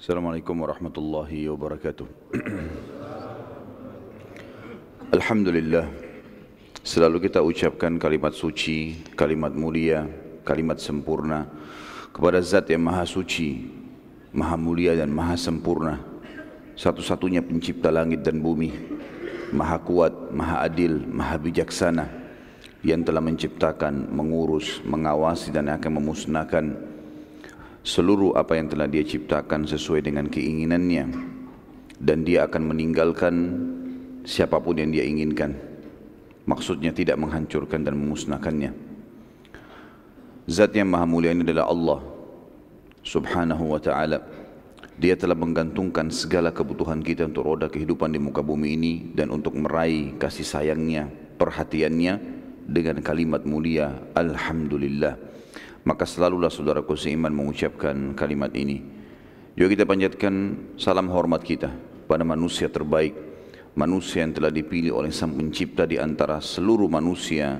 Assalamualaikum warahmatullahi wabarakatuh. Alhamdulillah, selalu kita ucapkan kalimat suci, kalimat mulia, kalimat sempurna kepada Zat yang Maha Suci, Maha Mulia dan Maha Sempurna, satu-satunya pencipta langit dan bumi, Maha Kuat, Maha Adil, Maha Bijaksana, yang telah menciptakan, mengurus, mengawasi dan akan memusnahkan seluruh apa yang telah dia ciptakan sesuai dengan keinginannya, dan dia akan meninggalkan siapapun yang dia inginkan. Maksudnya tidak menghancurkan dan memusnahkannya. Zat yang Maha Mulia ini adalah Allah Subhanahu wa ta'ala. Dia telah menggantungkan segala kebutuhan kita untuk roda kehidupan di muka bumi ini dan untuk meraih kasih sayangnya, perhatiannya dengan kalimat mulia Alhamdulillah. Maka selalulah saudaraku seiman mengucapkan kalimat ini. Juga kita panjatkan salam hormat kita pada manusia terbaik, manusia yang telah dipilih oleh Sang Pencipta di antara seluruh manusia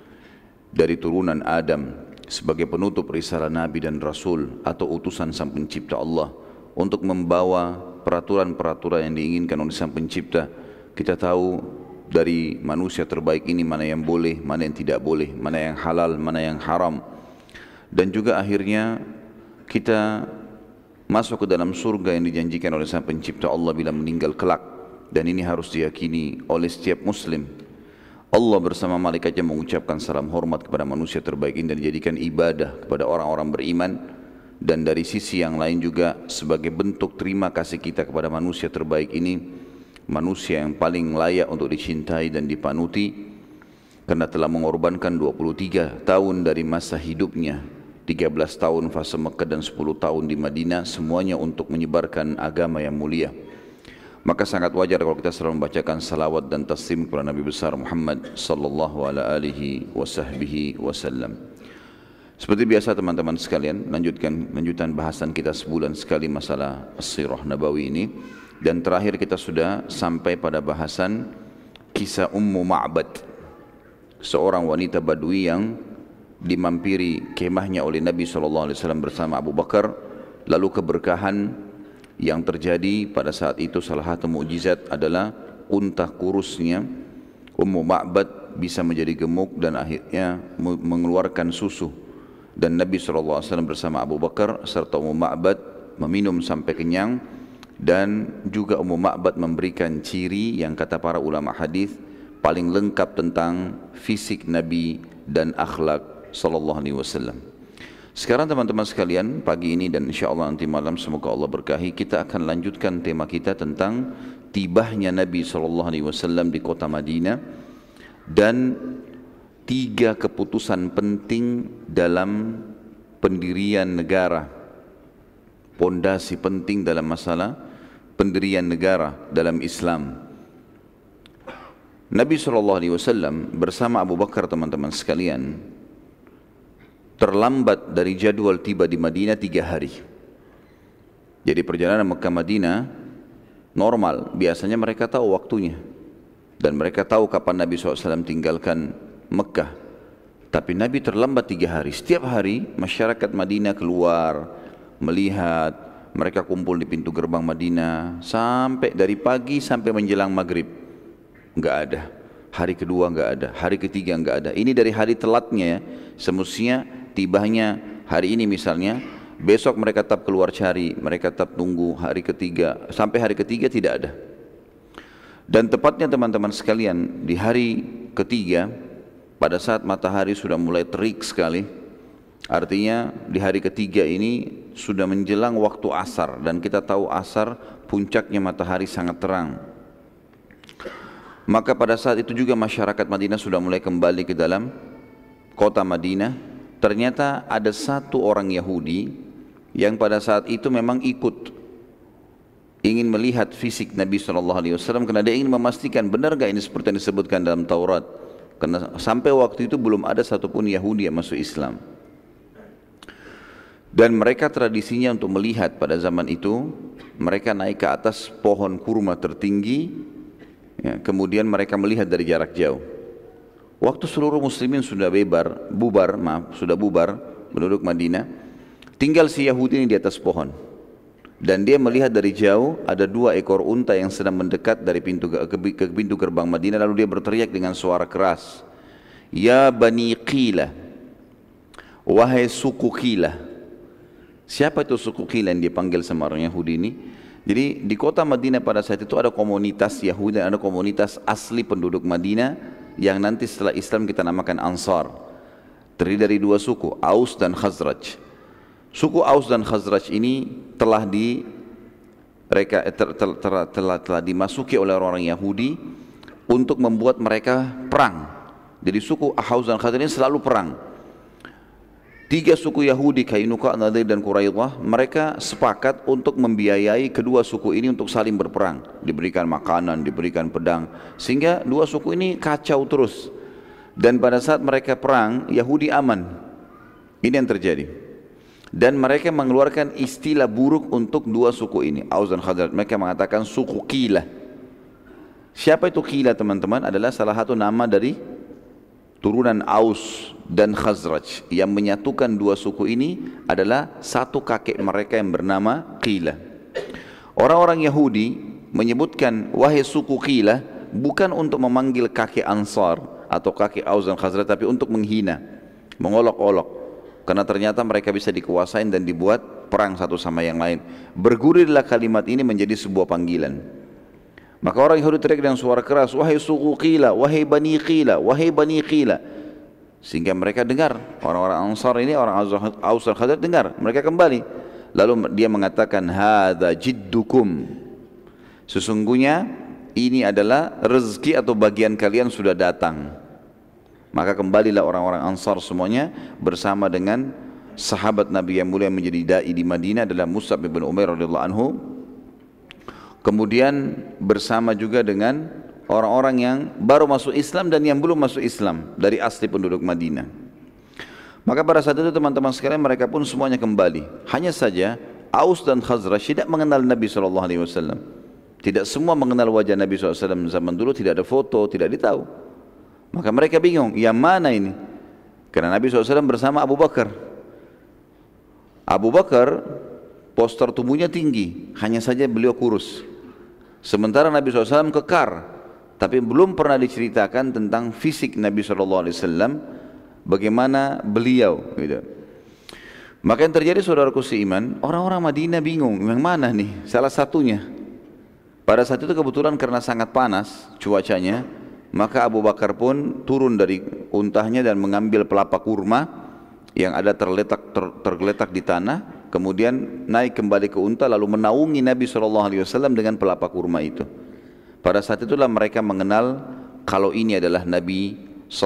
dari turunan Adam sebagai penutup risalah Nabi dan Rasul atau utusan Sang Pencipta Allah untuk membawa peraturan-peraturan yang diinginkan oleh Sang Pencipta. Kita tahu dari manusia terbaik ini mana yang boleh, mana yang tidak boleh, mana yang halal, mana yang haram. Dan juga akhirnya kita masuk ke dalam surga yang dijanjikan oleh Sang Pencipta Allah bila meninggal kelak. Dan ini harus diyakini oleh setiap muslim. Allah bersama malaikatnya mengucapkan salam hormat kepada manusia terbaik ini dan dijadikan ibadah kepada orang-orang beriman. Dan dari sisi yang lain juga sebagai bentuk terima kasih kita kepada manusia terbaik ini, manusia yang paling layak untuk dicintai dan dipanuti, karena telah mengorbankan 23 tahun dari masa hidupnya, 13 tahun fase Mekah dan 10 tahun di Madinah, semuanya untuk menyebarkan agama yang mulia. Maka sangat wajar kalau kita selalu membacakan salawat dan taslim kepada Nabi besar Muhammad sallallahu alaihi wasallam. Seperti biasa teman-teman sekalian, lanjutan bahasan kita sebulan sekali masalah As-Sirah Nabawi ini. Dan terakhir kita sudah sampai pada bahasan kisah Ummu Ma'bad, seorang wanita Badui yang dimampiri kemahnya oleh Nabi SAW bersama Abu Bakar. Lalu keberkahan yang terjadi pada saat itu, salah satu mukjizat adalah unta kurusnya Ummu Ma'bad bisa menjadi gemuk dan akhirnya mengeluarkan susu. Dan Nabi SAW bersama Abu Bakar serta Ummu Ma'bad meminum sampai kenyang. Dan juga Ummu Ma'bad memberikan ciri yang kata para ulama hadis paling lengkap tentang fisik Nabi dan akhlak sallallahu alaihi wasallam. Sekarang teman-teman sekalian, pagi ini dan insyaallah nanti malam semoga Allah berkahi, kita akan lanjutkan tema kita tentang tibahnya Nabi sallallahu alaihi wasallam di kota Madinah dan 3 keputusan penting dalam pendirian negara, pondasi penting dalam masalah pendirian negara dalam Islam. Nabi SAW bersama Abu Bakar teman-teman sekalian terlambat dari jadwal tiba di Madinah 3 hari. Jadi perjalanan Mekah Madinah normal, biasanya mereka tahu waktunya dan mereka tahu kapan Nabi SAW tinggalkan Mekah. Tapi Nabi terlambat 3 hari. Setiap hari masyarakat Madinah keluar melihat, mereka kumpul di pintu gerbang Madinah sampai dari pagi sampai menjelang maghrib. Enggak ada. Hari kedua enggak ada, hari ketiga enggak ada. Ini dari hari telatnya ya. Semestinya tibanya hari ini misalnya, besok mereka tetap keluar cari, mereka tetap tunggu hari ketiga, sampai hari ketiga tidak ada. Dan tepatnya teman-teman sekalian, di hari ketiga pada saat matahari sudah mulai terik sekali, artinya di hari ketiga ini sudah menjelang waktu asar, dan kita tahu asar puncaknya matahari sangat terang. Maka pada saat itu juga masyarakat Madinah sudah mulai kembali ke dalam kota Madinah. Ternyata ada satu orang Yahudi yang pada saat itu memang ikut ingin melihat fisik Nabi SAW, karena dia ingin memastikan benar gak ini seperti yang disebutkan dalam Taurat. Karena sampai waktu itu belum ada satupun Yahudi yang masuk Islam. Dan mereka tradisinya untuk melihat pada zaman itu, mereka naik ke atas pohon kurma tertinggi, ya, kemudian mereka melihat dari jarak jauh. Waktu seluruh muslimin sudah bubar penduduk Madinah, tinggal si Yahudi ini di atas pohon. Dan dia melihat dari jauh ada 2 ekor unta yang sedang mendekat dari ke pintu gerbang Madinah. Lalu dia berteriak dengan suara keras, "Ya Bani Qila, wahai suku Qila." Siapa itu suku Qila yang dipanggil sama orang Yahudi ini? Jadi di kota Madinah pada saat itu ada komunitas Yahudi dan ada komunitas asli penduduk Madinah yang nanti setelah Islam kita namakan Ansar. Terdiri dari 2 suku, Aus dan Khazraj. Suku Aus dan Khazraj ini telah dimasuki oleh orang Yahudi untuk membuat mereka perang. Jadi suku Aus dan Khazraj ini selalu perang. 3 suku Yahudi, Kainuka, Nadir dan Quraidah, mereka sepakat untuk membiayai kedua suku ini untuk saling berperang. Diberikan makanan, diberikan pedang, sehingga 2 suku ini kacau terus. Dan pada saat mereka perang, Yahudi aman. Ini yang terjadi. Dan mereka mengeluarkan istilah buruk untuk 2 suku ini, Aus dan Khazraj. Mereka mengatakan suku Qila. Siapa itu Qila, teman-teman? Adalah salah satu nama dari turunan Aus dan Khazraj. Yang menyatukan 2 suku ini adalah satu kakek mereka yang bernama Qila. Orang-orang Yahudi menyebutkan wahai suku Qila bukan untuk memanggil kakek Ansar atau kakek Aus dan Khazraj, tapi untuk menghina, mengolok-olok. Karena ternyata mereka bisa dikuasain dan dibuat perang satu sama yang lain. Bergulirlah kalimat ini menjadi sebuah panggilan. Maka orang Yahudi teriak dengan suara keras, "Wahai suku Qila, wahai Bani Qila, wahai Bani Qila." Sehingga mereka dengar, orang-orang Ansar ini, orang Aus dan Khazraj dengar, mereka kembali. Lalu dia mengatakan, "Hadza jiddukum." Sesungguhnya ini adalah rezeki atau bagian kalian sudah datang. Maka kembalilah orang-orang Ansar semuanya bersama dengan sahabat Nabi yang mulia menjadi dai di Madinah adalah Mus'ab bin Umair radhiyallahu anhu. Kemudian bersama juga dengan orang-orang yang baru masuk Islam dan yang belum masuk Islam dari asli penduduk Madinah. Maka pada saat itu teman-teman sekalian mereka pun semuanya kembali. Hanya saja Aus dan Khazraj tidak mengenal Nabi SAW. Tidak semua mengenal wajah Nabi SAW zaman dulu, tidak ada foto, tidak ditahu. Maka mereka bingung, yang mana ini? Karena Nabi SAW bersama Abu Bakar. Abu Bakar postur tubuhnya tinggi, hanya saja beliau kurus. Sementara Nabi SAW kekar, tapi belum pernah diceritakan tentang fisik Nabi SAW, bagaimana beliau. Gitu. Maka yang terjadi saudaraku seiman, orang-orang Madinah bingung, yang mana nih salah satunya. Pada saat itu kebetulan karena sangat panas cuacanya, maka Abu Bakar pun turun dari untahnya dan mengambil pelapa kurma yang ada tergeletak di tanah, kemudian naik kembali ke unta lalu menaungi Nabi SAW dengan pelapa kurma itu. Pada saat itulah mereka mengenal kalau ini adalah Nabi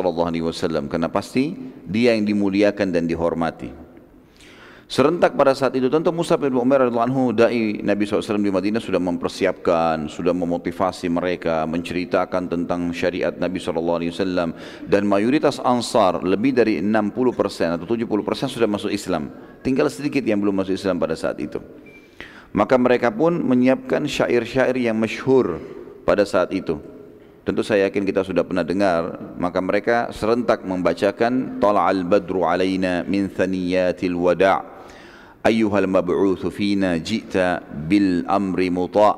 SAW, karena pasti dia yang dimuliakan dan dihormati. Serentak pada saat itu tentu Mus'ab bin Umair radhiyallahu anhu, dai Nabi SAW di Madinah, sudah mempersiapkan, sudah memotivasi mereka, menceritakan tentang syariat Nabi SAW. Dan mayoritas Ansar, lebih dari 60% atau 70% sudah masuk Islam. Tinggal sedikit yang belum masuk Islam pada saat itu. Maka mereka pun menyiapkan syair-syair yang masyhur pada saat itu. Tentu saya yakin kita sudah pernah dengar. Maka mereka serentak membacakan Tala'al badru alaina min thaniyatil wada' ayyuhal mab'uthu fina ji'ta bil amri muta'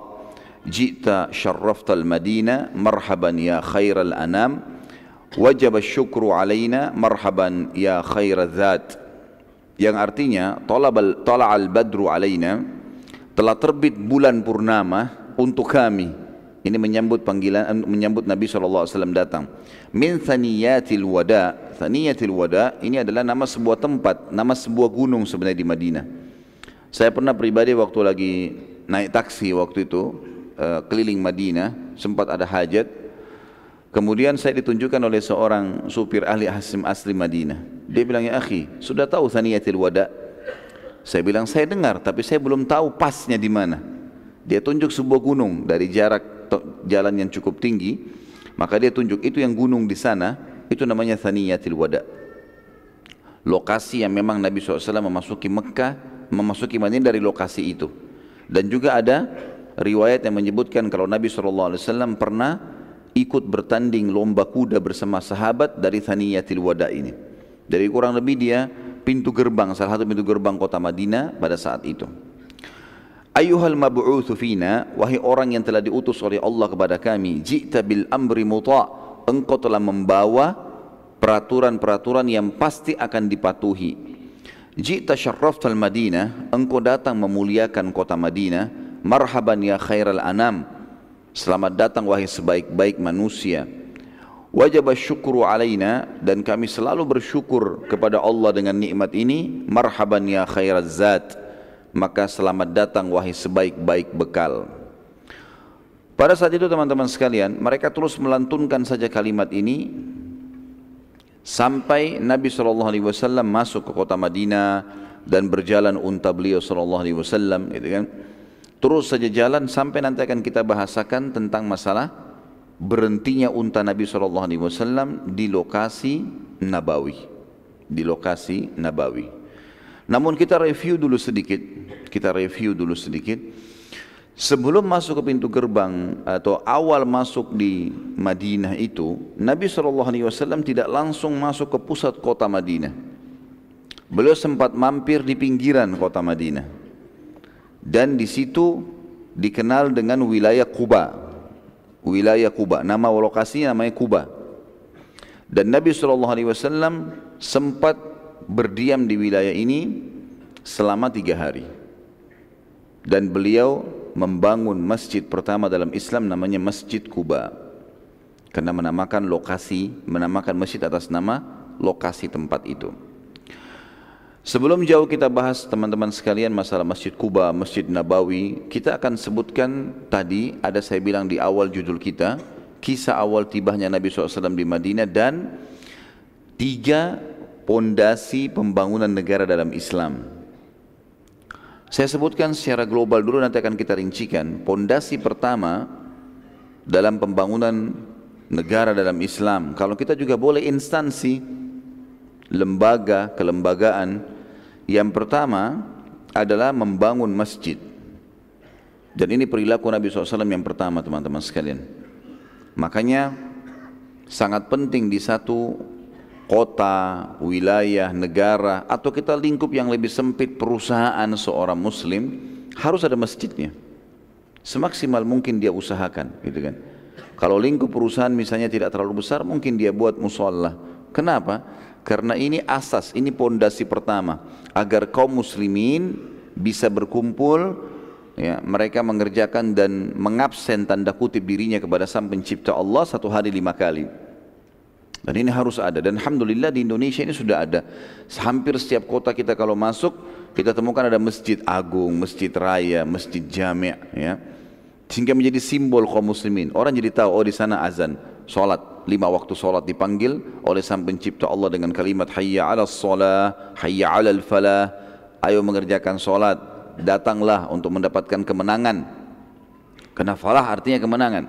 ji'ta syarraftal madina marhaban ya khairal anam wajib syukru alaina marhaban ya khairal dhat. Yang artinya tala'al badru alaina, telah terbit bulan purnama untuk kami. Ini menyambut panggilan, menyambut Nabi SAW datang. Min thaniyatil wada. Thaniyatil wada ini adalah nama sebuah tempat, nama sebuah gunung sebenarnya di Madinah. Saya pernah pribadi waktu lagi naik taksi waktu itu keliling Madinah, sempat ada hajat. Kemudian saya ditunjukkan oleh seorang supir ahli asli Madinah. Dia bilang, "Ya akhi, sudah tahu thaniyatil wada?" Saya bilang, "Saya dengar, tapi saya belum tahu pasnya di mana." Dia tunjuk sebuah gunung dari jarak jalan yang cukup tinggi, maka dia tunjuk itu yang gunung di sana, itu namanya Thaniyatil Wada. Lokasi yang memang Nabi SAW memasuki Mekah, memasuki Madinah dari lokasi itu. Dan juga ada riwayat yang menyebutkan kalau Nabi SAW pernah ikut bertanding lomba kuda bersama sahabat dari Thaniyatil Wada ini. Dari kurang lebih dia pintu gerbang, salah satu pintu gerbang kota Madinah pada saat itu. Ayyuhal mab'utsu fina, wahai orang yang telah diutus oleh Allah kepada kami, ji'ta bil amri muta', engkau telah membawa peraturan-peraturan yang pasti akan dipatuhi. Ji'ta syarraftal Madinah, engkau datang memuliakan kota Madinah. Marhaban ya khairal anam, selamat datang wahai sebaik-baik manusia. Wajib syukru alaina, dan kami selalu bersyukur kepada Allah dengan nikmat ini. Marhaban ya khairaz zat, maka selamat datang wahai sebaik-baik bekal. Pada saat itu teman-teman sekalian, mereka terus melantunkan saja kalimat ini sampai Nabi SAW masuk ke kota Madinah dan berjalan unta beliau SAW, gitu kan. Terus saja jalan sampai nanti akan kita bahasakan tentang masalah berhentinya unta Nabi SAW di lokasi Nabawi. Di lokasi Nabawi. Namun kita review dulu sedikit. Sebelum masuk ke pintu gerbang atau awal masuk di Madinah itu, Nabi SAW tidak langsung masuk ke pusat kota Madinah. Beliau sempat mampir di pinggiran kota Madinah. Dan di situ dikenal dengan wilayah Quba. Wilayah Quba, nama lokasinya namanya Quba. Dan Nabi SAW sempat berdiam di wilayah ini selama 3 hari. Dan beliau membangun masjid pertama dalam Islam namanya Masjid Quba. Karena menamakan masjid atas nama lokasi tempat itu. Sebelum jauh kita bahas teman-teman sekalian masalah Masjid Quba, Masjid Nabawi, kita akan sebutkan tadi, ada saya bilang di awal judul kita, kisah awal tibanya Nabi SAW di Madinah dan 3 pondasi pembangunan negara dalam Islam. Saya sebutkan secara global dulu, nanti akan kita rincikan. Pondasi pertama dalam pembangunan negara dalam Islam, kalau kita juga boleh instansi, lembaga, kelembagaan. Yang pertama adalah membangun masjid. Dan ini perilaku Nabi SAW yang pertama teman-teman sekalian. Makanya sangat penting di satu kota, wilayah, negara, atau kita lingkup yang lebih sempit perusahaan seorang muslim, harus ada masjidnya. Semaksimal mungkin dia usahakan, gitu kan. Kalau lingkup perusahaan misalnya tidak terlalu besar, mungkin dia buat musholla. Kenapa? Karena ini asas, ini pondasi pertama agar kaum muslimin bisa berkumpul, ya, mereka mengerjakan dan mengabsen tanda kutip dirinya kepada Sang Pencipta Allah 1 hari 5 kali. Dan ini harus ada, dan alhamdulillah di Indonesia ini sudah ada. Hampir setiap kota kita kalau masuk, kita temukan ada masjid agung, masjid raya, masjid jami', ya. Sehingga menjadi simbol kaum muslimin. Orang jadi tahu, oh di sana azan, salat, 5 waktu salat dipanggil oleh Sang Pencipta Allah dengan kalimat hayya 'alas shalah, hayya 'alal falah. Ayo mengerjakan salat, datanglah untuk mendapatkan kemenangan. Karena falah artinya kemenangan.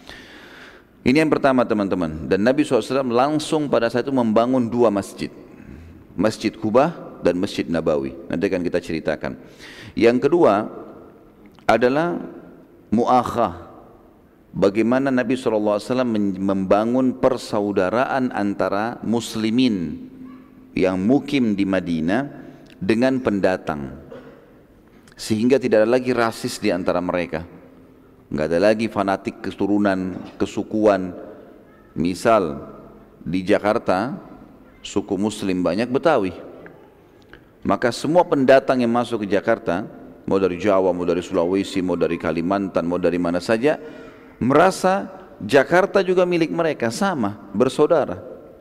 Ini yang pertama teman-teman. Dan Nabi SAW langsung pada saat itu membangun 2 masjid. Masjid Quba dan Masjid Nabawi. Nanti akan kita ceritakan. Yang kedua adalah mu'akhah. Bagaimana Nabi SAW membangun persaudaraan antara muslimin yang mukim di Madinah dengan pendatang. Sehingga tidak ada lagi rasis di antara mereka. Enggak ada lagi fanatik keturunan, kesukuan. Misal di Jakarta, suku muslim banyak Betawi. Maka semua pendatang yang masuk ke Jakarta, mau dari Jawa, mau dari Sulawesi, mau dari Kalimantan, mau dari mana saja, merasa Jakarta juga milik mereka, sama, bersaudara.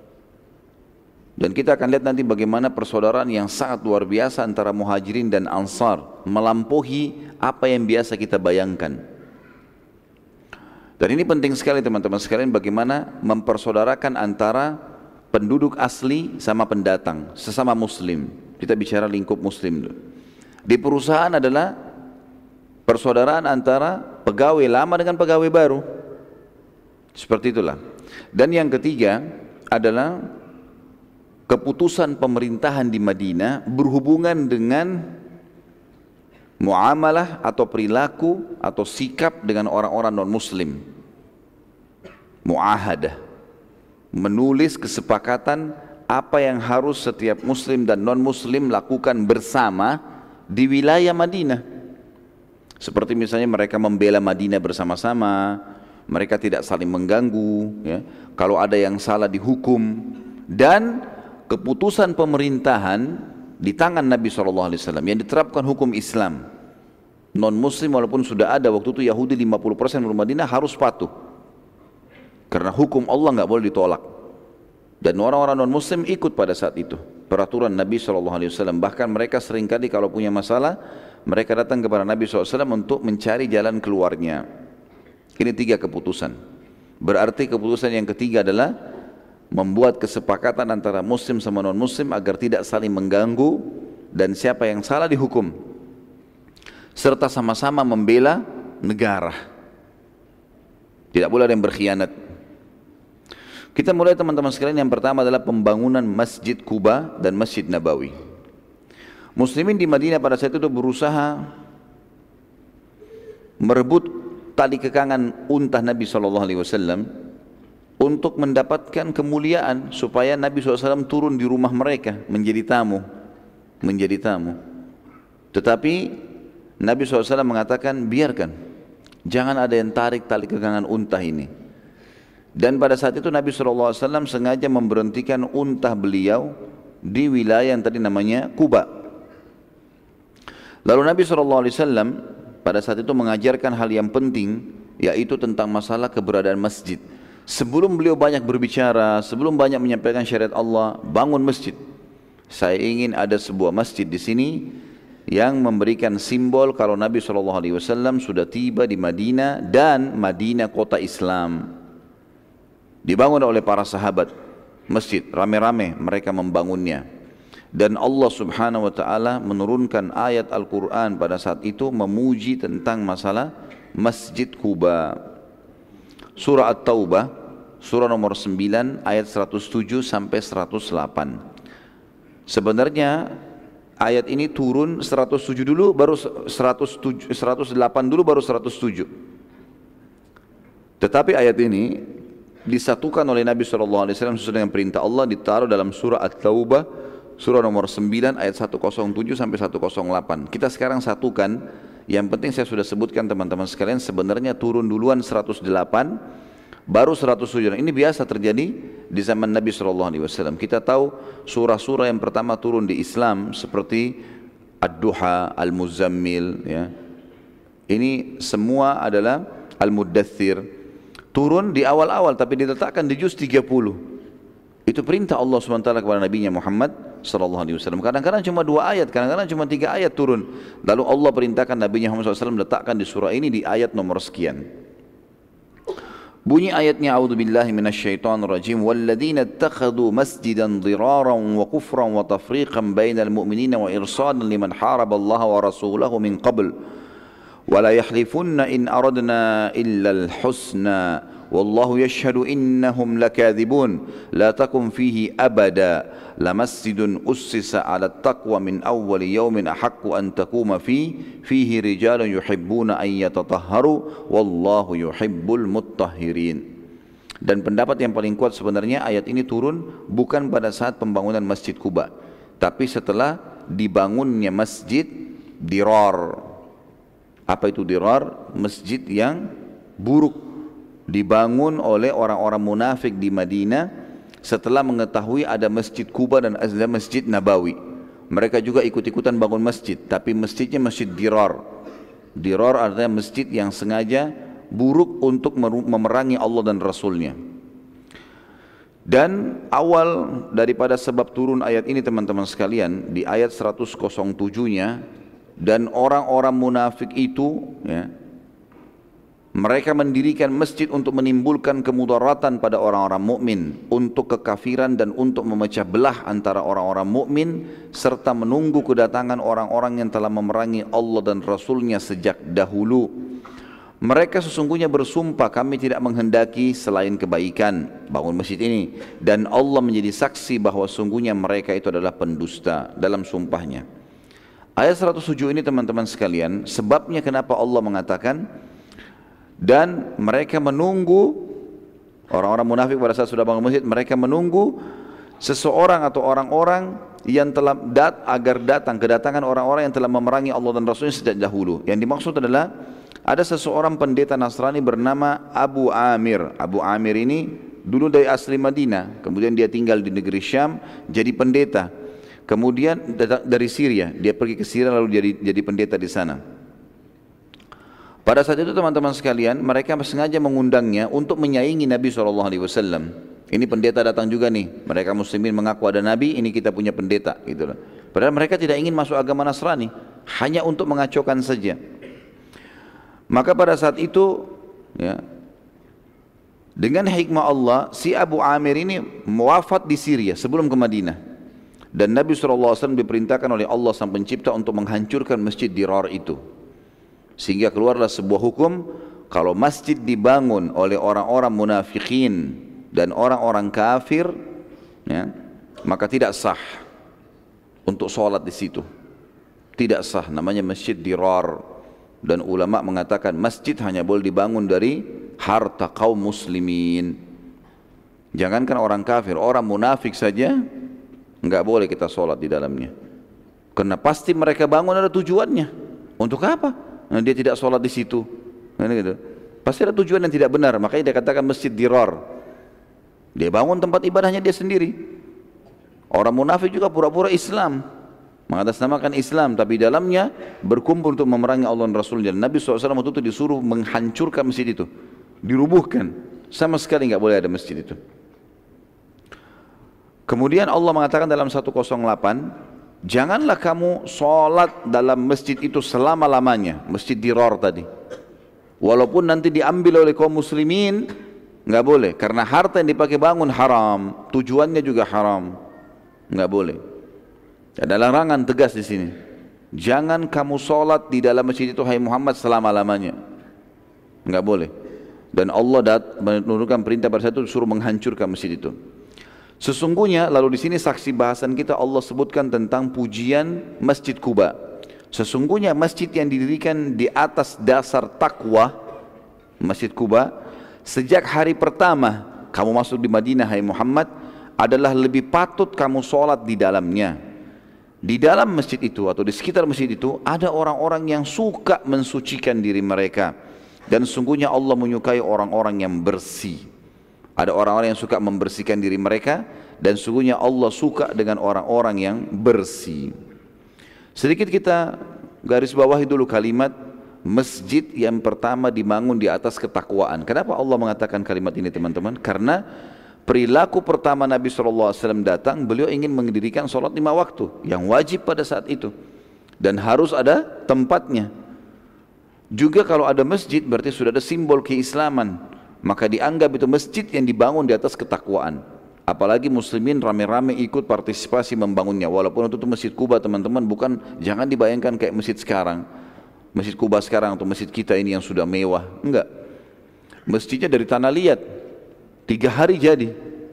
Dan kita akan lihat nanti bagaimana persaudaraan yang sangat luar biasa antara muhajirin dan ansar, melampaui apa yang biasa kita bayangkan. Dan ini penting sekali teman-teman sekalian, bagaimana mempersaudarakan antara penduduk asli sama pendatang, sesama muslim. Kita bicara lingkup muslim dulu. Di perusahaan adalah persaudaraan antara pegawai lama dengan pegawai baru. Seperti itulah. Dan yang ketiga adalah keputusan pemerintahan di Madinah berhubungan dengan muamalah atau perilaku atau sikap dengan orang-orang non-muslim. Muahadah, menulis kesepakatan apa yang harus setiap muslim dan non-muslim lakukan bersama di wilayah Madinah. Seperti misalnya mereka membela Madinah bersama-sama, mereka tidak saling mengganggu, ya. Kalau ada yang salah dihukum, dan keputusan pemerintahan di tangan Nabi SAW yang diterapkan hukum Islam. Non muslim walaupun sudah ada waktu itu Yahudi 50% di Madinah harus patuh, karena hukum Allah nggak boleh ditolak. Dan orang-orang non muslim ikut pada saat itu peraturan Nabi SAW. Bahkan mereka seringkali kalau punya masalah, mereka datang kepada Nabi SAW untuk mencari jalan keluarnya. Ini 3 keputusan. Berarti keputusan yang ketiga adalah membuat kesepakatan antara muslim sama non muslim agar tidak saling mengganggu, dan siapa yang salah dihukum, serta sama-sama membela negara. Tidak boleh ada yang berkhianat. Kita mulai teman-teman sekalian. Yang pertama adalah pembangunan Masjid Quba dan Masjid Nabawi. Muslimin di Madinah pada saat itu berusaha merebut tali kekangan unta Nabi SAW untuk mendapatkan kemuliaan, supaya Nabi SAW turun di rumah mereka menjadi tamu. Tetapi Nabi SAW mengatakan, biarkan, jangan ada yang tarik tali kekangan unta ini. Dan pada saat itu Nabi SAW sengaja memberhentikan unta beliau di wilayah yang tadi namanya Quba. Lalu Nabi SAW pada saat itu mengajarkan hal yang penting, yaitu tentang masalah keberadaan masjid. Sebelum beliau banyak berbicara, sebelum banyak menyampaikan syariat Allah, bangun masjid. Saya ingin ada sebuah masjid di sini yang memberikan simbol kalau Nabi SAW sudah tiba di Madinah, dan Madinah kota Islam. Dibangun oleh para sahabat masjid, rame-rame mereka membangunnya. Dan Allah Subhanahu wa Ta'ala menurunkan ayat Al-Quran pada saat itu memuji tentang masalah Masjid Quba. Surah At-Taubah, surah nomor 9 ayat 107 sampai 108. Sebenarnya ayat ini turun 107 dulu baru 108 dulu baru 107. Tetapi ayat ini disatukan oleh Nabi SAW sesuai dengan perintah Allah, ditaruh dalam surah At-Taubah surah nomor 9 ayat 107 sampai 108. Kita sekarang satukan. Yang penting saya sudah sebutkan teman-teman sekalian, sebenarnya turun duluan 108 baru 107. Ini biasa terjadi di zaman Nabi SAW. Kita tahu surah-surah yang pertama turun di Islam seperti Ad-Duha, Al-Muzammil, ya. Ini semua adalah Al-Muddathir, turun di awal-awal tapi diletakkan di juz 30. Itu perintah Allah SWT kepada Nabi Muhammad SAW. Kadang-kadang cuma 2 ayat, kadang-kadang cuma 3 ayat turun. Lalu Allah perintahkan Nabi Muhammad SAW letakkan di surah ini di ayat nomor sekian. Bunyi ayatnya, A'udzubillahi minasyaitonirrajim, walladzina ittakhadhu masjidan dhiraran wa kufran wa tafriqan bainal mu'minina wa irsadan liman haraballaha wa rasulahu min qabl wa la yahlifunna in aradna illa al-husna wallahu yashhadu innahum lakadhibun la takum fihi abada lamasjidun ussisa ala taqwa min awwali yawmin ahaqqu an taquma fihi rijalun yuhibbuna an yatatahharu wallahu yuhibbul muttahhirin. Dan pendapat yang paling kuat sebenarnya ayat ini turun bukan pada saat pembangunan Masjid Quba, tapi setelah dibangunnya Masjid Dirar. Apa itu Dirar? Masjid yang buruk, dibangun oleh orang-orang munafik di Madinah setelah mengetahui ada Masjid Quba dan ada Masjid Nabawi. Mereka juga ikut-ikutan bangun masjid, tapi masjidnya Masjid Dirar. Dirar artinya masjid yang sengaja buruk untuk memerangi Allah dan Rasulnya. Dan awal daripada sebab turun ayat ini teman-teman sekalian, di ayat 107-nya, dan orang-orang munafik itu, ya, mereka mendirikan masjid untuk menimbulkan kemudaratan pada orang-orang mukmin, untuk kekafiran dan untuk memecah belah antara orang-orang mukmin, serta menunggu kedatangan orang-orang yang telah memerangi Allah dan Rasulnya sejak dahulu. Mereka sesungguhnya bersumpah, kami tidak menghendaki selain kebaikan, bangun masjid ini, dan Allah menjadi saksi bahwa sungguhnya mereka itu adalah pendusta dalam sumpahnya. Ayat 107 ini teman-teman sekalian, sebabnya kenapa Allah mengatakan dan mereka menunggu, orang-orang munafik pada saat sudah bangun masjid, mereka menunggu seseorang atau orang-orang yang telah kedatangan orang-orang yang telah memerangi Allah dan Rasulnya sejak dahulu. Yang dimaksud adalah ada seseorang pendeta Nasrani bernama Abu Amir. Abu Amir ini dulu dari asli Madinah, kemudian dia tinggal di negeri Syam jadi pendeta. Kemudian dari Syria, dia pergi ke Syria lalu jadi pendeta di sana. Pada saat itu teman-teman sekalian, mereka sengaja mengundangnya untuk menyaingi Nabi SAW. Ini pendeta datang juga nih, mereka muslimin mengaku ada Nabi, ini kita punya pendeta. Gitu loh. Padahal mereka tidak ingin masuk agama Nasrani, hanya untuk mengacaukan saja. Maka pada saat itu, ya, dengan hikmah Allah, si Abu Amir ini wafat di Syria sebelum ke Madinah. Dan Nabi SAW diperintahkan oleh Allah sang pencipta untuk menghancurkan masjid Dirar itu. Sehingga keluarlah sebuah hukum, kalau masjid dibangun oleh orang-orang munafikin dan orang-orang kafir, ya, maka tidak sah untuk sholat di situ. Tidak sah, namanya masjid Dirar. Dan ulama mengatakan masjid hanya boleh dibangun dari harta kaum muslimin. Jangankan orang kafir, orang munafik saja enggak boleh kita sholat di dalamnya. Karena pasti mereka bangun ada tujuannya. Untuk apa? Nah, dia tidak sholat di situ. Nah, gitu. Pasti ada tujuan yang tidak benar. Makanya dia katakan masjid Dirar. Dia bangun tempat ibadahnya dia sendiri. Orang munafik juga pura-pura Islam, mengatasnamakan Islam, tapi dalamnya berkumpul untuk memerangi Allah dan Rasulnya. Dan Nabi SAW waktu itu disuruh menghancurkan masjid itu, dirubuhkan, sama sekali nggak boleh ada masjid itu. Kemudian Allah mengatakan dalam 108, janganlah kamu sholat dalam masjid itu selama-lamanya, masjid Dirar tadi. Walaupun nanti diambil oleh kaum muslimin, nggak boleh, karena harta yang dipakai bangun haram, tujuannya juga haram, nggak boleh. Ada larangan tegas di sini. Jangan kamu sholat di dalam masjid itu, hai Muhammad, selama-lamanya, nggak boleh. Dan Allah menurunkan perintah pada saat itu suruh menghancurkan masjid itu. Sesungguhnya, lalu di sini saksi bahasan kita Allah sebutkan tentang pujian Masjid Quba. Sesungguhnya masjid yang didirikan di atas dasar takwa, Masjid Quba, sejak hari pertama kamu masuk di Madinah, hai Muhammad, adalah lebih patut kamu sholat di dalamnya. Di dalam masjid itu atau di sekitar masjid itu ada orang-orang yang suka mensucikan diri mereka. Dan sungguhnya Allah menyukai orang-orang yang bersih. Ada orang-orang yang suka membersihkan diri mereka, dan sungguhnya Allah suka dengan orang-orang yang bersih. Sedikit kita garis bawahi dulu kalimat masjid yang pertama dibangun di atas ketakwaan. Kenapa Allah mengatakan kalimat ini, teman-teman? Karena perilaku pertama Nabi SAW datang, beliau ingin mendirikan sholat 5 waktu yang wajib pada saat itu, dan harus ada tempatnya. Juga kalau ada masjid berarti sudah ada simbol keislaman, maka dianggap itu masjid yang dibangun di atas ketakwaan. Apalagi muslimin rame-rame ikut partisipasi membangunnya. Walaupun itu masjid Quba, teman-teman, bukan, jangan dibayangkan kayak masjid sekarang, masjid Quba sekarang atau masjid kita ini yang sudah mewah. Enggak, masjidnya dari tanah liat, 3 hari jadi,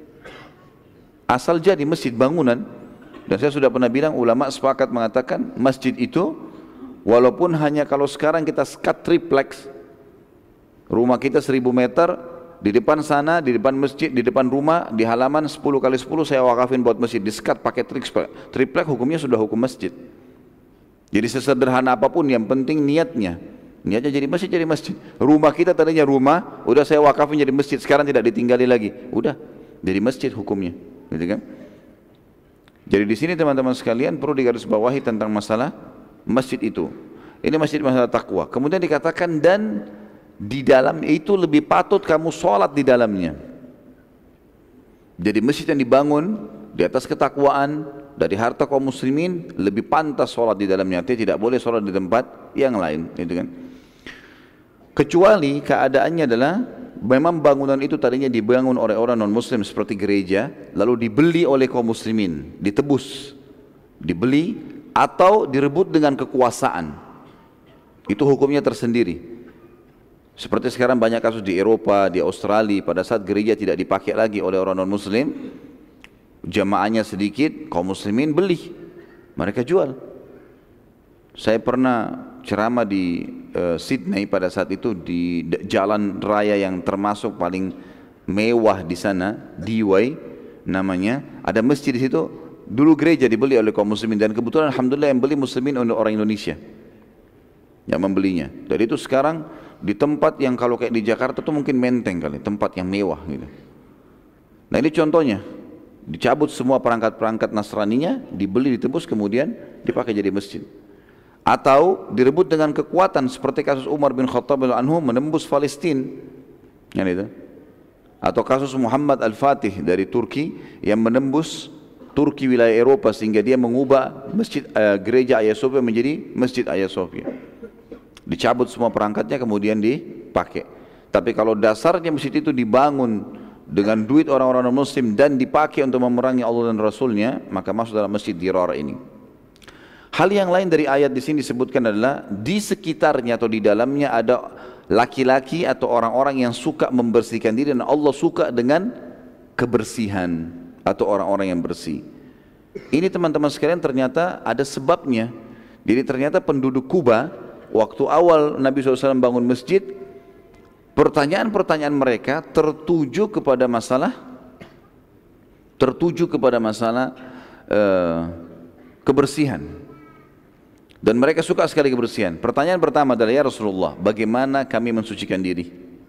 asal jadi masjid bangunan. Dan saya sudah pernah bilang, ulama sepakat mengatakan masjid itu walaupun hanya, kalau sekarang kita sekat triplex, rumah kita 1000 meter, di depan sana, di depan masjid, di depan rumah, di halaman 10 kali 10 saya wakafin buat masjid, disekat pakai triplek, hukumnya sudah hukum masjid. Jadi sesederhana apapun, yang penting niatnya jadi masjid, jadi masjid. Rumah kita tadinya rumah, udah saya wakafin jadi masjid, sekarang tidak ditinggali lagi, udah jadi masjid hukumnya, gitu kan? Jadi di sini teman-teman sekalian perlu digarisbawahi tentang masalah masjid itu. Ini masjid masalah takwa. Kemudian dikatakan dan di dalam itu lebih patut kamu sholat di dalamnya. Jadi masjid yang dibangun di atas ketakwaan dari harta kaum muslimin, lebih pantas sholat di dalamnya. Artinya tidak boleh sholat di tempat yang lain, gitu kan? Kecuali keadaannya adalah memang bangunan itu tadinya dibangun oleh orang non muslim seperti gereja, lalu dibeli oleh kaum muslimin, ditebus, dibeli atau direbut dengan kekuasaan. Itu hukumnya tersendiri. Seperti sekarang banyak kasus di Eropa, di Australia, pada saat gereja tidak dipakai lagi oleh orang non-muslim, jamaahnya sedikit, kaum muslimin beli, mereka jual. Saya pernah ceramah di Sydney pada saat itu, di jalan raya yang termasuk paling mewah di sana, Dewey namanya, ada masjid di situ, Dulu gereja dibeli oleh kaum muslimin dan kebetulan alhamdulillah yang beli muslimin orang Indonesia yang membelinya. Dan itu sekarang di tempat yang kalau kayak di Jakarta tuh mungkin Menteng kali, tempat yang mewah gitu. Nah ini contohnya, dicabut semua perangkat-perangkat Nasraninya, dibeli, ditebus, kemudian dipakai jadi masjid. Atau direbut dengan kekuatan seperti kasus Umar bin Khattab anhu menembus Palestina, yang itu. Atau kasus Muhammad Al-Fatih dari Turki yang menembus Turki wilayah Eropa sehingga dia mengubah masjid gereja Hagia Sophia menjadi Masjid Hagia Sophia. Dicabut semua perangkatnya kemudian dipakai. Tapi kalau dasarnya masjid itu dibangun dengan duit orang-orang muslim dan dipakai untuk memerangi Allah dan Rasulnya, maka masuk dalam masjid Dirar ini. Hal yang lain dari ayat di sini disebutkan adalah di sekitarnya atau di dalamnya ada laki-laki atau orang-orang yang suka membersihkan diri dan Allah suka dengan kebersihan atau orang-orang yang bersih. Ini teman-teman sekalian ternyata ada sebabnya. Jadi ternyata penduduk Kuba waktu awal Nabi SAW bangun masjid, pertanyaan-pertanyaan mereka tertuju kepada masalah kebersihan. Dan mereka suka sekali kebersihan. Pertanyaan pertama adalah, ya Rasulullah, bagaimana kami mensucikan diri?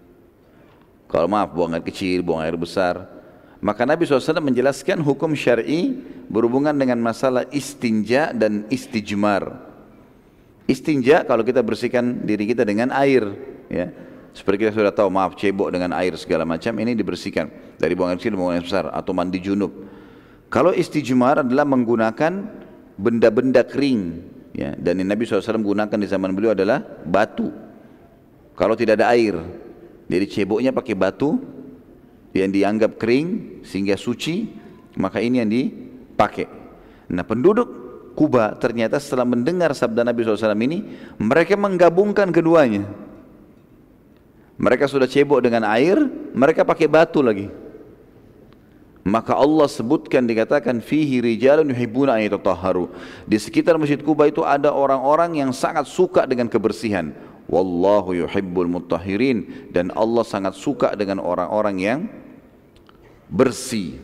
Kalau maaf, buang air kecil, buang air besar. Maka Nabi SAW menjelaskan hukum syar'i berhubungan dengan masalah istinja dan istijmar. Istinja kalau kita bersihkan diri kita dengan air, ya. Seperti kita sudah tahu, maaf, cebok dengan air segala macam, ini dibersihkan dari buang air kecil, buang air besar, atau mandi junub. Kalau istijmar adalah menggunakan benda-benda kering, ya. Dan yang Nabi SAW gunakan di zaman beliau adalah batu. Kalau tidak ada air, jadi ceboknya pakai batu yang dianggap kering sehingga suci, maka ini yang dipakai. Nah penduduk Kuba ternyata setelah mendengar sabda Nabi SAW ini, mereka menggabungkan keduanya. Mereka sudah cebok dengan air, mereka pakai batu lagi. Maka Allah sebutkan, dikatakan fihi rijalun yuhibbuna an yatatahharu. Di sekitar Masjid Kuba itu ada orang-orang yang sangat suka dengan kebersihan. Wallahu yuhibbul mutahhirin, dan Allah sangat suka dengan orang-orang yang bersih.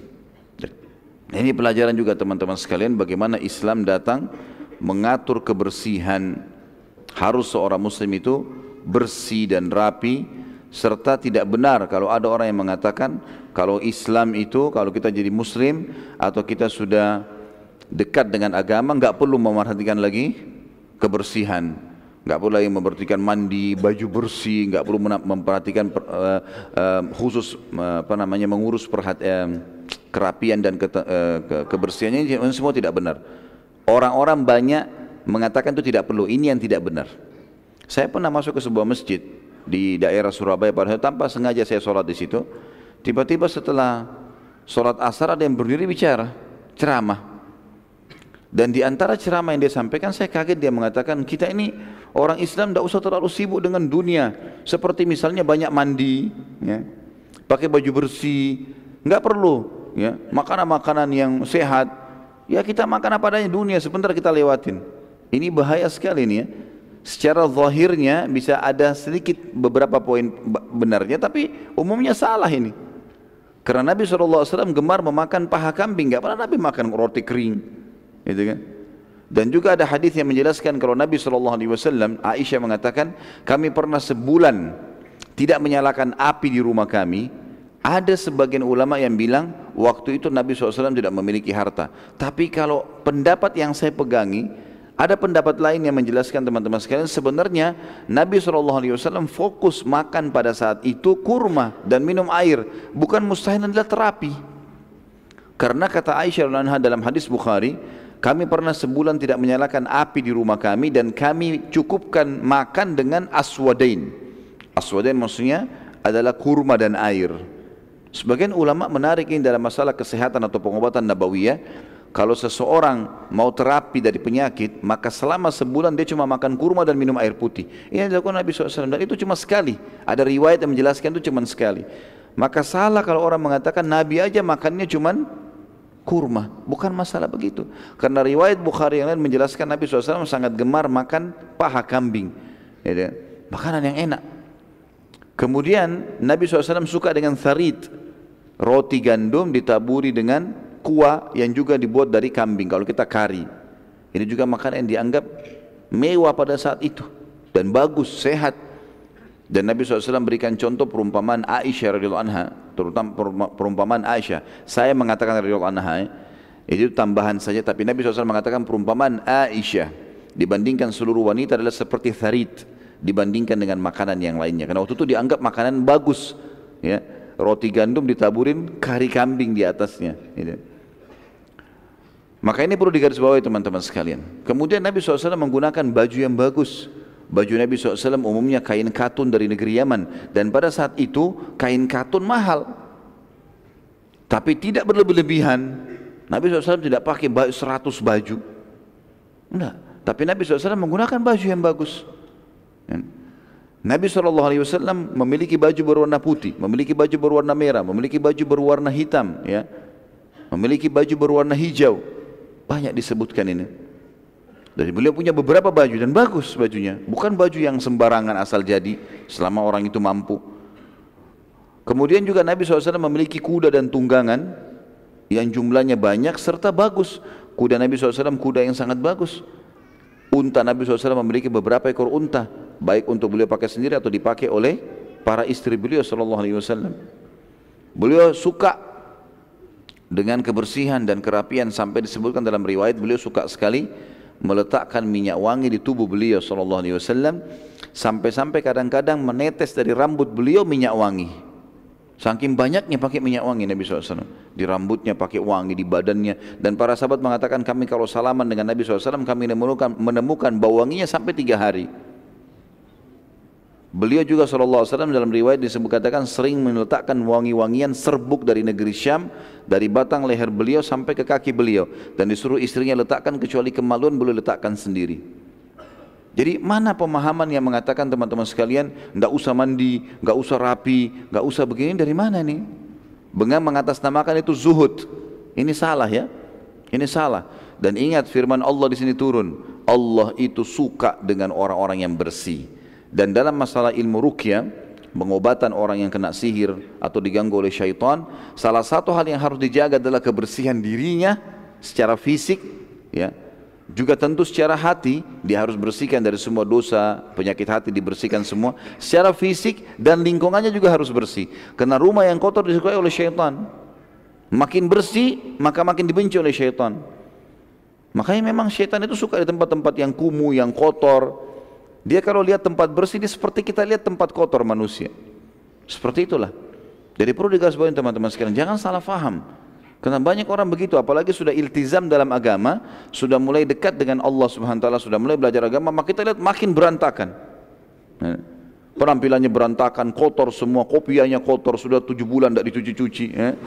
Ini pelajaran juga teman-teman sekalian, bagaimana Islam datang mengatur kebersihan. Harus seorang muslim itu bersih dan rapi, serta tidak benar kalau ada orang yang mengatakan kalau Islam itu, kalau kita jadi muslim atau kita sudah dekat dengan agama, nggak perlu memerhatikan lagi kebersihan, nggak perlu lagi memperhatikan mandi, baju bersih, nggak perlu memperhatikan khusus mengurus kerapian dan kebersihannya. Ini semua tidak benar. Orang-orang banyak mengatakan itu tidak perlu. Ini yang tidak benar. Saya pernah masuk ke sebuah masjid di daerah Surabaya, padahal tanpa sengaja saya sholat di situ. Tiba-tiba setelah sholat asar ada yang berdiri bicara, ceramah. Dan di antara ceramah yang dia sampaikan, saya kaget, dia mengatakan kita ini orang Islam tidak usah terlalu sibuk dengan dunia, seperti misalnya banyak mandi, ya, pakai baju bersih, nggak perlu, ya, makanan-makanan yang sehat, ya kita makan apa adanya, dunia sebentar kita lewatin. Ini bahaya sekali ini, ya. Secara zahirnya bisa ada sedikit beberapa poin benarnya, tapi umumnya salah ini. Karena Nabi SAW gemar memakan paha kambing, nggak pernah Nabi makan roti kering, gitu kan? Dan juga ada hadis yang menjelaskan kalau Nabi SAW, Aisyah mengatakan, kami pernah sebulan tidak menyalakan api di rumah kami. Ada sebagian ulama yang bilang waktu itu Nabi SAW tidak memiliki harta. Tapi kalau pendapat yang saya pegangi, ada pendapat lain yang menjelaskan teman-teman sekalian, sebenarnya Nabi SAW fokus makan pada saat itu kurma dan minum air, bukan mustahil adalah terapi. Karena kata Aisyah radhiyallahu anha dalam hadis Bukhari, kami pernah sebulan tidak menyalakan api di rumah kami dan kami cukupkan makan dengan aswadain. Aswadain maksudnya adalah kurma dan air. Sebagian ulama menarik ini dalam masalah kesehatan atau pengobatan nabawiyah. Kalau seseorang mau terapi dari penyakit, maka selama sebulan dia cuma makan kurma dan minum air putih. Ini yang dilakukan Nabi SAW, dan itu cuma sekali. Ada riwayat yang menjelaskan itu cuma sekali. Maka salah kalau orang mengatakan Nabi aja makannya cuma kurma. Bukan masalah begitu. Karena riwayat Bukhari yang lain menjelaskan Nabi SAW sangat gemar makan paha kambing, ya, makanan yang enak. Kemudian Nabi SAW suka dengan tharid, roti gandum ditaburi dengan kuah yang juga dibuat dari kambing, kalau kita kari. Ini juga makanan yang dianggap mewah pada saat itu dan bagus, sehat. Dan Nabi SAW berikan contoh perumpamaan Aisyah radhiyallahu anha, terutama perumpamaan Aisyah. Saya mengatakan radhiyallahu anha, itu tambahan saja, tapi Nabi SAW mengatakan perumpamaan Aisyah dibandingkan seluruh wanita adalah seperti tharid dibandingkan dengan makanan yang lainnya. Karena waktu itu dianggap makanan bagus, ya, roti gandum ditaburin kari kambing di atasnya. Gitu. Maka ini perlu digarisbawahi teman-teman sekalian. Kemudian Nabi SAW menggunakan baju yang bagus. Baju Nabi SAW umumnya kain katun dari negeri Yaman. Dan pada saat itu kain katun mahal. Tapi tidak berlebih-lebihan. Nabi SAW tidak pakai 100 baju. Enggak. Tapi Nabi SAW menggunakan baju yang bagus. Nabi SAW memiliki baju berwarna putih, memiliki baju berwarna merah, memiliki baju berwarna hitam, ya, memiliki baju berwarna hijau. Banyak disebutkan ini. Jadi beliau punya beberapa baju dan bagus bajunya, bukan baju yang sembarangan asal jadi selama orang itu mampu. Kemudian juga Nabi SAW memiliki kuda dan tunggangan yang jumlahnya banyak serta bagus. Kuda Nabi SAW kuda yang sangat bagus. Unta Nabi SAW memiliki beberapa ekor unta, baik untuk beliau pakai sendiri atau dipakai oleh para istri beliau SAW. Beliau suka dengan kebersihan dan kerapian, sampai disebutkan dalam riwayat beliau suka sekali meletakkan minyak wangi di tubuh beliau SAW, sampai-sampai kadang-kadang menetes dari rambut beliau minyak wangi. Saking banyaknya pakai minyak wangi Nabi SAW, di rambutnya pakai wangi, di badannya. Dan para sahabat mengatakan kami kalau salaman dengan Nabi SAW kami menemukan bau wanginya sampai 3 hari. Beliau juga SAW dalam riwayat disebut katakan sering meletakkan wangi-wangian serbuk dari negeri Syam, dari batang leher beliau sampai ke kaki beliau, dan disuruh istrinya letakkan, kecuali kemaluan beliau letakkan sendiri. Jadi mana pemahaman yang mengatakan teman-teman sekalian tidak usah mandi, nggak usah rapi, nggak usah begini, dari mana nih? Dengan mengatasnamakan itu zuhud. Ini salah, ya, ini salah. Dan ingat firman Allah di sini turun, Allah itu suka dengan orang-orang yang bersih. Dan dalam masalah ilmu ruqyah, pengobatan orang yang kena sihir atau diganggu oleh syaitan, salah satu hal yang harus dijaga adalah kebersihan dirinya secara fisik, ya. Juga tentu secara hati, dia harus bersihkan dari semua dosa, penyakit hati dibersihkan semua. Secara fisik dan lingkungannya juga harus bersih. Karena rumah yang kotor disukai oleh syaitan. Makin bersih, maka makin dibenci oleh syaitan. Makanya memang syaitan itu suka di tempat-tempat yang kumuh, yang kotor. Dia kalau lihat tempat bersih, dia seperti kita lihat tempat kotor manusia. Seperti itulah. Jadi perlu digarisbawahi teman-teman sekalian, jangan salah faham. Karena banyak orang begitu, apalagi sudah iltizam dalam agama, sudah mulai dekat dengan Allah Subhanahu wa taala, sudah mulai belajar agama, maka kita lihat makin berantakan. Penampilannya berantakan, kotor semua, kopiahnya kotor, sudah 7 bulan tidak dicuci-cuci.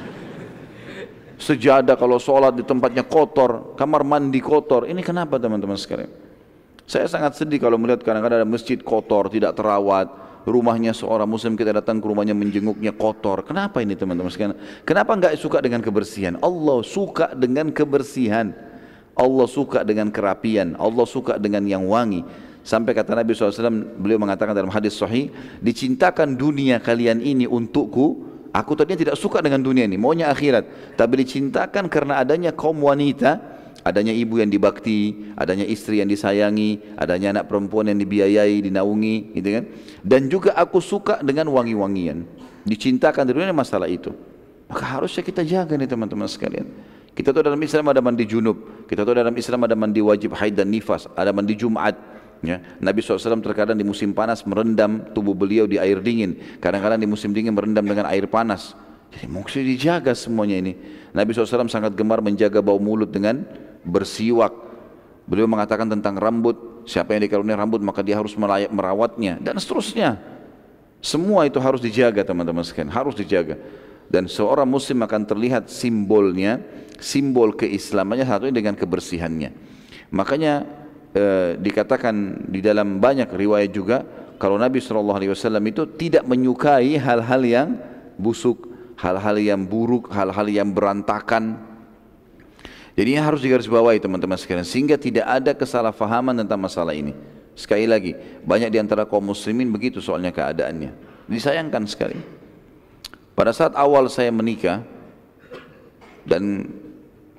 Sejadah kalau sholat di tempatnya kotor, kamar mandi kotor. Ini kenapa teman-teman sekalian? Saya sangat sedih kalau melihat kadang-kadang ada masjid kotor, tidak terawat. Rumahnya seorang muslim, kita datang ke rumahnya menjenguknya kotor. Kenapa ini teman-teman sekalian? Kenapa enggak suka dengan kebersihan? Allah suka dengan kebersihan. Allah suka dengan kerapian. Allah suka dengan yang wangi. Sampai kata Nabi SAW, beliau mengatakan dalam hadis sahih, dicintakan dunia kalian ini untukku. Aku tadinya tidak suka dengan dunia ini, maunya akhirat. Tapi dicintakan karena adanya kaum wanita, adanya ibu yang dibakti, adanya istri yang disayangi, adanya anak perempuan yang dibiayai, dinaungi, gitu kan. Dan juga aku suka dengan wangi-wangian. Dicintakan di dunia masalah itu. Maka harusnya kita jaga nih teman-teman sekalian. Kita tahu dalam Islam ada mandi junub, kita tahu dalam Islam ada mandi wajib haid dan nifas, ada mandi Jumat. Ya. Nabi SAW terkadang di musim panas merendam tubuh beliau di air dingin, kadang-kadang di musim dingin merendam dengan air panas. Jadi mesti dijaga semuanya ini. Nabi SAW sangat gemar menjaga bau mulut dengan bersiwak. Beliau mengatakan tentang rambut, siapa yang dikaruniai rambut maka dia harus merawatnya, dan seterusnya. Semua itu harus dijaga teman-teman sekalian, harus dijaga. Dan seorang muslim akan terlihat simbolnya, simbol keislamannya satunya dengan kebersihannya. Makanya dikatakan di dalam banyak riwayat juga, kalau Nabi SAW itu tidak menyukai hal-hal yang busuk, hal-hal yang buruk, hal-hal yang berantakan. Jadi ini harus digarisbawahi teman-teman sekalian, sehingga tidak ada kesalahpahaman tentang masalah ini. Sekali lagi, banyak di antara kaum muslimin begitu soalnya keadaannya. Disayangkan sekali. Pada saat awal saya menikah, dan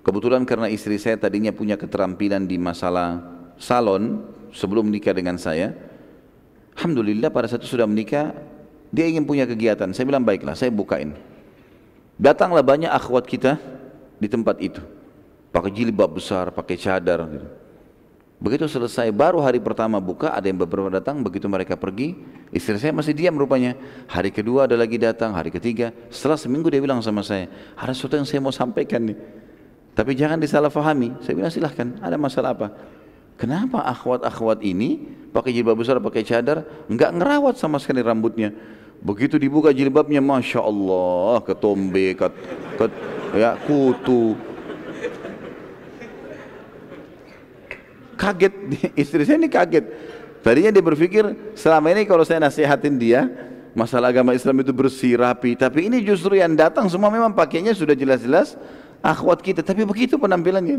Kebetulan karena istri saya tadinya punya keterampilan di masalah salon sebelum menikah dengan saya. Alhamdulillah pada saat itu sudah menikah, dia ingin punya kegiatan. Saya bilang baiklah, saya bukain. Datanglah banyak akhwat kita di tempat itu, pakai jilbab besar, pakai cadar gitu. Begitu selesai, baru hari pertama buka, ada yang beberapa datang, begitu mereka pergi, istri saya masih diam rupanya. Hari kedua ada lagi datang, hari ketiga. Setelah seminggu dia bilang sama saya, ada sesuatu yang saya mau sampaikan nih, tapi jangan disalahfahami. Saya bilang silahkan, ada masalah apa? Kenapa akhwat-akhwat ini pakai jilbab besar, pakai cadar, enggak ngerawat sama sekali rambutnya? Begitu dibuka jilbabnya, Masya Allah, ketombe, ya, kutu. Kaget, istri saya ini kaget. Tadinya dia berpikir selama ini kalau saya nasihatin dia masalah agama Islam itu bersih, rapi, tapi ini justru yang datang semua memang pakainya sudah jelas-jelas akhwat kita, tapi begitu penampilannya.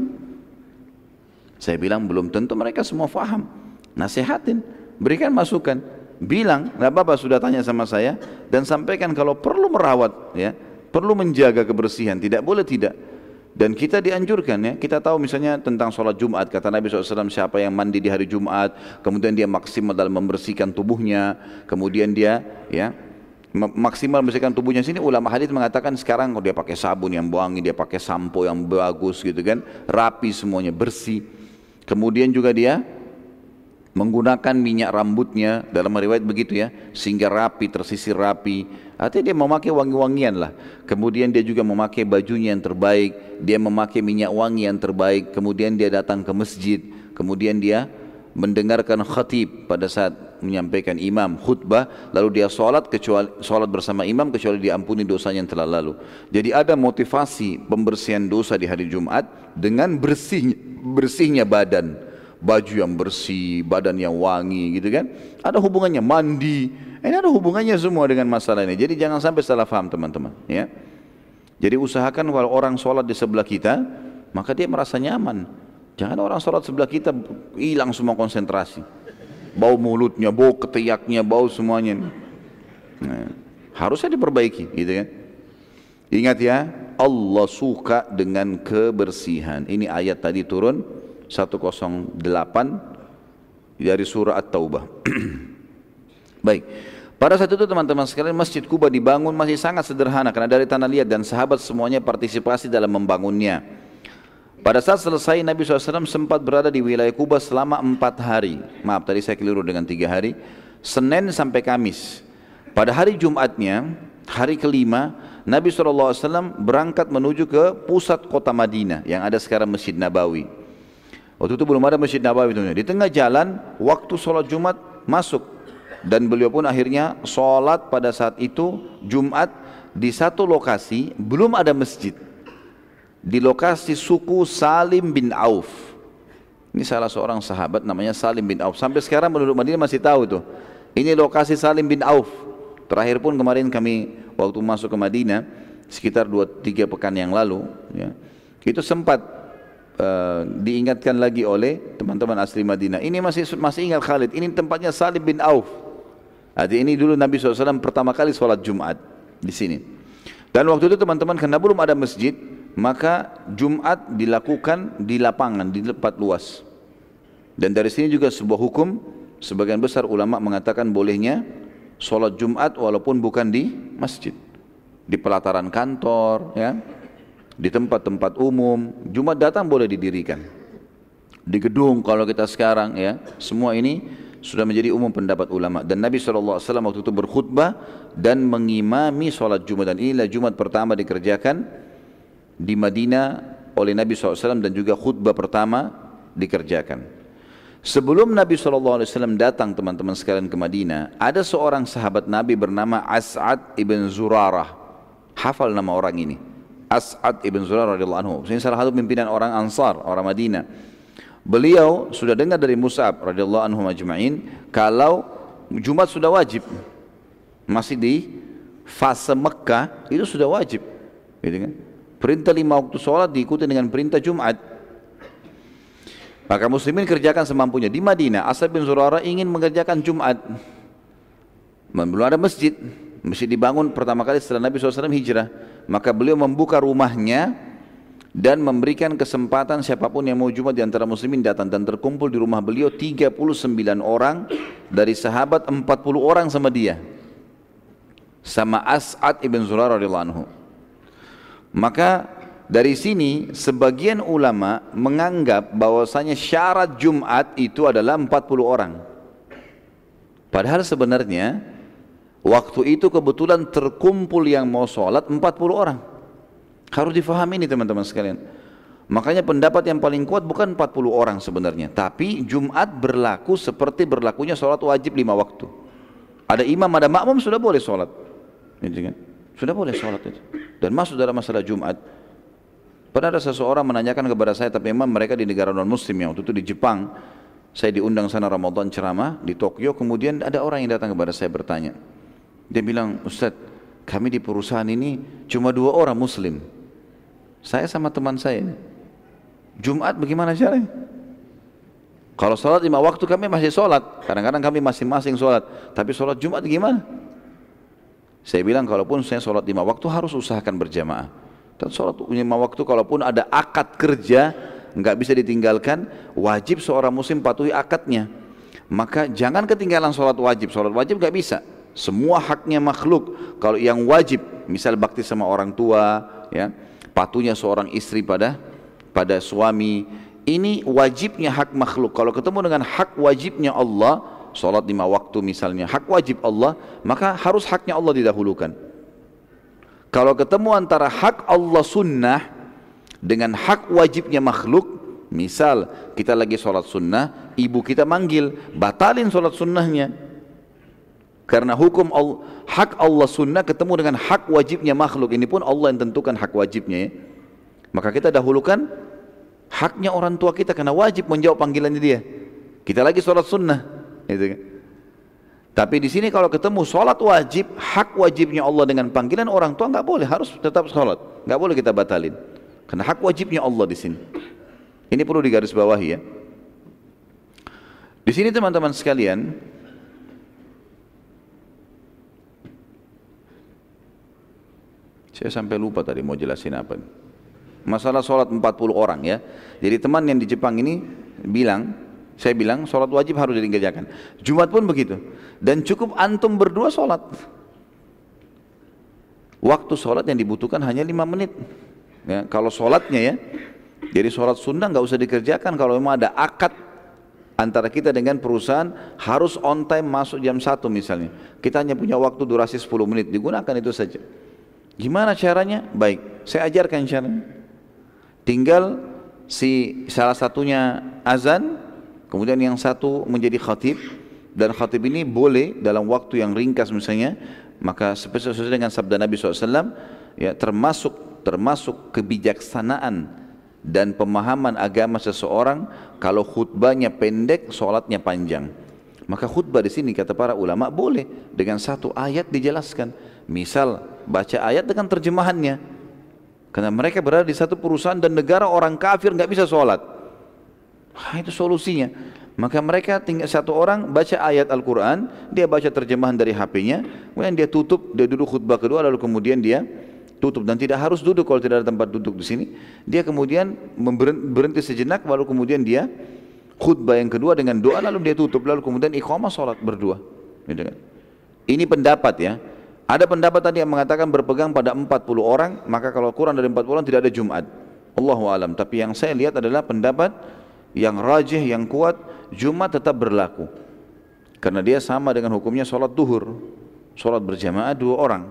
Saya bilang belum tentu mereka semua faham. Nasihatin, berikan masukan, bilang nggak apa-apa sudah tanya sama saya, dan sampaikan kalau perlu merawat, ya, perlu menjaga kebersihan, tidak boleh tidak. Dan kita dianjurkan, ya, kita tahu misalnya tentang sholat Jumat, kata Nabi SAW, siapa yang mandi di hari Jumat, kemudian dia maksimal dalam membersihkan tubuhnya, kemudian dia, ya, maksimal membersihkan tubuhnya. Sini ulama hadis mengatakan sekarang kalau dia pakai sabun yang wangi, dia pakai sampo yang bagus gitu kan, rapi semuanya, bersih. Kemudian juga dia menggunakan minyak rambutnya, dalam riwayat begitu ya, sehingga rapi, tersisir rapi. Artinya dia memakai wangi-wangian lah. Kemudian dia juga memakai bajunya yang terbaik, dia memakai minyak wangi yang terbaik. Kemudian dia datang ke masjid, kemudian dia mendengarkan khatib pada saat menyampaikan imam khutbah, lalu dia sholat bersama imam kecuali diampuni dosanya yang telah lalu. Jadi ada motivasi pembersihan dosa di hari Jumat dengan bersihnya badan, baju yang bersih, badan yang wangi gitu kan. Ada hubungannya, mandi, ini ada hubungannya semua dengan masalah ini. Jadi jangan sampai salah faham teman-teman, ya. Jadi usahakan kalau orang sholat di sebelah kita, maka dia merasa nyaman. Jangan orang sholat sebelah kita hilang semua konsentrasi, bau mulutnya, bau ketiaknya, bau semuanya. Nah, harusnya diperbaiki gitu kan. Ingat ya, Allah suka dengan kebersihan. Ini ayat tadi turun 108 dari surah At-Taubah. Baik, pada saat itu teman-teman sekalian, Masjid Kuba dibangun masih sangat sederhana karena dari tanah liat, dan sahabat semuanya partisipasi dalam membangunnya. Pada saat selesai, Nabi SAW sempat berada di wilayah Kuba selama 4 hari. Maaf, tadi saya keliru dengan 3 hari. Senin sampai Kamis. Pada hari Jumatnya, hari kelima, Nabi SAW berangkat menuju ke pusat kota Madinah yang ada sekarang Masjid Nabawi. Waktu itu belum ada Masjid Nabawi. Di tengah jalan, waktu sholat Jumat masuk. Dan beliau pun akhirnya sholat pada saat itu Jumat di satu lokasi, belum ada masjid. Di lokasi suku Salim bin Auf. Ini salah seorang sahabat namanya Salim bin Auf. Sampai sekarang penduduk Madinah masih tahu tuh. Ini lokasi Salim bin Auf. Terakhir pun kemarin kami waktu masuk ke Madinah sekitar 2-3 pekan yang lalu, ya, itu sempat diingatkan lagi oleh teman-teman asli Madinah. Ini masih ingat Khalid. Ini tempatnya Salim bin Auf. Jadi ini dulu Nabi SAW pertama kali sholat Jumat di sini. Dan waktu itu teman-teman karena belum ada masjid, maka Jumat dilakukan di lapangan, di tempat luas. Dan dari sini juga sebuah hukum, sebagian besar ulama mengatakan bolehnya sholat Jumat walaupun bukan di masjid, di pelataran kantor, ya, di tempat-tempat umum. Jumat datang boleh didirikan di gedung. Kalau kita sekarang, ya, semua ini sudah menjadi umum pendapat ulama. Dan Nabi SAW waktu itu berkhutbah dan mengimami sholat Jumat. Dan inilah Jumat pertama dikerjakan di Madinah oleh Nabi SAW, dan juga khutbah pertama dikerjakan. Sebelum Nabi SAW datang teman-teman sekalian ke Madinah, ada seorang sahabat Nabi bernama As'ad ibn Zurarah. Hafal nama orang ini, As'ad ibn Zurarah radhiyallahu anhu. Ini salah satu pimpinan orang Ansar, orang Madinah. Beliau sudah dengar dari Mus'ab radhiyallahu anhu majma'in kalau Jumat sudah wajib. Masih di fase Mekah itu sudah wajib, gitu kan? Perintah 5 waktu sholat diikuti dengan perintah Jumat. Maka muslimin kerjakan semampunya. Di Madinah, As'ad bin Zurarah ingin mengerjakan Jumat. Belum ada masjid. Masjid dibangun pertama kali setelah Nabi SAW hijrah. Maka beliau membuka rumahnya dan memberikan kesempatan siapapun yang mau Jumat di antara muslimin datang, dan terkumpul di rumah beliau 39 orang dari sahabat, 40 orang sama dia, sama As'ad ibn Zurarah radhiyallahu anhu. Maka dari sini sebagian ulama menganggap bahwasanya syarat Jumat itu adalah 40 orang. Padahal sebenarnya waktu itu kebetulan terkumpul yang mau sholat 40 orang. Harus difahami ini teman-teman sekalian. Makanya pendapat yang paling kuat bukan 40 orang sebenarnya, tapi Jumat berlaku seperti berlakunya sholat wajib 5 waktu. Ada imam, ada makmum, sudah boleh sholat. Sudah boleh sholat itu. Dan masuk dalam masalah Jumat. Pernah ada seseorang menanyakan kepada saya, tapi memang mereka di negara non muslim, yang waktu itu di Jepang. Saya diundang sana Ramadan ceramah di Tokyo, kemudian ada orang yang datang kepada saya bertanya. Dia bilang, Ustadz, kami di perusahaan ini cuma 2 orang muslim. Saya sama teman saya. Jumat bagaimana caranya? Kalau sholat 5 waktu kami masih sholat. Kadang-kadang kami masing-masing sholat. Tapi sholat Jumat gimana? Saya bilang, kalaupun saya sholat 5 waktu harus usahakan berjamaah. Dan sholat 5 waktu kalaupun ada akad kerja nggak bisa ditinggalkan, wajib seorang muslim patuhi akadnya. Maka jangan ketinggalan sholat wajib nggak bisa. Semua haknya makhluk. Kalau yang wajib, misal bakti sama orang tua, ya, patuhnya seorang istri pada suami, ini wajibnya hak makhluk. Kalau ketemu dengan hak wajibnya Allah, sholat 5 waktu misalnya, hak wajib Allah, maka harus haknya Allah didahulukan. Kalau ketemu antara hak Allah sunnah dengan hak wajibnya makhluk, misal kita lagi sholat sunnah, ibu kita manggil, batalin sholat sunnahnya. Karena hukum Allah, hak Allah sunnah ketemu dengan hak wajibnya makhluk, ini pun Allah yang tentukan hak wajibnya, ya. Maka kita dahulukan haknya orang tua kita, karena wajib menjawab panggilannya dia. Kita lagi sholat sunnah, gitu kan. Tapi di sini kalau ketemu sholat wajib, hak wajibnya Allah dengan panggilan orang tua, nggak boleh, harus tetap sholat, nggak boleh kita batalin, karena hak wajibnya Allah di sini. Ini perlu digarisbawahi, ya. Di sini teman-teman sekalian, saya sampai lupa tadi mau jelasin apa. Masalah sholat 40 orang, ya. Jadi teman yang di Jepang ini saya bilang sholat wajib harus dikerjakan. Jumat pun begitu. Dan cukup antum berdua sholat. Waktu sholat yang dibutuhkan hanya 5 menit. Ya, kalau sholatnya, ya. Jadi sholat sunnah nggak usah dikerjakan. Kalau memang ada akad antara kita dengan perusahaan, harus on time masuk jam 1 misalnya. Kita hanya punya waktu durasi 10 menit. Digunakan itu saja. Gimana caranya? Baik, saya ajarkan caranya. Tinggal salah satunya azan, kemudian yang satu menjadi khatib, dan khatib ini boleh dalam waktu yang ringkas misalnya, maka sesuai dengan sabda Nabi SAW, ya, termasuk kebijaksanaan dan pemahaman agama seseorang kalau khutbahnya pendek, sholatnya panjang. Maka khutbah di sini kata para ulama boleh dengan 1 ayat dijelaskan. Misal baca ayat dengan terjemahannya, karena mereka berada di satu perusahaan dan negara orang kafir nggak bisa sholat. Itu solusinya. Maka mereka tinggal 1 orang baca ayat Al-Quran, dia baca terjemahan dari HP-nya, kemudian dia tutup, dia duduk khutbah kedua, lalu kemudian dia tutup, dan tidak harus duduk kalau tidak ada tempat duduk di sini. Dia kemudian berhenti sejenak, lalu kemudian dia khutbah yang kedua dengan doa, lalu dia tutup, lalu kemudian iqamah sholat berdua. Ini pendapat, ya. Ada pendapat tadi yang mengatakan berpegang pada 40 orang, maka kalau kurang dari 40 orang tidak ada Jumat. Allahu alam. Tapi yang saya lihat adalah pendapat yang rajih, yang kuat, Jumat tetap berlaku. Karena dia sama dengan hukumnya sholat duhur, sholat berjamaah 2 orang.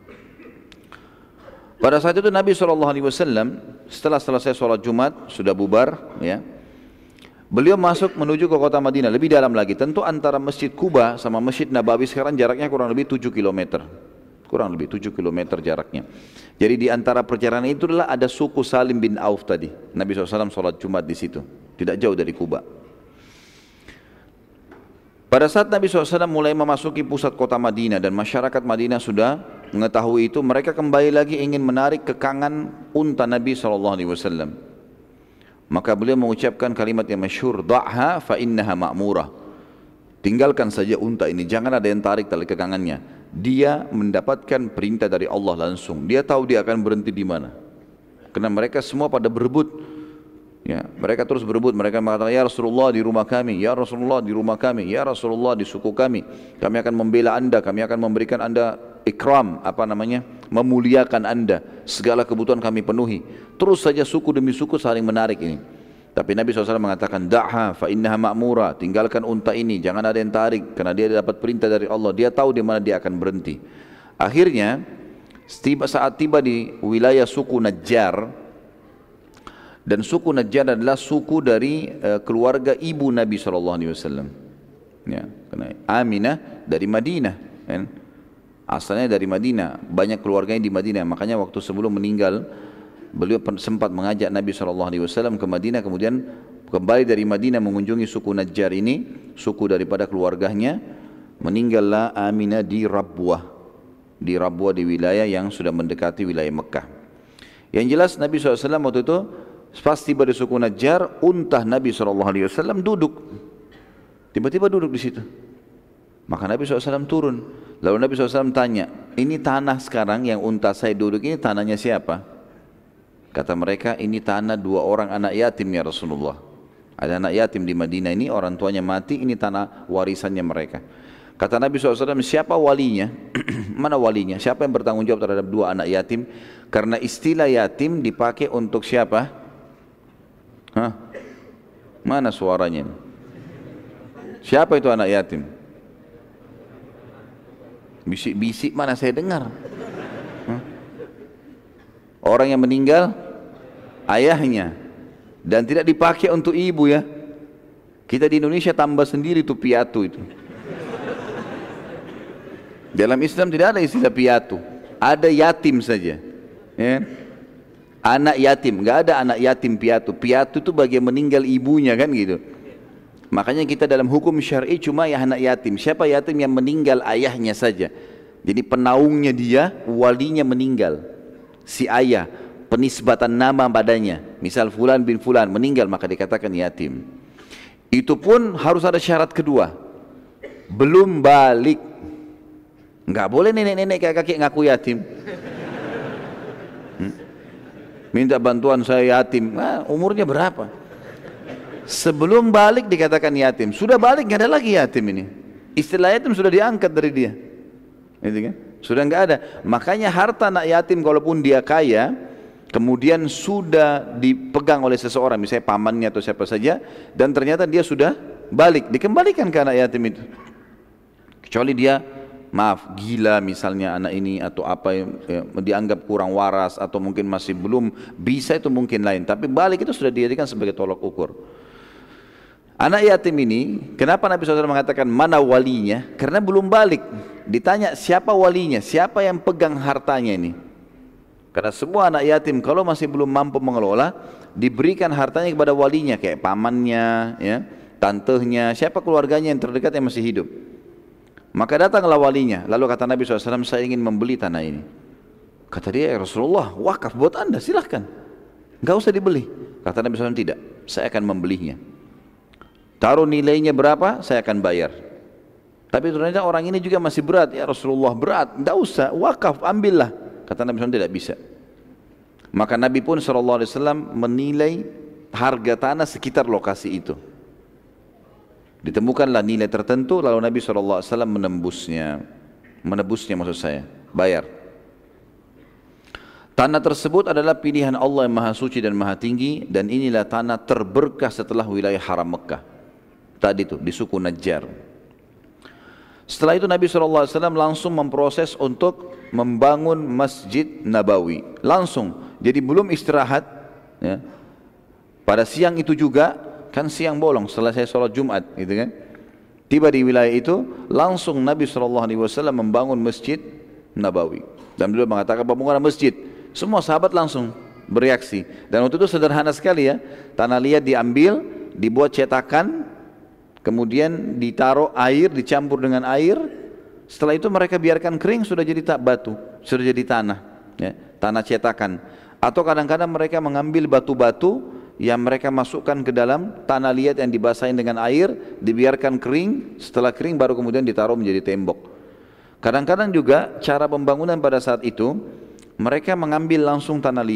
Pada saat itu Nabi SAW setelah selesai sholat Jumat, sudah bubar, ya, beliau masuk menuju ke kota Madinah, lebih dalam lagi. Tentu antara Masjid Kuba sama Masjid Nabawi sekarang jaraknya kurang lebih 7 km. Kurang lebih 7 km jaraknya. Jadi di antara perjalanan itu adalah ada suku Salim bin Auf tadi. Nabi SAW sholat Jumat di situ, tidak jauh dari Kuba. Pada saat Nabi SAW mulai memasuki pusat kota Madinah dan masyarakat Madinah sudah mengetahui itu, mereka kembali lagi ingin menarik kekangan unta Nabi SAW. Maka beliau mengucapkan kalimat yang masyhur, da'ha fa innaha ma'murah. Tinggalkan saja unta ini, jangan ada yang tarik tali kekangannya. Dia mendapatkan perintah dari Allah langsung. Dia tahu dia akan berhenti di mana. Karena mereka semua pada berebut. Ya, mereka terus berebut, mereka mengatakan, ya Rasulullah di rumah kami, ya Rasulullah di rumah kami, ya Rasulullah di suku kami akan membela anda, kami akan memberikan anda ikram, memuliakan anda, segala kebutuhan kami penuhi. Terus saja suku demi suku saling menarik ini. Tapi Nabi SAW mengatakan, da'ha fa innaha ma'mura, tinggalkan unta ini, jangan ada yang tarik, karena dia dapat perintah dari Allah, dia tahu di mana dia akan berhenti. Akhirnya, saat tiba di wilayah suku Najjar, dan suku Najjar adalah suku dari keluarga ibu Nabi SAW. Ya, karena Aminah dari Madinah, kan? Asalnya dari Madinah, banyak keluarganya di Madinah. Makanya waktu sebelum meninggal, beliau sempat mengajak Nabi SAW ke Madinah, kemudian kembali dari Madinah mengunjungi suku Najjar ini, suku daripada keluarganya. Meninggallah Aminah di Rabwah, di wilayah yang sudah mendekati wilayah Mekah. Yang jelas Nabi SAW waktu itu pas tiba di suku Najjar, unta Nabi SAW duduk. Tiba-tiba duduk di situ. Maka Nabi SAW turun. Lalu Nabi SAW tanya, ini tanah sekarang yang unta saya duduk ini tanahnya siapa? Kata mereka, ini tanah 2 orang anak yatim ya Rasulullah. Ada anak yatim di Madinah ini, orang tuanya mati, ini tanah warisannya mereka. Kata Nabi SAW, siapa walinya? Mana walinya? Siapa yang bertanggung jawab terhadap 2 anak yatim? Karena istilah yatim dipakai untuk siapa? Hah? Mana suaranya? Siapa itu anak yatim? Bisik-bisik mana saya dengar? Hah? Orang yang meninggal ayahnya, dan tidak dipakai untuk ibu ya. Kita di Indonesia tambah sendiri tuh piatu itu. Dalam Islam tidak ada istilah piatu, ada yatim saja. Ya. Anak yatim, nggak ada anak yatim piatu. Piatu itu bagian meninggal ibunya kan gitu. Makanya kita dalam hukum syar'i cuma ya anak yatim. Siapa yatim yang meninggal ayahnya saja. Jadi penaungnya dia, walinya meninggal. Si ayah, penisbatan nama badannya. Misal fulan bin fulan meninggal maka dikatakan yatim. Itu pun harus ada syarat kedua. Belum balik. Nggak boleh nenek-nenek kakek ngaku yatim. Minta bantuan saya yatim, umurnya berapa? Sebelum balik dikatakan yatim, sudah balik nggak ada lagi yatim ini. Istilah yatim sudah diangkat dari dia, gitu kan? Sudah nggak ada. Makanya harta anak yatim kalaupun dia kaya, kemudian sudah dipegang oleh seseorang, misalnya pamannya atau siapa saja, dan ternyata dia sudah balik, dikembalikan ke anak yatim itu. Kecuali dia maaf, gila misalnya anak ini atau apa yang dianggap kurang waras atau mungkin masih belum bisa, itu mungkin lain. Tapi balik itu sudah dijadikan sebagai tolak ukur. Anak yatim ini, kenapa Nabi SAW mengatakan mana walinya? Karena belum balik. Ditanya siapa walinya, siapa yang pegang hartanya ini? Karena semua anak yatim kalau masih belum mampu mengelola, diberikan hartanya kepada walinya, kayak pamannya, ya, tantehnya, siapa keluarganya yang terdekat yang masih hidup. Maka datanglah walinya, lalu kata Nabi SAW, saya ingin membeli tanah ini. Kata dia, ya Rasulullah, wakaf buat anda, silahkan, nggak usah dibeli. Kata Nabi SAW, tidak, saya akan membelinya. Taruh nilainya berapa, saya akan bayar. Tapi ternyata orang ini juga masih berat, ya Rasulullah berat, nggak usah, wakaf, ambillah. Kata Nabi SAW, tidak bisa. Maka Nabi pun SAW menilai harga tanah sekitar lokasi itu. Ditemukanlah nilai tertentu, lalu Nabi SAW menebusnya maksud saya, bayar. Tanah tersebut adalah pilihan Allah yang maha suci dan maha tinggi, dan inilah tanah terberkah setelah wilayah haram Mekah. Tadi itu di suku Najjar. Setelah itu Nabi SAW langsung memproses untuk membangun Masjid Nabawi. Langsung, jadi belum istirahat ya. Pada siang itu juga, kan siang bolong setelah saya sholat Jumat gitu kan. Tiba di wilayah itu, langsung Nabi SAW membangun Masjid Nabawi. Dan beliau mengatakan pembangunan masjid. Semua sahabat langsung bereaksi. Dan waktu itu sederhana sekali ya. Tanah liat diambil, dibuat cetakan, kemudian ditaruh air, dicampur dengan air. Setelah itu mereka biarkan kering, sudah jadi batu, sudah jadi tanah ya, tanah cetakan. Atau kadang-kadang mereka mengambil batu-batu yang mereka masukkan ke dalam tanah liat yang dibasahin dengan air, dibiarkan kering, setelah kering baru kemudian ditaruh menjadi tembok. Kadang-kadang juga cara pembangunan pada saat itu, mereka mengambil langsung tanah liat,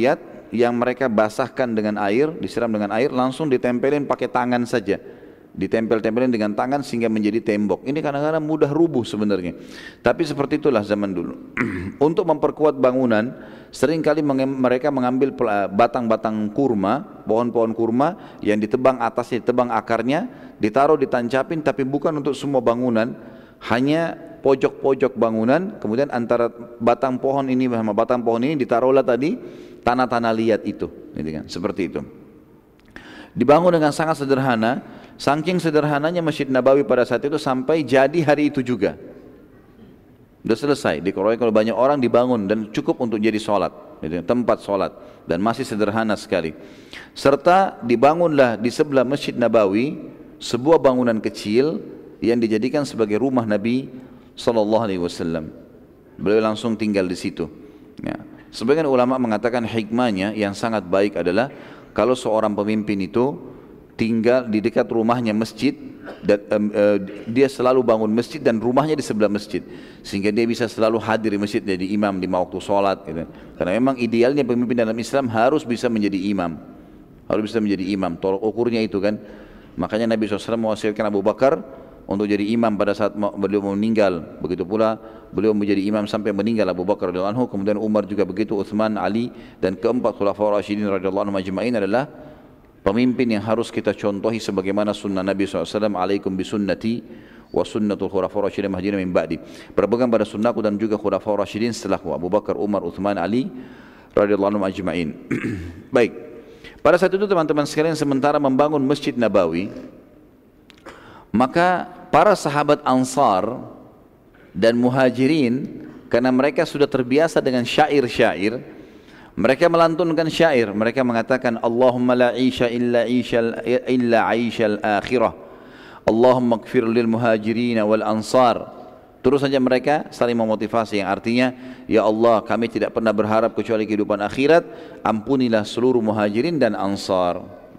yang mereka basahkan dengan air, disiram dengan air, langsung ditempelin pakai tangan saja. Ditempel-tempelin dengan tangan sehingga menjadi tembok. Ini kadang-kadang mudah rubuh sebenarnya. Tapi seperti itulah zaman dulu. Untuk memperkuat bangunan, seringkali mereka mengambil batang-batang kurma, pohon-pohon kurma yang ditebang atasnya, ditebang akarnya, ditaruh, ditancapin, tapi bukan untuk semua bangunan, hanya pojok-pojok bangunan, kemudian antara batang pohon ini sama batang pohon ini ditaruhlah tadi tanah-tanah liat itu, gitu kan? Seperti itu. Dibangun dengan sangat sederhana, saking sederhananya Masjid Nabawi pada saat itu sampai jadi hari itu juga. Sudah selesai, dikeroyok oleh banyak orang, dibangun dan cukup untuk jadi sholat, gitu, tempat sholat, dan masih sederhana sekali. Serta dibangunlah di sebelah Masjid Nabawi sebuah bangunan kecil yang dijadikan sebagai rumah Nabi SAW. Beliau langsung tinggal di situ. Ya. Sebagian ulama mengatakan hikmahnya yang sangat baik adalah kalau seorang pemimpin itu tinggal di dekat rumahnya masjid, dan dia selalu bangun masjid dan rumahnya di sebelah masjid, sehingga dia bisa selalu hadir di masjid jadi imam 5 waktu sholat, gitu. Karena memang idealnya pemimpin dalam Islam harus bisa menjadi imam, harus bisa menjadi imam. Tolok ukurnya itu kan. Makanya Nabi SAW mewasiatkan Abu Bakar untuk jadi imam pada saat beliau meninggal. Begitu pula beliau menjadi imam sampai meninggal Abu Bakar radhiyallahu anhu, kemudian Umar juga begitu, Utsman, Ali, dan keempat khulafaur rasyidin radhiyallahu anhum ajma'in adalah pemimpin yang harus kita contohi sebagaimana sunnah Nabi SAW. Alaikum bisunnati wa sunnatul khulafaur rasyidin mahdiyina min ba'di. Berpegang pada sunnahku dan juga khulafaur rasyidin setelahku, Abu Bakar, Umar, Utsman, Ali radhiyallahu anhum ajma'in. Baik. Pada saat itu teman-teman sekalian, sementara membangun Masjid Nabawi, maka para sahabat Ansar dan Muhajirin, karena mereka sudah terbiasa dengan syair-syair, mereka melantunkan syair. Mereka mengatakan, Allahumma la isha illa aishal akhirah, Allahumma gfir lil muhajirin wal ansar. Terus saja mereka saling memotivasi, yang artinya, ya Allah, kami tidak pernah berharap kecuali kehidupan akhirat, ampunilah seluruh muhajirin dan ansar.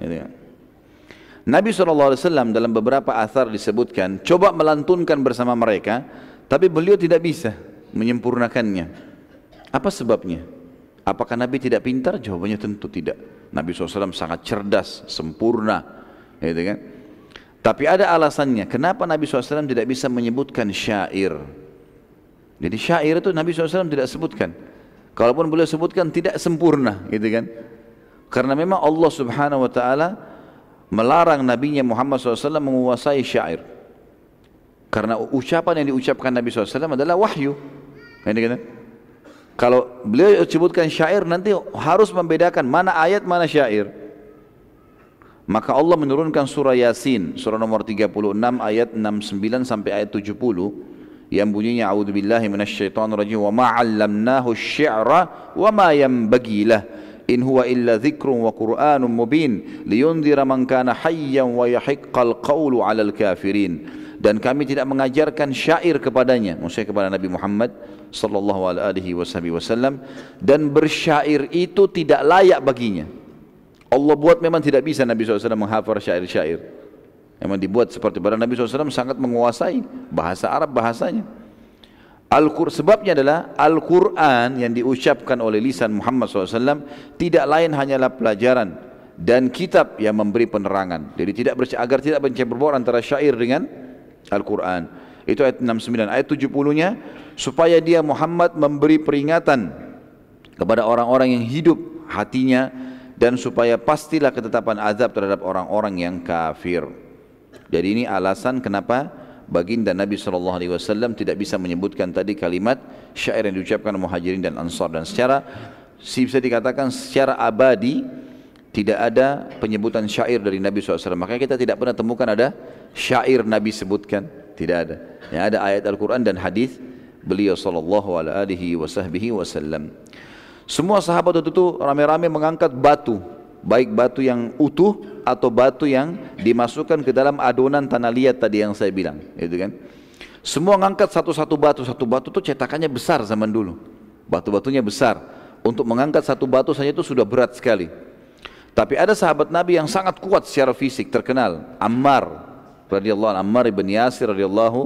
Nabi SAW dalam beberapa athar disebutkan coba melantunkan bersama mereka, tapi beliau tidak bisa menyempurnakannya. Apa sebabnya? Apakah Nabi tidak pintar? Jawabannya tentu tidak. Nabi SAW sangat cerdas, sempurna, gitu kan? Tapi ada alasannya. Kenapa Nabi SAW tidak bisa menyebutkan syair? Jadi syair itu Nabi SAW tidak sebutkan. Kalaupun beliau sebutkan tidak sempurna, gitu kan? Karena memang Allah Subhanahu Wa Taala melarang Nabinya Muhammad SAW menguasai syair. Karena ucapan yang diucapkan Nabi SAW adalah wahyu. Kalau beliau sebutkan syair, nanti harus membedakan mana ayat, mana syair. Maka Allah menurunkan surah Yasin, surah nomor 36 ayat 69 sampai ayat 70, yang bunyinya a'udzubillahi minasyaitonirrajim wa ma 'allamnahu asy-syi'ra wa ma yanbaghi lah in huwa illa dzikrun wa qur'anun mubin liyundhira man kana hayyan wa yahiqqal qawlu 'alal kafirin. Dan kami tidak mengajarkan syair kepadanya, maksudnya kepada Nabi Muhammad sallallahu alaihi wasallam, dan bersyair itu tidak layak baginya. Allah buat memang tidak bisa Nabi SAW menghafal syair-syair. Memang dibuat seperti pada Nabi SAW sangat menguasai bahasa Arab, bahasanya. Sebabnya adalah Al-Quran yang diucapkan oleh lisan Muhammad SAW tidak lain hanyalah pelajaran dan kitab yang memberi penerangan. Jadi agar tidak bercampur antara syair dengan Al-Quran. Itu ayat 69. Ayat 70-nya, supaya dia Muhammad memberi peringatan kepada orang-orang yang hidup hatinya, dan supaya pastilah ketetapan azab terhadap orang-orang yang kafir. Jadi ini alasan kenapa baginda Nabi SAW tidak bisa menyebutkan tadi kalimat syair yang diucapkan Muhajirin dan Ansar. Dan bisa dikatakan secara abadi tidak ada penyebutan syair dari Nabi SAW. Makanya kita tidak pernah temukan ada syair Nabi sebutkan, tidak ada. Yang ada ayat Al-Quran dan hadis beliau SAW. Semua sahabat itu rame-rame mengangkat batu, baik batu yang utuh atau batu yang dimasukkan ke dalam adonan tanah liat tadi yang saya bilang, gitu kan? Semua mengangkat satu batu itu cetakannya besar zaman dulu, batu-batunya besar. Untuk mengangkat satu batu saja itu sudah berat sekali. Tapi ada sahabat Nabi yang sangat kuat secara fisik, terkenal, Ammar radhiyallahu anhu, Ammar ibn Yasir radhiyallahu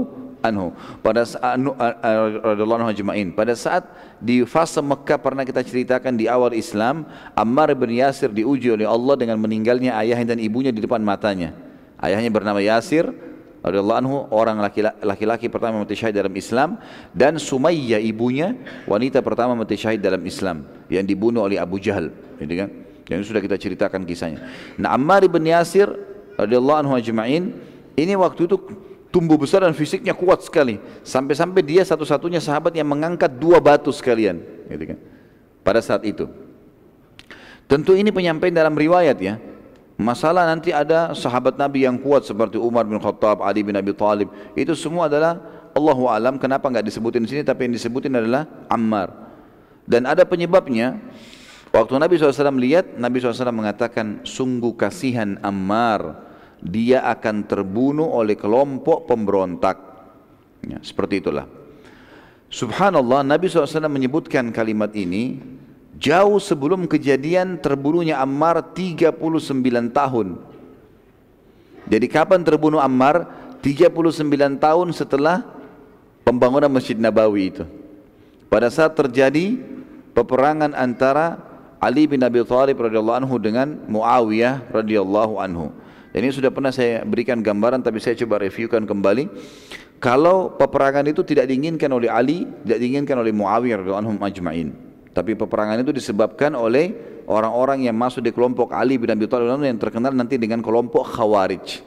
anhu. Radhiyallahu anhu ajma'in. Pada saat di fase Mekah pernah kita ceritakan di awal Islam, Ammar bin Yasir diuji oleh Allah dengan meninggalnya ayahnya dan ibunya di depan matanya. Ayahnya bernama Yasir radhiyallahu anhu, orang laki-laki pertama mati syahid dalam Islam, dan Sumayyah ibunya, wanita pertama mati syahid dalam Islam yang dibunuh oleh Abu Jahal, gitu kan? Yang sudah kita ceritakan kisahnya. Nah, Ammar bin Yasir radhiyallahu anhu ajma'in ini waktu itu tumbuh besar dan fisiknya kuat sekali, sampai-sampai dia satu-satunya sahabat yang mengangkat 2 batu sekalian, gitu kan? Pada saat itu. Tentu ini penyampaian dalam riwayat ya. Masalah nanti ada sahabat Nabi yang kuat seperti Umar bin Khattab, Ali bin Abi Thalib, itu semua adalah Allahu alam kenapa enggak disebutin di sini, tapi yang disebutin adalah Ammar. Dan ada penyebabnya. Waktu Nabi SAW lihat, Nabi SAW mengatakan, sungguh kasihan Ammar, dia akan terbunuh oleh kelompok pemberontak. Ya, seperti itulah. Subhanallah, Nabi SAW menyebutkan kalimat ini jauh sebelum kejadian terbunuhnya Ammar 39 tahun. Jadi kapan terbunuh Ammar? 39 tahun setelah pembangunan Masjid Nabawi itu. Pada saat terjadi peperangan antara Ali bin Abi Thalib radhiyallahu anhu dengan Muawiyah radhiyallahu anhu. Dan ini sudah pernah saya berikan gambaran, tapi saya coba reviewkan kembali. Kalau peperangan itu tidak diinginkan oleh Ali, tidak diinginkan oleh Muawiyah radhiyallahu anhum ajma'in, tapi peperangan itu disebabkan oleh orang-orang yang masuk di kelompok Ali bin Abi Thalib yang terkenal nanti dengan kelompok Khawarij.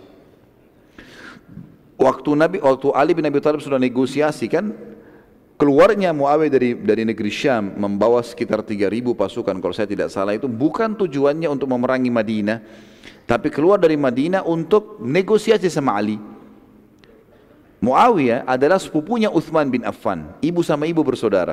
Waktu Ali bin Abi Thalib sudah negosiasi kan, keluarnya Muawiyah dari negeri Syam membawa sekitar 3.000 pasukan kalau saya tidak salah, itu bukan tujuannya untuk memerangi Madinah, tapi keluar dari Madinah untuk negosiasi sama Ali. Muawiyah adalah sepupunya Uthman bin Affan, ibu sama ibu bersaudara.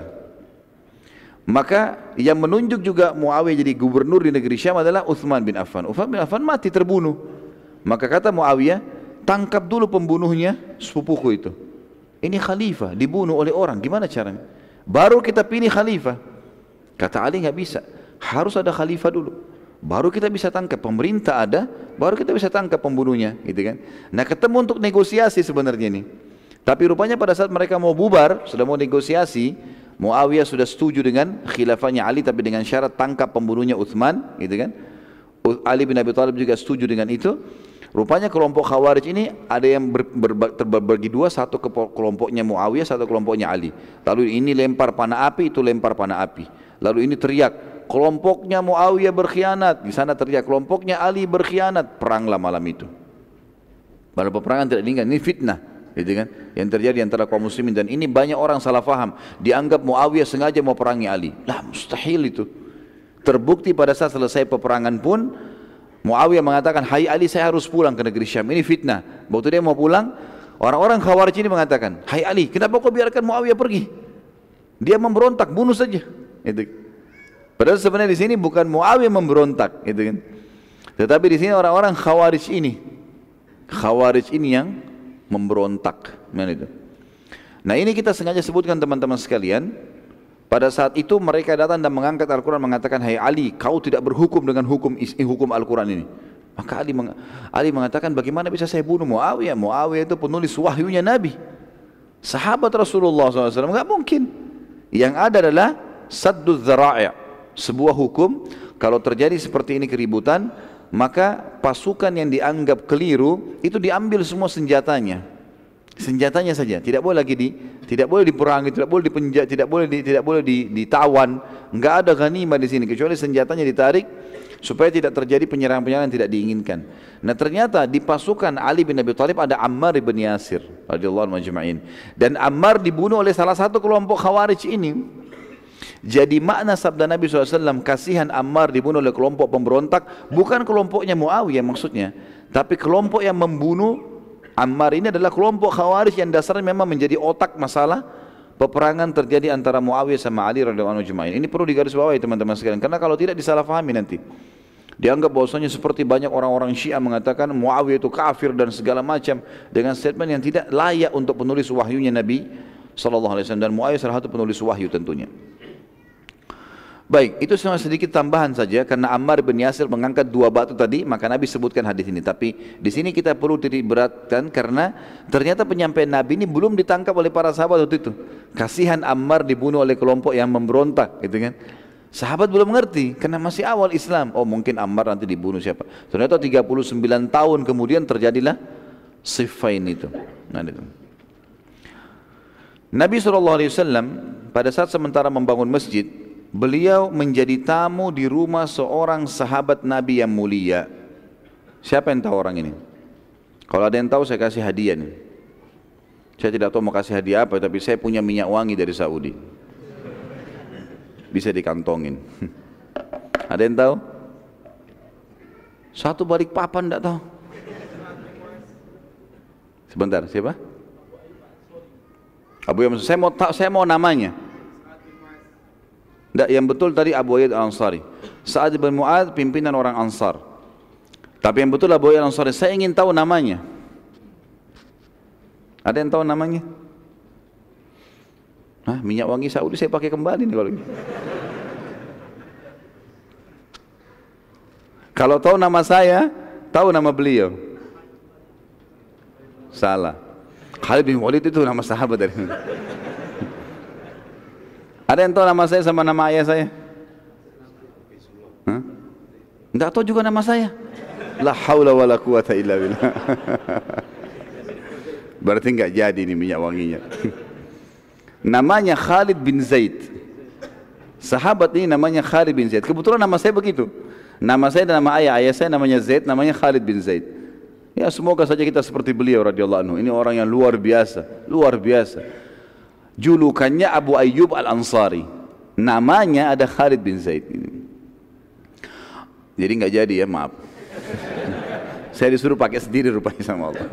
Maka yang menunjuk juga Muawiyah jadi gubernur di negeri Syam adalah Uthman bin Affan. Uthman bin Affan mati terbunuh. Maka kata Muawiyah, tangkap dulu pembunuhnya, sepupuku itu. Ini khalifah, dibunuh oleh orang, gimana caranya? Baru kita pilih khalifah. Kata Ali, nggak bisa, harus ada khalifah dulu, baru kita bisa tangkap. Pemerintah ada, baru kita bisa tangkap pembunuhnya, gitu kan? Nah, ketemu untuk negosiasi sebenarnya ini. Tapi rupanya pada saat mereka mau bubar, sudah mau negosiasi, Muawiyah sudah setuju dengan khilafahnya Ali, tapi dengan syarat tangkap pembunuhnya Uthman, gitu kan? Ali bin Abi Thalib juga setuju dengan itu. Rupanya kelompok Khawarij ini ada yang terbagi 2, satu ke kelompoknya Muawiyah, satu kelompoknya Ali. Lalu ini lempar panah api, itu lempar panah api. Lalu ini teriak, kelompoknya Muawiyah berkhianat. Di sana teriak, kelompoknya Ali berkhianat. Peranglah malam itu. Pada peperangan tidak diingat, ini fitnah, gitu kan? Yang terjadi antara kaum muslimin, dan ini banyak orang salah faham. Dianggap Muawiyah sengaja mau perangi Ali. Lah, mustahil itu. Terbukti pada saat selesai peperangan pun Muawiyah mengatakan, hai Ali, saya harus pulang ke negeri Syam, ini fitnah. Waktu dia mau pulang, orang-orang Khawarij ini mengatakan, hai Ali, kenapa kau biarkan Muawiyah pergi? Dia memberontak, bunuh saja. Itu. Padahal sebenarnya di sini bukan Muawiyah memberontak, gitu kan? Tetapi di sini orang-orang Khawarij ini yang memberontak. Nah, ini kita sengaja sebutkan teman-teman sekalian. Pada saat itu mereka datang dan mengangkat Al-Quran, mengatakan, hai Ali, kau tidak berhukum dengan hukum Al-Quran ini. Maka Ali mengatakan, bagaimana bisa saya bunuh Muawiyah? Muawiyah itu penulis wahyunya Nabi, sahabat Rasulullah SAW, enggak mungkin. Yang ada adalah sadduz dzara'i', sebuah hukum. Kalau terjadi seperti ini keributan, maka pasukan yang dianggap keliru itu diambil semua senjatanya saja, tidak boleh tidak boleh diperangi, tidak boleh dipenjara, tidak boleh ditawan, enggak ada ghanimah di sini kecuali senjatanya ditarik supaya tidak terjadi penyerangan-penyerangan yang tidak diinginkan. Nah, ternyata di pasukan Ali bin Abi Thalib ada Ammar bin Yasir radhiyallahu anhu ajma'in, dan Ammar dibunuh oleh salah satu kelompok Khawarij ini. Jadi makna sabda Nabi SAW, kasihan Ammar dibunuh oleh kelompok pemberontak, bukan kelompoknya Muawiyah maksudnya, tapi kelompok yang membunuh Ammar ini adalah kelompok Khawarij yang dasarnya memang menjadi otak masalah peperangan terjadi antara Muawiyah sama Ali radhiyallahu anhu ajma'in. Ini perlu digarisbawahi teman-teman sekalian, karena kalau tidak disalahfahami nanti. Dianggap bahwasanya seperti banyak orang-orang Syiah mengatakan Muawiyah itu kafir dan segala macam, dengan statement yang tidak layak untuk penulis wahyunya Nabi sallallahu alaihi wasallam, dan Muawiyah salah satu penulis wahyu tentunya. Baik, itu cuma sedikit tambahan saja karena Ammar bin Yasir mengangkat 2 batu tadi, maka Nabi sebutkan hadis ini. Tapi di sini kita perlu diberatkan karena ternyata penyampaian Nabi ini belum ditangkap oleh para sahabat waktu itu. Kasihan Ammar dibunuh oleh kelompok yang memberontak, gitu kan. Sahabat belum mengerti karena masih awal Islam. Oh, mungkin Ammar nanti dibunuh siapa. Ternyata 39 tahun kemudian terjadilah Siffin itu. Nah, itu. Nabi SAW pada saat sementara membangun masjid, beliau menjadi tamu di rumah seorang sahabat Nabi yang mulia. Siapa yang tahu orang ini? Kalau ada yang tahu saya kasih hadiah nih. Saya tidak tahu mau kasih hadiah apa, tapi saya punya minyak wangi dari Saudi. Bisa dikantongin. Ada yang tahu? Satu balik papan tidak tahu. Sebentar, siapa? Abu Ayyub, saya mau namanya. Tidak, yang betul tadi Abu Ayyub Al-Ansari. Sa'ad bin Mu'adz pimpinan orang Ansar. Tapi yang betul Abu Ayyub Al-Ansari, saya ingin tahu namanya. Ada yang tahu namanya? Hah, minyak wangi Saudi saya pakai kembali nih kalau gitu. Kalau tahu nama saya, tahu nama beliau. Salah. Khalid bin Walid itu nama sahabat dari mana? Ada yang tahu nama saya sama nama ayah saya? Hah? Tidak tahu juga nama saya. La haula wala quwata illa billah. Berarti enggak jadi ini minyak wanginya. Namanya Khalid bin Zaid. Sahabat ini namanya Khalid bin Zaid. Kebetulan nama saya begitu. Nama saya dan nama ayah saya namanya Zaid, namanya Khalid bin Zaid. Ya, semoga saja kita seperti beliau radhiyallahu anhu. Ini orang yang luar biasa, luar biasa. Julukannya Abu Ayyub Al-Ansari. Namanya ada Khalid bin Zaid. Jadi enggak jadi ya, maaf. Saya disuruh pakai sendiri rupanya sama Allah.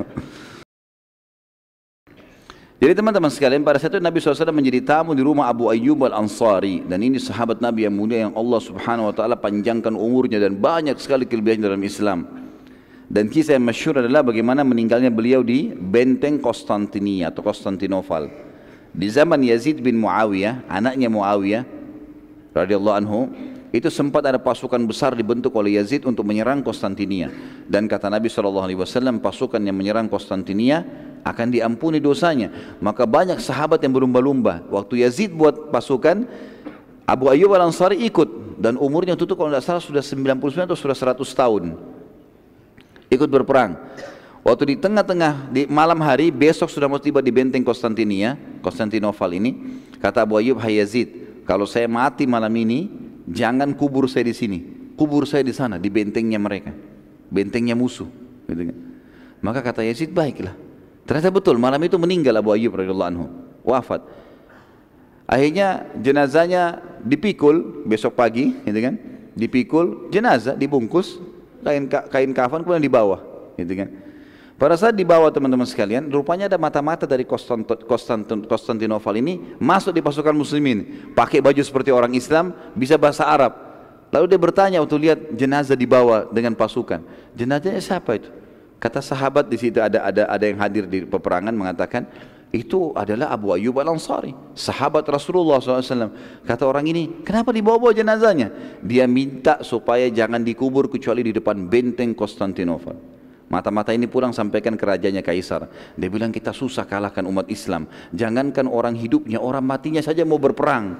Jadi teman-teman sekalian, pada saat itu Nabi SAW menjadi tamu di rumah Abu Ayyub Al-Ansari. Dan ini sahabat Nabi yang mulia yang Allah Subhanahu Wa Taala panjangkan umurnya dan banyak sekali kelebihan dalam Islam. Dan kisah yang masyhur adalah bagaimana meninggalnya beliau di benteng Konstantinia atau Konstantinopel. Di zaman Yazid bin Muawiyah, anaknya Muawiyah radhiyallahu anhu, itu sempat ada pasukan besar dibentuk oleh Yazid untuk menyerang Konstantinia. Dan kata Nabi SAW, pasukan yang menyerang Konstantinia akan diampuni dosanya. Maka banyak sahabat yang berlumba-lumba. Waktu Yazid buat pasukan, Abu Ayyub Al-Ansari ikut. Dan umurnya itu kalau tidak salah sudah 99 atau sudah 100 tahun. Ikut berperang. Waktu di tengah-tengah di malam hari, besok sudah mau tiba di benteng Konstantinopel ini, kata Abu Ayyub, "Hai Yazid, kalau saya mati malam ini, jangan kubur saya di sini, kubur saya di sana, di bentengnya mereka, bentengnya musuh." Gitu kan. Maka kata Yazid, "Baiklah." Ternyata betul, malam itu meninggal Abu Ayyub radhiyallahu anhu, wafat. Akhirnya jenazahnya dipikul besok pagi, gitu kan? Dipikul jenazah, dibungkus kain kafan kemudian dibawa, gitu kan. Pada saat dibawa teman-teman sekalian, rupanya ada mata-mata dari Konstantinopel ini masuk di pasukan muslimin, pakai baju seperti orang Islam, bisa bahasa Arab. Lalu dia bertanya waktu lihat jenazah dibawa dengan pasukan, jenazahnya siapa itu? Kata sahabat di situ ada yang hadir di peperangan mengatakan, itu adalah Abu Ayyub Al-Ansari, sahabat Rasulullah SAW. Kata orang ini, kenapa dibawa-bawa jenazahnya? Dia minta supaya jangan dikubur kecuali di depan benteng Konstantinopel. Mata-mata ini pulang sampaikan ke rajanya Kaisar. Dia bilang, kita susah kalahkan umat Islam. Jangankan orang hidupnya, orang matinya saja mau berperang.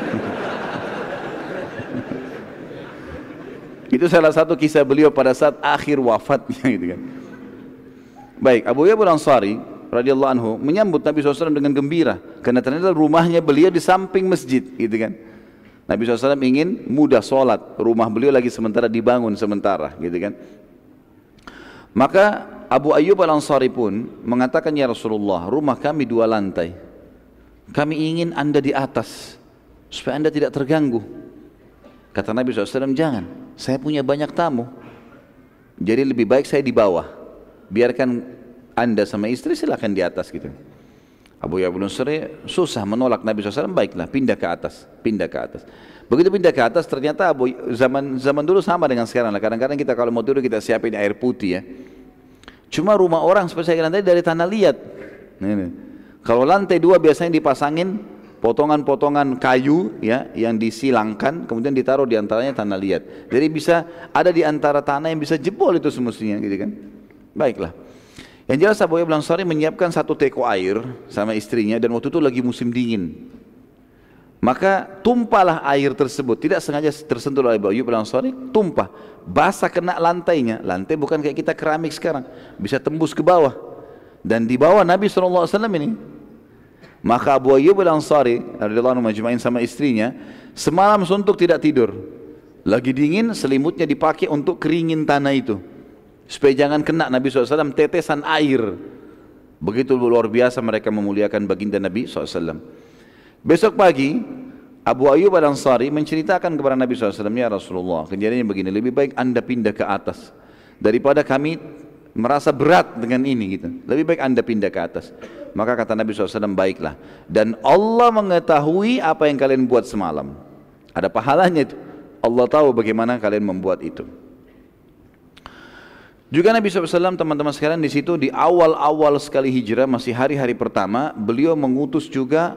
Itu salah satu kisah beliau pada saat akhir wafatnya, gitu kan. Baik, Abu Ayyub Al-Ansari radhiyallahu anhu menyambut Nabi SAW dengan gembira karena ternyata rumahnya beliau di samping masjid, gitu kan. Nabi SAW ingin mudah sholat, rumah beliau lagi sementara dibangun sementara, gitu kan. Maka Abu Ayyub Al-Ansari pun mengatakan, "Ya Rasulullah, rumah kami 2 lantai. Kami ingin Anda di atas supaya Anda tidak terganggu." Kata Nabi SAW, "Jangan, saya punya banyak tamu. Jadi lebih baik saya di bawah. Biarkan Anda sama istri silakan di atas," gitu. Abu Ayyub Al-Ansari susah menolak Nabi SAW, baiklah pindah ke atas, pindah ke atas. Begitu pindah ke atas, ternyata zaman dulu sama dengan sekarang lah. Kadang-kadang kita kalau mau tidur kita siapin air putih ya. Cuma rumah orang seperti saya katakan tadi dari tanah liat. Kalau lantai 2 biasanya dipasangin potongan-potongan kayu ya yang disilangkan kemudian ditaruh di antaranya tanah liat. Jadi bisa ada di antara tanah yang bisa jebol itu semestinya gitu kan. Baiklah. Yang jelas Abu Ayyub Al-Ansari menyiapkan 1 teko air sama istrinya dan waktu itu lagi musim dingin. Maka tumpahlah air tersebut, tidak sengaja tersentuh oleh Abu Ayyub Al-Ansari, tumpah, basah kena lantainya. Lantai bukan kayak kita keramik sekarang, bisa tembus ke bawah. Dan di bawah Nabi SAW ini. Maka Abu Ayyub Al-Ansari radhiyallahu anhu majma'in sama istrinya semalam suntuk tidak tidur. Lagi dingin, selimutnya dipakai untuk keringin tanah itu supaya jangan kena Nabi SAW tetesan air. Begitu luar biasa mereka memuliakan baginda Nabi SAW. Besok pagi Abu Ayyub Al-Ansari menceritakan kepada Nabi SAW, ya Rasulullah, kejadiannya begini, lebih baik anda pindah ke atas daripada kami merasa berat dengan ini gitu. Lebih baik anda pindah ke atas. Maka kata Nabi SAW, baiklah. Dan Allah mengetahui apa yang kalian buat semalam. Ada pahalanya itu. Allah tahu bagaimana kalian membuat itu. Juga Nabi SAW, teman-teman sekalian, di situ di awal-awal sekali hijrah, masih hari-hari pertama, beliau mengutus juga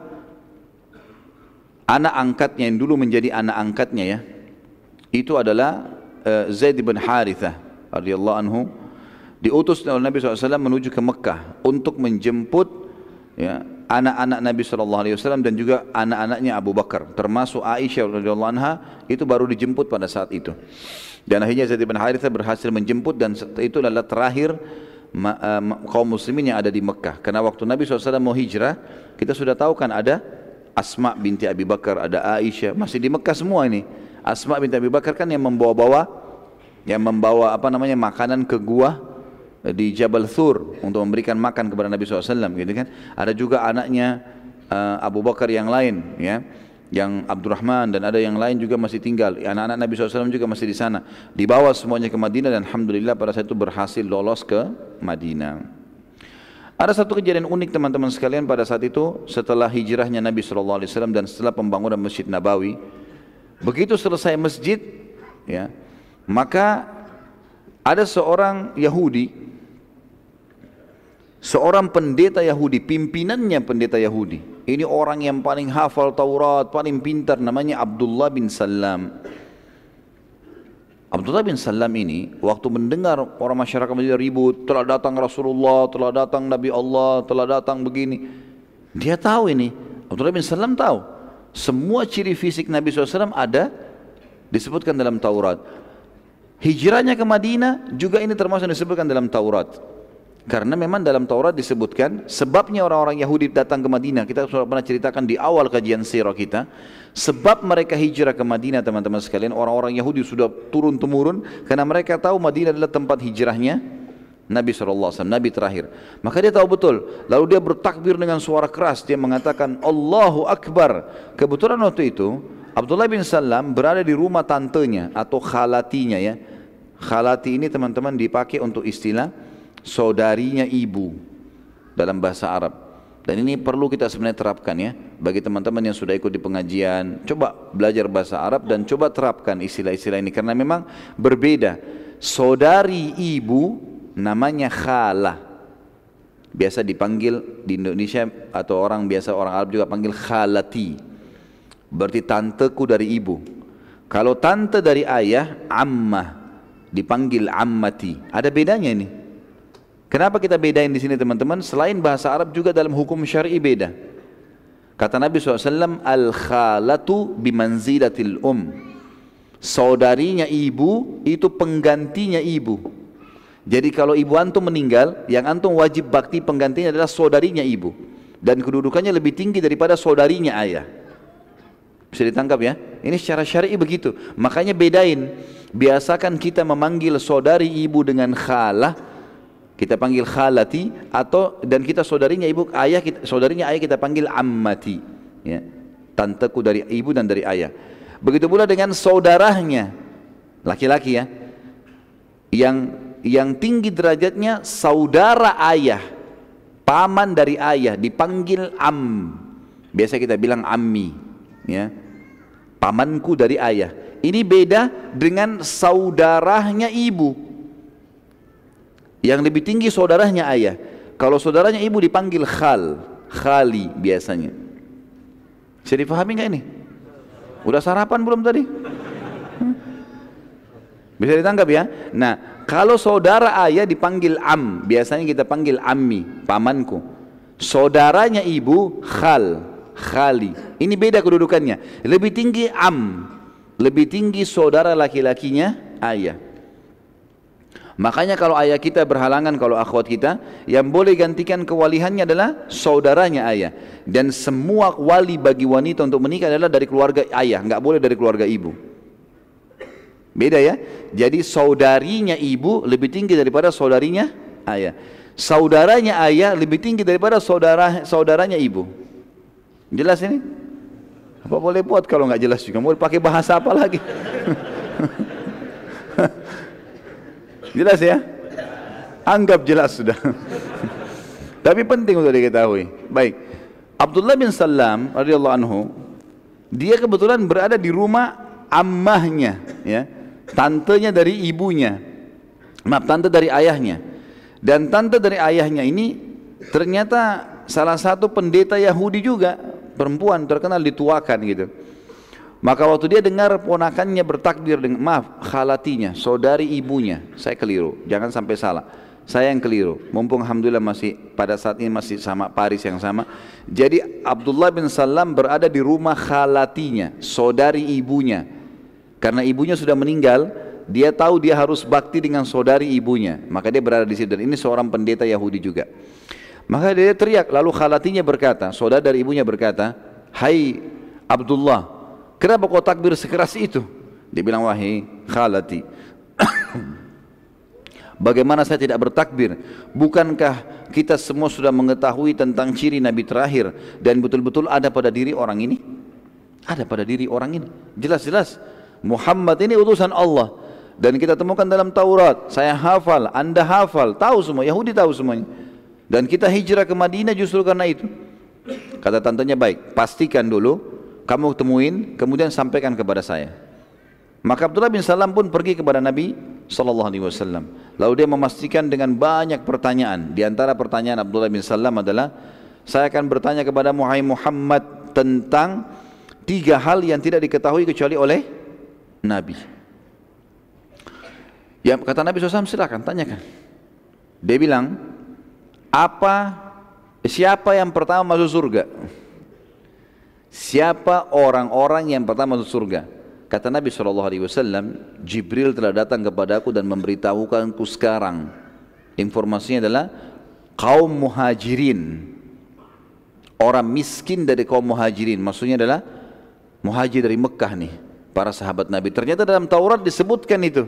anak angkatnya yang dulu menjadi anak angkatnya ya. Itu adalah Zaid bin Harithah radhiyallahu anhu, diutus oleh Nabi SAW menuju ke Mekah untuk menjemput ya, anak-anak Nabi SAW dan juga anak-anaknya Abu Bakar, termasuk Aisyah radhiyallahu anha, itu baru dijemput pada saat itu. Dan akhirnya Zaid bin Harithah berhasil menjemput dan itu adalah terakhir kaum muslimin yang ada di Mekah. Karena waktu Nabi SAW mau hijrah, kita sudah tahu kan ada Asma binti Abi Bakar, ada Aisyah, masih di Mekah semua ini. Asma binti Abi Bakar kan yang membawa apa namanya makanan ke gua di Jabal Thur untuk memberikan makan kepada Nabi SAW gitu kan. Ada juga anaknya Abu Bakar yang lain ya, yang Abdurrahman, dan ada yang lain juga masih tinggal. Anak-anak Nabi SAW juga masih di sana. Dibawa semuanya ke Madinah dan alhamdulillah pada saat itu berhasil lolos ke Madinah. Ada satu kejadian unik teman-teman sekalian pada saat itu setelah hijrahnya Nabi SAW dan setelah pembangunan Masjid Nabawi. Begitu selesai masjid ya, maka ada seorang Yahudi, seorang pendeta Yahudi, pimpinannya pendeta Yahudi. Ini orang yang paling hafal Taurat, paling pintar, namanya Abdullah bin Salam. Abdullah bin Salam ini waktu mendengar orang masyarakat Madinah ribut, telah datang Rasulullah, telah datang Nabi Allah, telah datang begini, dia tahu ini. Abdullah bin Salam tahu semua ciri fisik Nabi SAW ada disebutkan dalam Taurat. Hijrahnya ke Madinah juga ini termasuk disebutkan dalam Taurat. Karena memang dalam Taurat disebutkan sebabnya orang-orang Yahudi datang ke Madinah. Kita sudah pernah ceritakan di awal kajian sirah kita. Sebab mereka hijrah ke Madinah teman-teman sekalian, orang-orang Yahudi sudah turun-temurun karena mereka tahu Madinah adalah tempat hijrahnya Nabi SAW, Nabi terakhir. Maka dia tahu betul. Lalu dia bertakbir dengan suara keras, dia mengatakan Allahu Akbar. Kebetulan waktu itu Abdullah bin Salam berada di rumah tantenya atau khalatinya ya. Khalati ini teman-teman dipakai untuk istilah saudarinya ibu dalam bahasa Arab. Dan ini perlu kita sebenarnya terapkan ya, bagi teman-teman yang sudah ikut di pengajian, coba belajar bahasa Arab dan coba terapkan istilah-istilah ini karena memang berbeda. Saudari ibu namanya khalah, biasa dipanggil di Indonesia atau orang biasa orang Arab juga panggil khalati, berarti tanteku dari ibu. Kalau tante dari ayah, ammah, dipanggil ammati. Ada bedanya ini. Kenapa kita bedain di sini teman-teman? Selain bahasa Arab juga dalam hukum syar'i beda. Kata Nabi SAW, al-khalatu bimanzilatil saudarinya ibu itu penggantinya ibu. Jadi kalau ibu antum meninggal, yang antum wajib bakti penggantinya adalah saudarinya ibu. Dan kedudukannya lebih tinggi daripada saudarinya ayah. Bisa ditangkap ya? Ini secara syar'i begitu. Makanya bedain. Biasakan kita memanggil saudari ibu dengan khalah, kita panggil khalati, atau dan kita saudarinya ibu ayah saudarinya ayah kita panggil ammati ya, tanteku dari ibu dan dari ayah. Begitu pula dengan saudaranya laki-laki ya, yang tinggi derajatnya saudara ayah, paman dari ayah, dipanggil biasa kita bilang ammi ya, pamanku dari ayah. Ini beda dengan saudaranya ibu. Yang lebih tinggi saudaranya ayah. Kalau saudaranya ibu dipanggil khali biasanya. Bisa dipahami nggak ini? Udah sarapan belum tadi? Bisa ditangkap ya? Nah, kalau saudara ayah dipanggil am, biasanya kita panggil ammi, pamanku. Saudaranya ibu khal, khali. Ini beda kedudukannya. Lebih tinggi am, lebih tinggi saudara laki-lakinya ayah. Makanya kalau ayah kita berhalangan, kalau akhwat kita, yang boleh gantikan kewalihannya adalah saudaranya ayah. Dan semua wali bagi wanita untuk menikah adalah dari keluarga ayah, nggak boleh dari keluarga ibu. Beda ya. Jadi saudarinya ibu lebih tinggi daripada saudarinya ayah. Saudaranya ayah lebih tinggi daripada saudaranya ibu. Jelas ini? Apa boleh buat kalau nggak jelas juga? Mau pakai bahasa apa lagi? Jelas ya? Anggap jelas sudah. Tapi penting untuk diketahui. Baik. Abdullah bin Salam radhiyallahu anhu, dia kebetulan berada di rumah ammahnya, ya. Tantenya dari ibunya. Maaf, tante dari ayahnya. Dan tante dari ayahnya ini ternyata salah satu pendeta Yahudi juga, perempuan terkenal dituakan gitu. Maka waktu dia dengar ponakannya bertakbir dengan, maaf, khalatinya, saudari ibunya, saya keliru, jangan sampai salah, saya yang keliru, mumpung alhamdulillah masih pada saat ini masih sama Paris yang sama. Jadi Abdullah bin Salam berada di rumah khalatinya, saudari ibunya, karena ibunya sudah meninggal, dia tahu dia harus bakti dengan saudari ibunya, maka dia berada di situ. Dan ini seorang pendeta Yahudi juga. Maka dia teriak, lalu khalatinya berkata, saudara dari ibunya berkata, hai Abdullah, kenapa kau takbir sekeras itu? Dia bilang, wahai khalati, bagaimana saya tidak bertakbir? Bukankah kita semua sudah mengetahui tentang ciri Nabi terakhir dan betul-betul ada pada diri orang ini? Ada pada diri orang ini. Jelas-jelas Muhammad ini utusan Allah. Dan kita temukan dalam Taurat. Saya hafal, Anda hafal, tahu semua, Yahudi tahu semuanya. Dan kita hijrah ke Madinah justru karena itu. Kata tantenya, baik, pastikan dulu, kamu temuin, kemudian sampaikan kepada saya. Maka Abdullah bin Salam pun pergi kepada Nabi SAW. Lalu dia memastikan dengan banyak pertanyaan. Di antara pertanyaan Abdullah bin Salam adalah, saya akan bertanya kepada Muhammad tentang 3 hal yang tidak diketahui kecuali oleh Nabi. Ya, kata Nabi SAW, silakan tanyakan. Dia bilang, siapa yang pertama masuk surga? Siapa orang-orang yang pertama masuk surga? Kata Nabi SAW, Jibril telah datang kepadaku dan memberitahukanku sekarang. Informasinya adalah kaum muhajirin, orang miskin dari kaum muhajirin. Maksudnya adalah muhajir dari Mekah nih, para sahabat Nabi. Ternyata dalam Taurat disebutkan itu.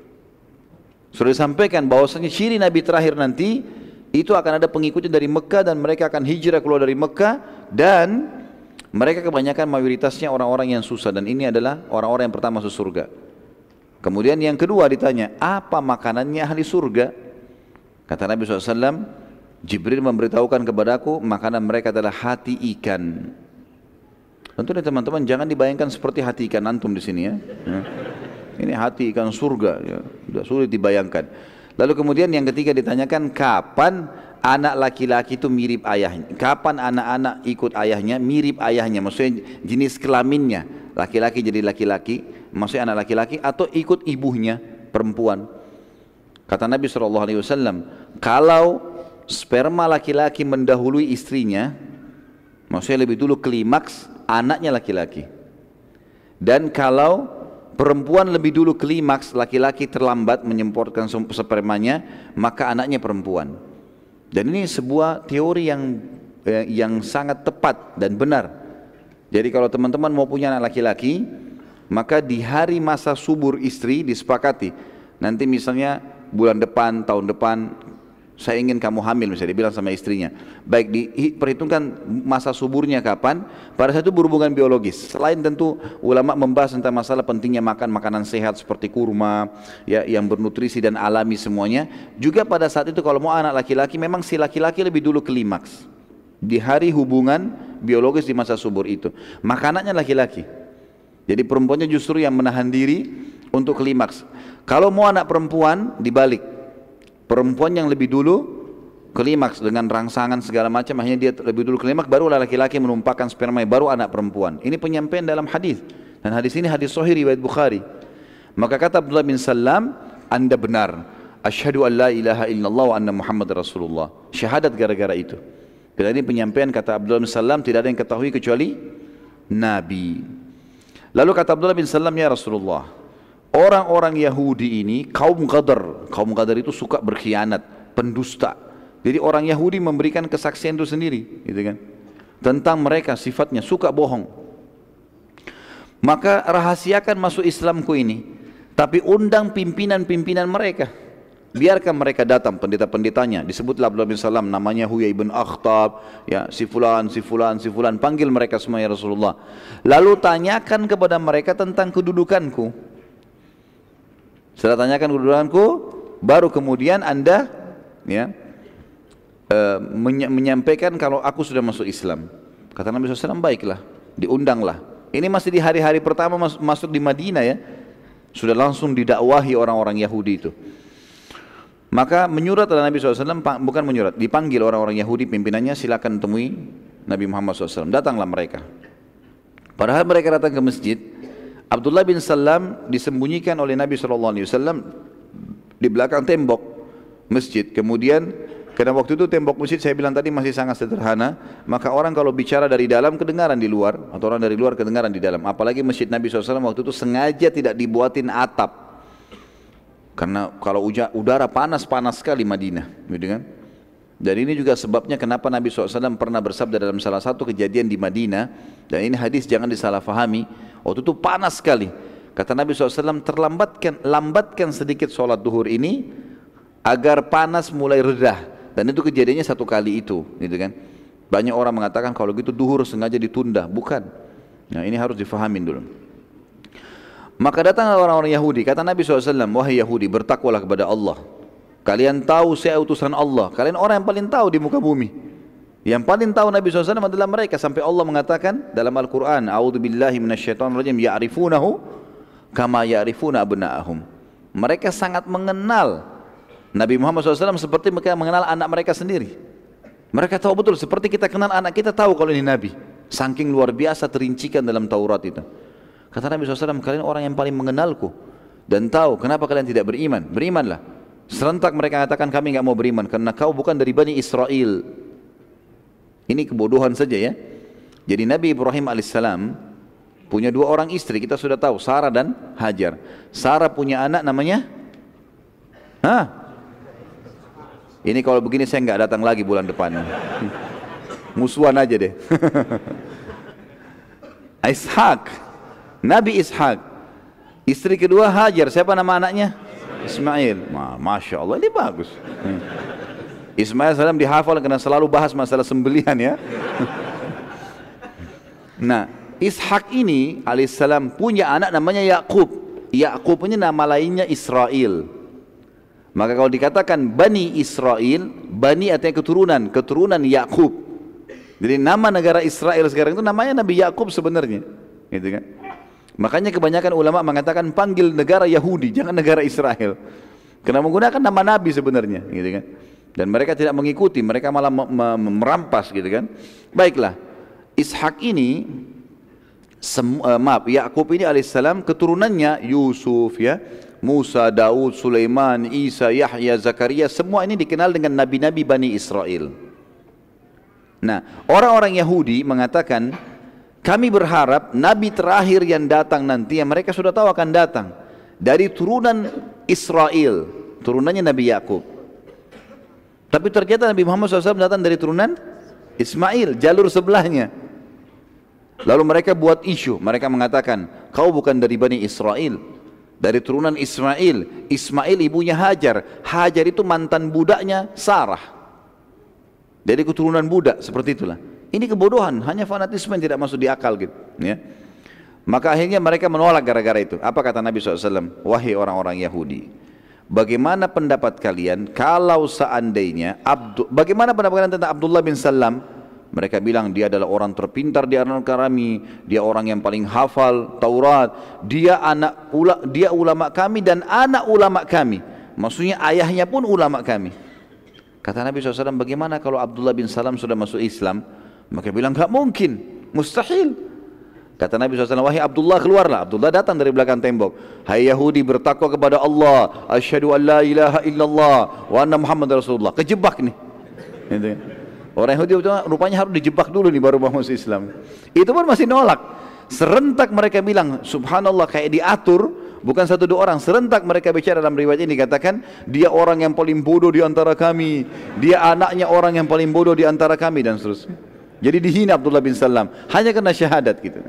Sudah disampaikan bahwasanya ciri Nabi terakhir nanti itu akan ada pengikutnya dari Mekah dan mereka akan hijrah keluar dari Mekah, dan mereka kebanyakan mayoritasnya orang-orang yang susah, dan ini adalah orang-orang yang pertama masuk surga. Kemudian yang kedua ditanya, apa makanannya ahli surga? Kata Nabi SAW, Jibril memberitahukan kepadaku, makanan mereka adalah hati ikan. Tentu nih teman-teman, jangan dibayangkan seperti hati ikan antum di sini ya. Ini hati ikan surga, ya, sudah sulit dibayangkan. Lalu kemudian yang ketiga ditanyakan, kapan anak laki-laki itu mirip ayahnya? Kapan anak-anak ikut ayahnya, mirip ayahnya? Maksudnya jenis kelaminnya, laki-laki jadi laki-laki, maksudnya anak laki-laki, atau ikut ibunya, perempuan. Kata Nabi SAW, kalau sperma laki-laki mendahului istrinya, maksudnya lebih dulu klimaks, anaknya laki-laki. Dan kalau perempuan lebih dulu klimaks, laki-laki terlambat menyemprotkan spermanya, maka anaknya perempuan. Dan ini sebuah teori yang sangat tepat dan benar. Jadi kalau teman-teman mau punya anak laki-laki, maka di hari masa subur istri disepakati, nanti misalnya bulan depan, tahun depan, saya ingin kamu hamil, misalnya dibilang sama istrinya. Baik, diperhitungkan masa suburnya kapan, pada saat itu berhubungan biologis. Selain tentu ulama membahas tentang masalah pentingnya makan makanan sehat seperti kurma, ya, yang bernutrisi dan alami semuanya. Juga pada saat itu kalau mau anak laki-laki, memang si laki-laki lebih dulu klimaks. Di hari hubungan biologis di masa subur itu. Makanannya laki-laki. Jadi perempuannya justru yang menahan diri untuk klimaks. Kalau mau anak perempuan, dibalik. Perempuan yang lebih dulu klimaks dengan rangsangan segala macam, akhirnya dia lebih dulu klimaks, baru laki-laki menumpahkan sperma, baru anak perempuan. Ini penyampaian dalam hadis, dan hadis ini hadis sahih riwayat Bukhari. Maka kata Abdullah bin Salam, anda benar, asyhadu an la ilaha illallah wa anna Muhammad Rasulullah, syahadat gara-gara itu. Karena ini penyampaian, kata Abdullah bin Salam, tidak ada yang ketahui kecuali Nabi. Lalu kata Abdullah bin Salam, ya Rasulullah, orang-orang Yahudi ini kaum Qadar. Kaum Qadar itu suka berkhianat, pendusta. Jadi orang Yahudi memberikan kesaksian itu sendiri, gitu kan, tentang mereka sifatnya suka bohong. Maka rahasiakan masuk Islamku ini, tapi undang pimpinan-pimpinan mereka. Biarkan mereka datang, pendeta-pendetanya. Disebutlah Abdullah bin Salam, namanya Huyai bin Akhtab, ya, si fulan, si fulan, si fulan. Panggil mereka semua, ya Rasulullah. Lalu tanyakan kepada mereka tentang kedudukanku. Setelah tanyakan kedudukanku, baru kemudian anda, ya, menyampaikan kalau aku sudah masuk Islam. Kata Nabi SAW, baiklah, diundanglah. Ini masih di hari-hari pertama masuk di Madinah, ya, sudah langsung didakwahi orang-orang Yahudi itu. Maka menyurat adalah Nabi SAW, bukan menyurat, dipanggil orang-orang Yahudi pimpinannya, silakan temui Nabi Muhammad SAW. Datanglah mereka. Padahal mereka datang ke masjid, Abdullah bin Salam disembunyikan oleh Nabi SAW di belakang tembok masjid. Kemudian karena waktu itu tembok masjid saya bilang tadi masih sangat sederhana, maka orang kalau bicara dari dalam kedengaran di luar, atau orang dari luar kedengaran di dalam. Apalagi masjid Nabi SAW waktu itu sengaja tidak dibuatin atap, karena kalau udara panas sekali Madinah, gitu kan. Dan ini juga sebabnya kenapa Nabi SAW pernah bersabda dalam salah satu kejadian di Madinah, dan ini hadis jangan disalahfahami, waktu itu panas sekali. Kata Nabi SAW, lambatkan sedikit sholat duhur ini agar panas mulai redah. Dan itu kejadiannya satu kali itu, gitu kan. Banyak orang mengatakan kalau gitu duhur sengaja ditunda, bukan. Nah, ini harus difahamin dulu. Maka datanglah orang-orang Yahudi, kata Nabi SAW, wahai Yahudi, bertakwalah kepada Allah. Kalian tahu saya utusan Allah, kalian orang yang paling tahu di muka bumi. Yang paling tahu Nabi SAW adalah mereka, sampai Allah mengatakan dalam Al-Quran, a'udzubillahi minasyaitonirrajim, ya'rifunahu kama ya'rifuna abna'ahum. Mereka sangat mengenal Nabi Muhammad SAW seperti mereka mengenal anak mereka sendiri. Mereka tahu betul, seperti kita kenal anak kita, tahu kalau ini Nabi. Saking luar biasa terincikan dalam Taurat itu. Kata Nabi SAW, kalian orang yang paling mengenalku dan tahu kenapa kalian tidak beriman. Berimanlah. Serentak mereka katakan, kami nggak mau beriman karena kau bukan dari Bani Israel. Ini kebodohan saja, ya. Jadi Nabi Ibrahim alaihissalam punya dua orang istri, kita sudah tahu, Sarah dan Hajar. Sarah punya anak namanya, ini kalau begini saya nggak datang lagi bulan depan. Musuhan aja deh. Ishak, Nabi Ishak. Istri kedua Hajar, siapa nama anaknya? Ismail. Masya Allah, ini bagus. Ismail salam dihafal karena selalu bahas masalah sembelihan, ya. Nah, Ishak ini alaihissalam punya anak namanya Yakub. Yakub ini nama lainnya Israel. Maka kalau dikatakan Bani Israel, Bani artinya keturunan Yakub. Jadi nama negara Israel sekarang itu namanya Nabi Yakub sebenarnya, gitu kan. Makanya kebanyakan ulama mengatakan panggil negara Yahudi, jangan negara Israel, karena menggunakan nama Nabi sebenarnya, gitu kan. Dan mereka tidak mengikuti, mereka malah merampas, gitu kan. Baiklah, Ishak ini, Yakub ini alaihissalam keturunannya Yusuf, ya, Musa, Daud, Sulaiman, Isa, Yahya, Zakaria, semua ini dikenal dengan nabi-nabi Bani Israel. Nah, orang-orang Yahudi mengatakan, kami berharap nabi terakhir yang datang nanti, yang mereka sudah tahu akan datang, dari turunan Israel, turunannya Nabi Yakub. Tapi ternyata Nabi Muhammad SAW datang dari turunan Ismail, jalur sebelahnya. Lalu mereka buat isu, mereka mengatakan, kau bukan dari Bani Israel, dari turunan Ismail. Ismail ibunya Hajar. Hajar itu mantan budaknya Sarah. Dari keturunan budak, seperti itulah. Ini kebodohan, hanya fanatisme yang tidak masuk di akal, gitu, ya. Maka akhirnya mereka menolak gara-gara itu. Apa kata Nabi SAW? Wahai orang-orang Yahudi, bagaimana pendapat kalian kalau seandainya bagaimana pendapat kalian tentang Abdullah bin Salam? Mereka bilang dia adalah orang terpintar di antara kami, dia orang yang paling hafal Taurat, dia ulama kami dan anak ulama kami. Maksudnya ayahnya pun ulama kami. Kata Nabi SAW, bagaimana kalau Abdullah bin Salam sudah masuk Islam? Maka bilang, enggak mungkin, mustahil. Kata Nabi SAW, wahai Abdullah, keluarlah. Abdullah datang dari belakang tembok. Hai Yahudi, bertakwa kepada Allah. Asyhadu an la ilaha illallah wa anna Muhammad Rasulullah. Kejebak nih. Orang Yahudi rupanya harus dijebak dulu nih baru masuk Islam. Itu pun masih nolak. Serentak mereka bilang, subhanallah, kayak diatur. Bukan satu dua orang, serentak mereka bicara. Dalam riwayat ini dikatakan, dia orang yang paling bodoh di antara kami. Dia anaknya orang yang paling bodoh di antara kami, dan seterusnya. Jadi dihina Abdullah bin Salam hanya karena syahadat gitu.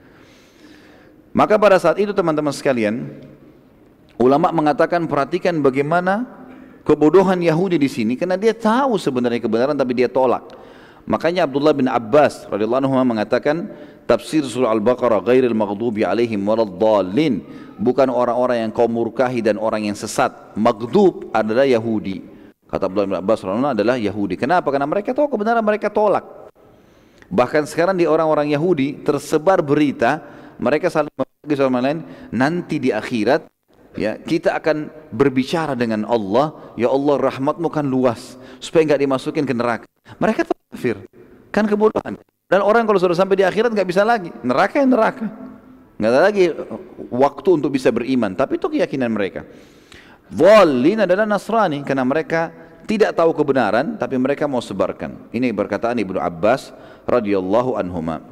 Maka pada saat itu teman-teman sekalian, ulama mengatakan perhatikan bagaimana kebodohan Yahudi di sini, karena dia tahu sebenarnya kebenaran tapi dia tolak. Makanya Abdullah bin Abbas radhiyallahu anhu mengatakan tafsir surah Al-Baqarah ghairil maghdubi alaihim waladdallin, bukan orang-orang yang kau murkahi dan orang yang sesat. Maghdub adalah Yahudi. Kata Abdullah bin Abbas radhiyallahu anhu adalah Yahudi. Kenapa? Karena mereka tahu kebenaran, mereka tolak. Bahkan sekarang di orang-orang Yahudi tersebar berita mereka saling membagi sama lain, nanti di akhirat ya kita akan berbicara dengan Allah, ya Allah rahmatmu kan luas supaya enggak dimasukin ke neraka. Mereka kafir, kan kebodohan. Dan orang kalau sudah sampai di akhirat enggak bisa lagi, neraka ya neraka, enggak ada lagi waktu untuk bisa beriman. Tapi itu keyakinan mereka. Dhalin adalah Nasrani, karena mereka tidak tahu kebenaran tapi mereka mau sebarkan. Ini perkataan Ibnu Abbas radhiyallahu anhuma.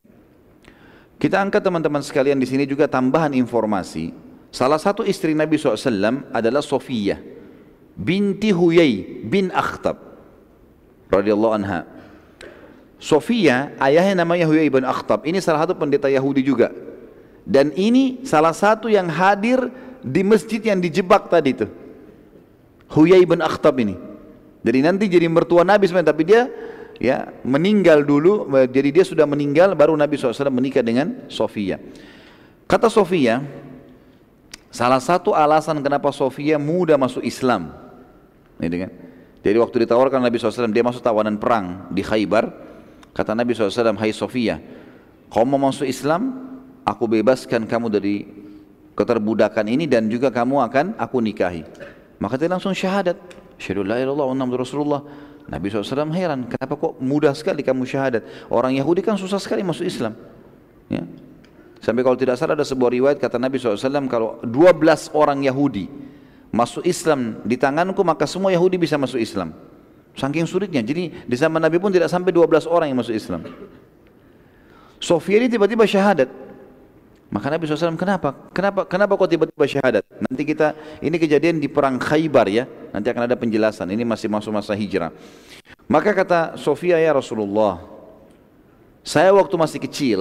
Kita angkat teman-teman sekalian di sini juga tambahan informasi. Salah satu istri Nabi SAW adalah Sofiyah binti Huyai bin Akhtab radhiyallahu anha. Sofiyah ayahnya namanya Huyai bin Akhtab. Ini salah satu pendeta Yahudi juga. Dan ini salah satu yang hadir di masjid yang dijebak tadi itu. Huyai bin Akhtab ini. Jadi nanti jadi mertua Nabi sebenarnya, tapi dia ya meninggal dulu. Jadi dia sudah meninggal baru Nabi SAW menikah dengan Sofiyah. Kata Sofiyah, salah satu alasan kenapa Sofiyah muda masuk Islam, ini kan? Jadi waktu ditawarkan Nabi SAW, dia masuk tawanan perang di Khaybar. Kata Nabi SAW, hai Sofiyah, kau mau masuk Islam, aku bebaskan kamu dari keterbudakan ini dan juga kamu akan aku nikahi. Maka dia langsung syahadat, asyhadu la ilaha illallah wa anna Muhammadar Rasulullah. Nabi SAW heran, kenapa kok mudah sekali kamu syahadat? Orang Yahudi kan susah sekali masuk Islam ya. Sampai kalau tidak salah ada sebuah riwayat kata Nabi SAW, kalau 12 orang Yahudi masuk Islam di tanganku, maka semua Yahudi bisa masuk Islam. Saking sulitnya, jadi di zaman Nabi pun tidak sampai 12 orang yang masuk Islam. Sofiyah ini tiba-tiba syahadat. Maka Nabi SAW, kenapa kok tiba-tiba syahadat? Nanti kita, ini kejadian di perang Khaybar ya, nanti akan ada penjelasan, ini masih masuk masa hijrah. Maka kata Sofiyah, ya Rasulullah, saya waktu masih kecil,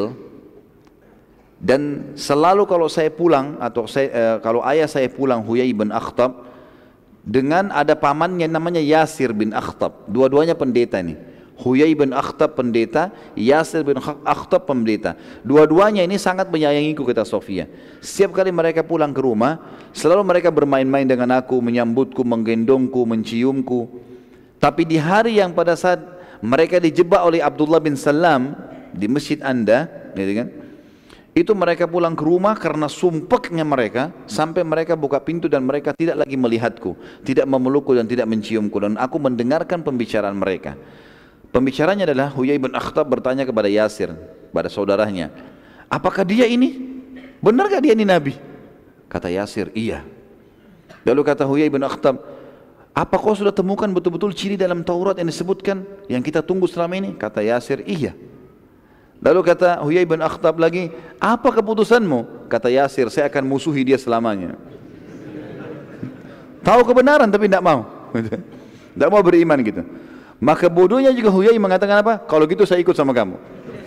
dan selalu kalau saya pulang, atau kalau ayah saya pulang, Huyai bin Akhtab, dengan ada pamannya namanya Yasir bin Akhtab, dua-duanya pendeta ini. Huyai bin Akhtab pendeta, Yasir bin Akhtab pendeta. Dua-duanya ini sangat menyayangiku, kata Sofiyah. Setiap kali mereka pulang ke rumah, selalu mereka bermain-main dengan aku, menyambutku, menggendongku, menciumku. Tapi di hari yang pada saat mereka dijebak oleh Abdullah bin Salam di masjid Anda, gitu kan? Itu mereka pulang ke rumah karena sumpeknya mereka, sampai mereka buka pintu dan mereka tidak lagi melihatku, tidak memelukku dan tidak menciumku, dan aku mendengarkan pembicaraan mereka. Pembicaranya adalah Huyai bin Akhtab bertanya kepada Yasir, pada saudaranya, apakah dia ini? Benar gak dia ini Nabi? Kata Yasir, iya. Lalu kata Huyai bin Akhtab, apa kau sudah temukan betul-betul ciri dalam Taurat yang disebutkan, yang kita tunggu selama ini? Kata Yasir, iya. Lalu kata Huyai bin Akhtab lagi, apa keputusanmu? Kata Yasir, saya akan musuhi dia selamanya. Tahu kebenaran tapi tidak mau. Tidak mau beriman gitu. Maka bodohnya juga Huyai mengatakan apa? Kalau gitu saya ikut sama kamu.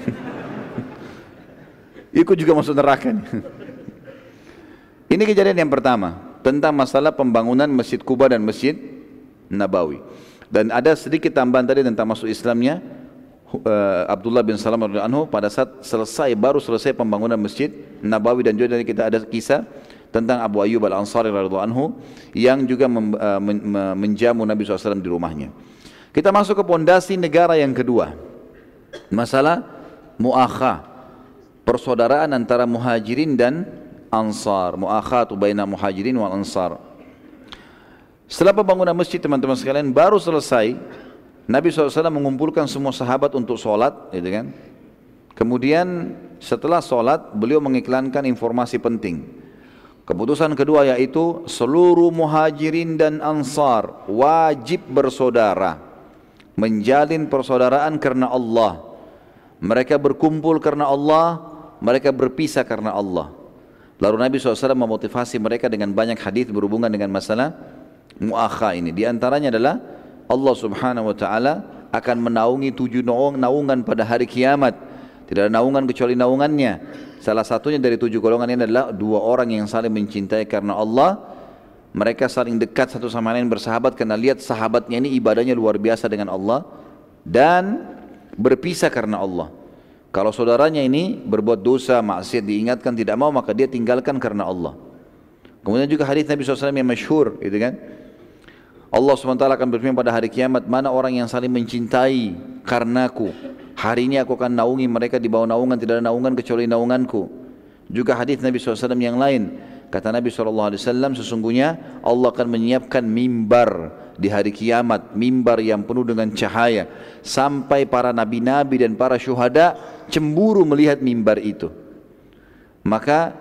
Ikut juga masuk neraka nih. Ini kejadian yang pertama tentang masalah pembangunan Masjid Quba dan Masjid Nabawi. Dan ada sedikit tambahan tadi tentang masuk Islamnya Abdullah bin Salam radhiyallahu anhu pada saat baru selesai pembangunan Masjid Nabawi. Dan juga kita ada kisah tentang Abu Ayyub Al-Ansari radhiyallahu anhu yang juga menjamu Nabi SAW di rumahnya. Kita masuk ke pondasi negara yang kedua, masalah mu'akha, persaudaraan antara muhajirin dan ansar. Mu'akhatu baina muhajirin wal ansar. Setelah pembangunan masjid teman-teman sekalian baru selesai, Nabi SAW mengumpulkan semua sahabat untuk sholat, gitu kan. Kemudian setelah sholat beliau mengiklankan informasi penting. Keputusan kedua yaitu seluruh muhajirin dan ansar wajib bersaudara, menjalin persaudaraan karena Allah. Mereka berkumpul karena Allah, mereka berpisah karena Allah. Lalu Nabi SAW memotivasi mereka dengan banyak hadis berhubungan dengan masalah mu'akha ini. Di antaranya adalah Allah Subhanahu wa taala akan menaungi 7 naungan pada hari kiamat. Tidak ada naungan kecuali naungannya. Salah satunya dari 7 golongan ini adalah 2 orang yang saling mencintai karena Allah. Mereka saling dekat satu sama lain, bersahabat karena lihat sahabatnya ini ibadahnya luar biasa dengan Allah, dan berpisah karena Allah. Kalau saudaranya ini berbuat dosa, maksiat, diingatkan tidak mau, maka dia tinggalkan karena Allah. Kemudian juga hadis Nabi SAW yang masyhur, gitu kan. Allah SWT akan berfirman pada hari kiamat, mana orang yang saling mencintai karenaku, hari ini aku akan naungi mereka di bawah naungan, tidak ada naungan kecuali naunganku. Juga hadis Nabi SAW yang lain, kata Nabi SAW, sesungguhnya Allah akan menyiapkan mimbar di hari kiamat, mimbar yang penuh dengan cahaya, sampai para nabi-nabi dan para syuhada cemburu melihat mimbar itu. Maka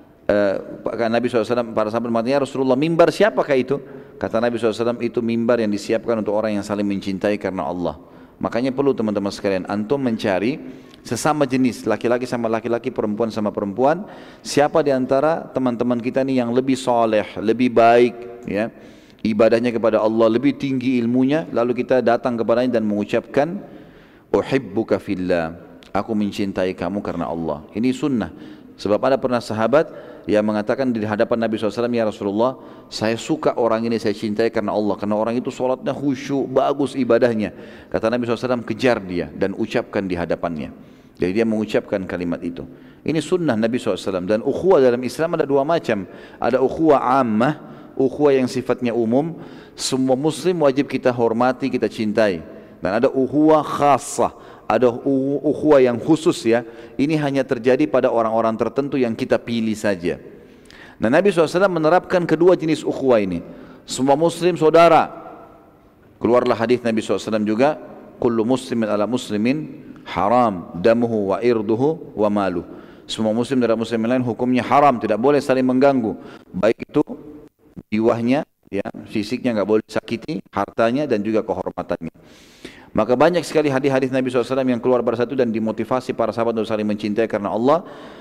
Nabi SAW, para sahabat bertanya, Rasulullah, mimbar siapakah itu? Kata Nabi SAW, itu mimbar yang disiapkan untuk orang yang saling mencintai karena Allah. Makanya perlu teman-teman sekalian, antum mencari sesama jenis, laki-laki sama laki-laki, perempuan sama perempuan, siapa di antara teman-teman kita ini yang lebih soleh, lebih baik, ya, ibadahnya kepada Allah, lebih tinggi ilmunya, lalu kita datang kepadanya dan mengucapkan uhibbuka fillah, aku mencintai kamu karena Allah. Ini sunnah. Sebab ada pernah sahabat yang mengatakan di hadapan Nabi SAW, ya Rasulullah, saya suka orang ini, saya cintai karena Allah, karena orang itu sholatnya khusyuk, bagus ibadahnya. Kata Nabi SAW, kejar dia dan ucapkan di hadapannya. Jadi dia mengucapkan kalimat itu. Ini sunnah Nabi SAW. Dan ukhuwah dalam Islam ada 2 macam. Ada ukhuwah ammah, ukhuwah yang sifatnya umum, semua muslim wajib kita hormati, kita cintai. Dan ada ukhuwah khassah, ada ukhuwah yang khusus, ya. Ini hanya terjadi pada orang-orang tertentu yang kita pilih saja. Nah, Nabi SAW menerapkan kedua jenis ukhuwah ini. Semua muslim saudara. Keluarlah hadis Nabi SAW juga, kullu muslimin ala muslimin haram damuhu wa irduhu wa malu. Semua muslim dan muslim lain hukumnya haram, tidak boleh saling mengganggu, baik itu jiwanya, ya, fisiknya nggak boleh sakiti, hartanya dan juga kehormatannya. Maka banyak sekali hadis-hadis Nabi SAW yang keluar pada satu dan dimotivasi para sahabat untuk saling mencintai karena Allah.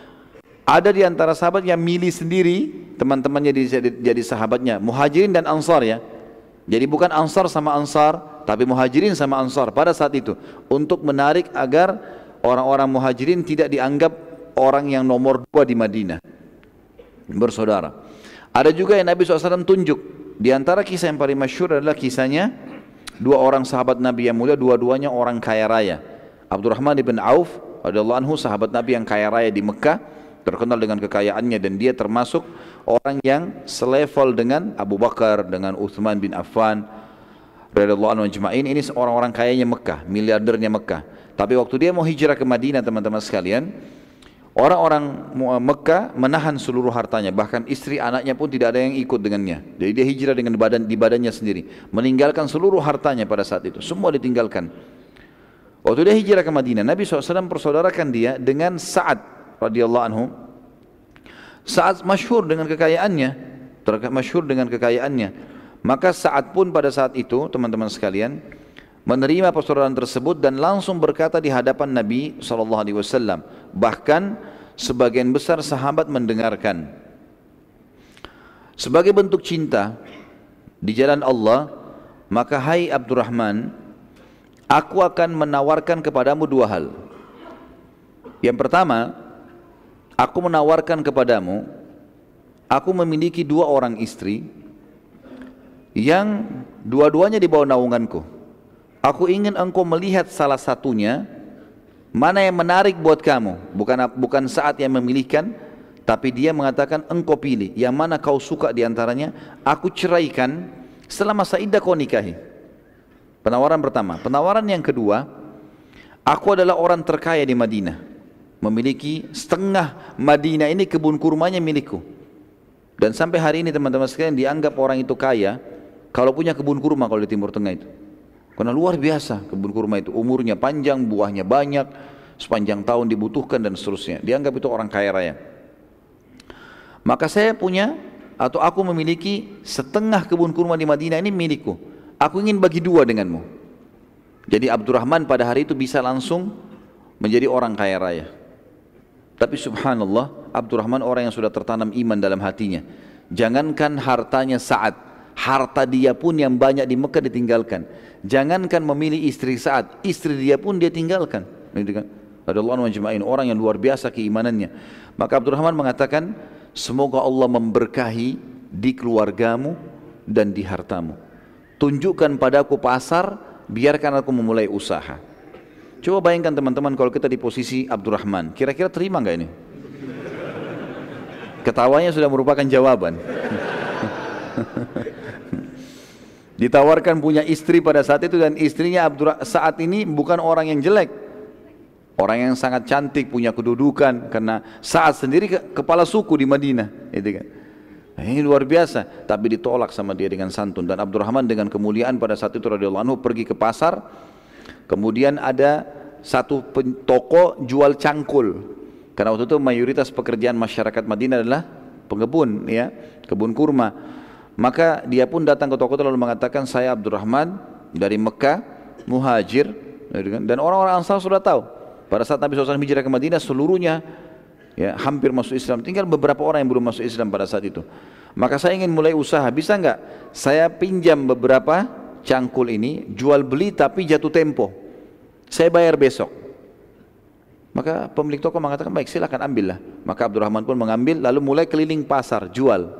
Ada di antara sahabat yang milih sendiri teman-temannya jadi sahabatnya, muhajirin dan ansar, ya. Jadi bukan ansar sama ansar, tapi muhajirin sama ansar pada saat itu, untuk menarik agar orang-orang muhajirin tidak dianggap orang yang nomor 2 di Madinah, bersaudara. Ada juga yang Nabi SAW tunjuk. Di antara kisah yang paling masyhur adalah kisahnya 2 orang sahabat Nabi yang mulia, dua-duanya orang kaya raya. Abdurrahman bin Auf radhiyallahu anhu, sahabat Nabi yang kaya raya di Mekah, terkenal dengan kekayaannya, dan dia termasuk orang yang selevel dengan Abu Bakar, dengan Uthman bin Affan radhiyallahu anhu ajma'in. Ini orang-orang kayanya Mekah, miliardernya Mekah. Tapi waktu dia mau hijrah ke Madinah, teman-teman sekalian, orang-orang Mekah menahan seluruh hartanya, bahkan istri anaknya pun tidak ada yang ikut dengannya. Jadi dia hijrah dengan badannya sendiri, meninggalkan seluruh hartanya pada saat itu, semua ditinggalkan. Waktu dia hijrah ke Madinah, Nabi SAW persaudarakan dia dengan Sa'ad radhiyallahu anhu. Sa'ad masyhur dengan kekayaannya, Maka Sa'ad pun pada saat itu, teman-teman sekalian, menerima persaudaraan tersebut dan langsung berkata di hadapan Nabi SAW. Bahkan sebagian besar sahabat mendengarkan. Sebagai bentuk cinta di jalan Allah, maka hai Abdurrahman, aku akan menawarkan kepadamu 2 hal. Yang pertama, aku menawarkan kepadamu, aku memiliki 2 orang istri yang dua-duanya di bawah naunganku. Aku ingin engkau melihat salah satunya, mana yang menarik buat kamu. Bukan saat yang memilihkan, tapi dia mengatakan engkau pilih, yang mana kau suka diantaranya, aku ceraikan, setelah masa iddah kau nikahi. Penawaran pertama. Penawaran yang kedua, aku adalah orang terkaya di Madinah, memiliki setengah Madinah ini kebun kurmanya milikku. Dan sampai hari ini teman-teman sekalian dianggap orang itu kaya, kalau punya kebun kurma kalau di Timur Tengah itu. Karena luar biasa kebun kurma itu, umurnya panjang, buahnya banyak, sepanjang tahun dibutuhkan dan seterusnya. Dianggap itu orang kaya raya. Maka saya punya atau aku memiliki setengah kebun kurma di Madinah ini milikku. Aku ingin bagi dua denganmu. Jadi Abdurrahman pada hari itu bisa langsung menjadi orang kaya raya. Tapi subhanallah, Abdurrahman orang yang sudah tertanam iman dalam hatinya. Jangankan hartanya Sa'ad, harta dia pun yang banyak di Mekah ditinggalkan. Jangankan memilih istri Sa'ad, istri dia pun dia tinggalkan. Gitu kan? Radhiyallahu anhu ajma'in, orang yang luar biasa keimanannya. Maka Abdurrahman mengatakan, semoga Allah memberkahi di keluargamu dan di hartamu. Tunjukkan padaku pasar, biarkan aku memulai usaha. Coba bayangkan teman-teman kalau kita di posisi Abdurrahman, kira-kira terima nggak ini? Ketawanya sudah merupakan jawaban. Ditawarkan punya istri pada saat itu, dan istrinya saat ini bukan orang yang jelek, orang yang sangat cantik, punya kedudukan, karena Sa'ad sendiri kepala suku di Madinah, gitu kan. Nah, ini luar biasa, tapi ditolak sama dia dengan santun. Dan Abdurrahman dengan kemuliaan pada saat itu radhiyallahu anhu pergi ke pasar. Kemudian ada satu toko jual cangkul, karena waktu itu mayoritas pekerjaan masyarakat Madinah adalah pengebun, ya, kebun kurma. Maka dia pun datang ke toko itu lalu mengatakan, saya Abdurrahman dari Mekah, muhajir, dan orang-orang Ansar sudah tahu. Pada saat Nabi SAW hijrah ke Madinah, seluruhnya ya hampir masuk Islam, tinggal beberapa orang yang belum masuk Islam pada saat itu. Maka saya ingin mulai usaha, bisa enggak saya pinjam beberapa cangkul ini, jual beli tapi jatuh tempo, saya bayar besok. Maka pemilik toko mengatakan, baik silakan ambillah. Maka Abdurrahman pun mengambil, lalu mulai keliling pasar, jual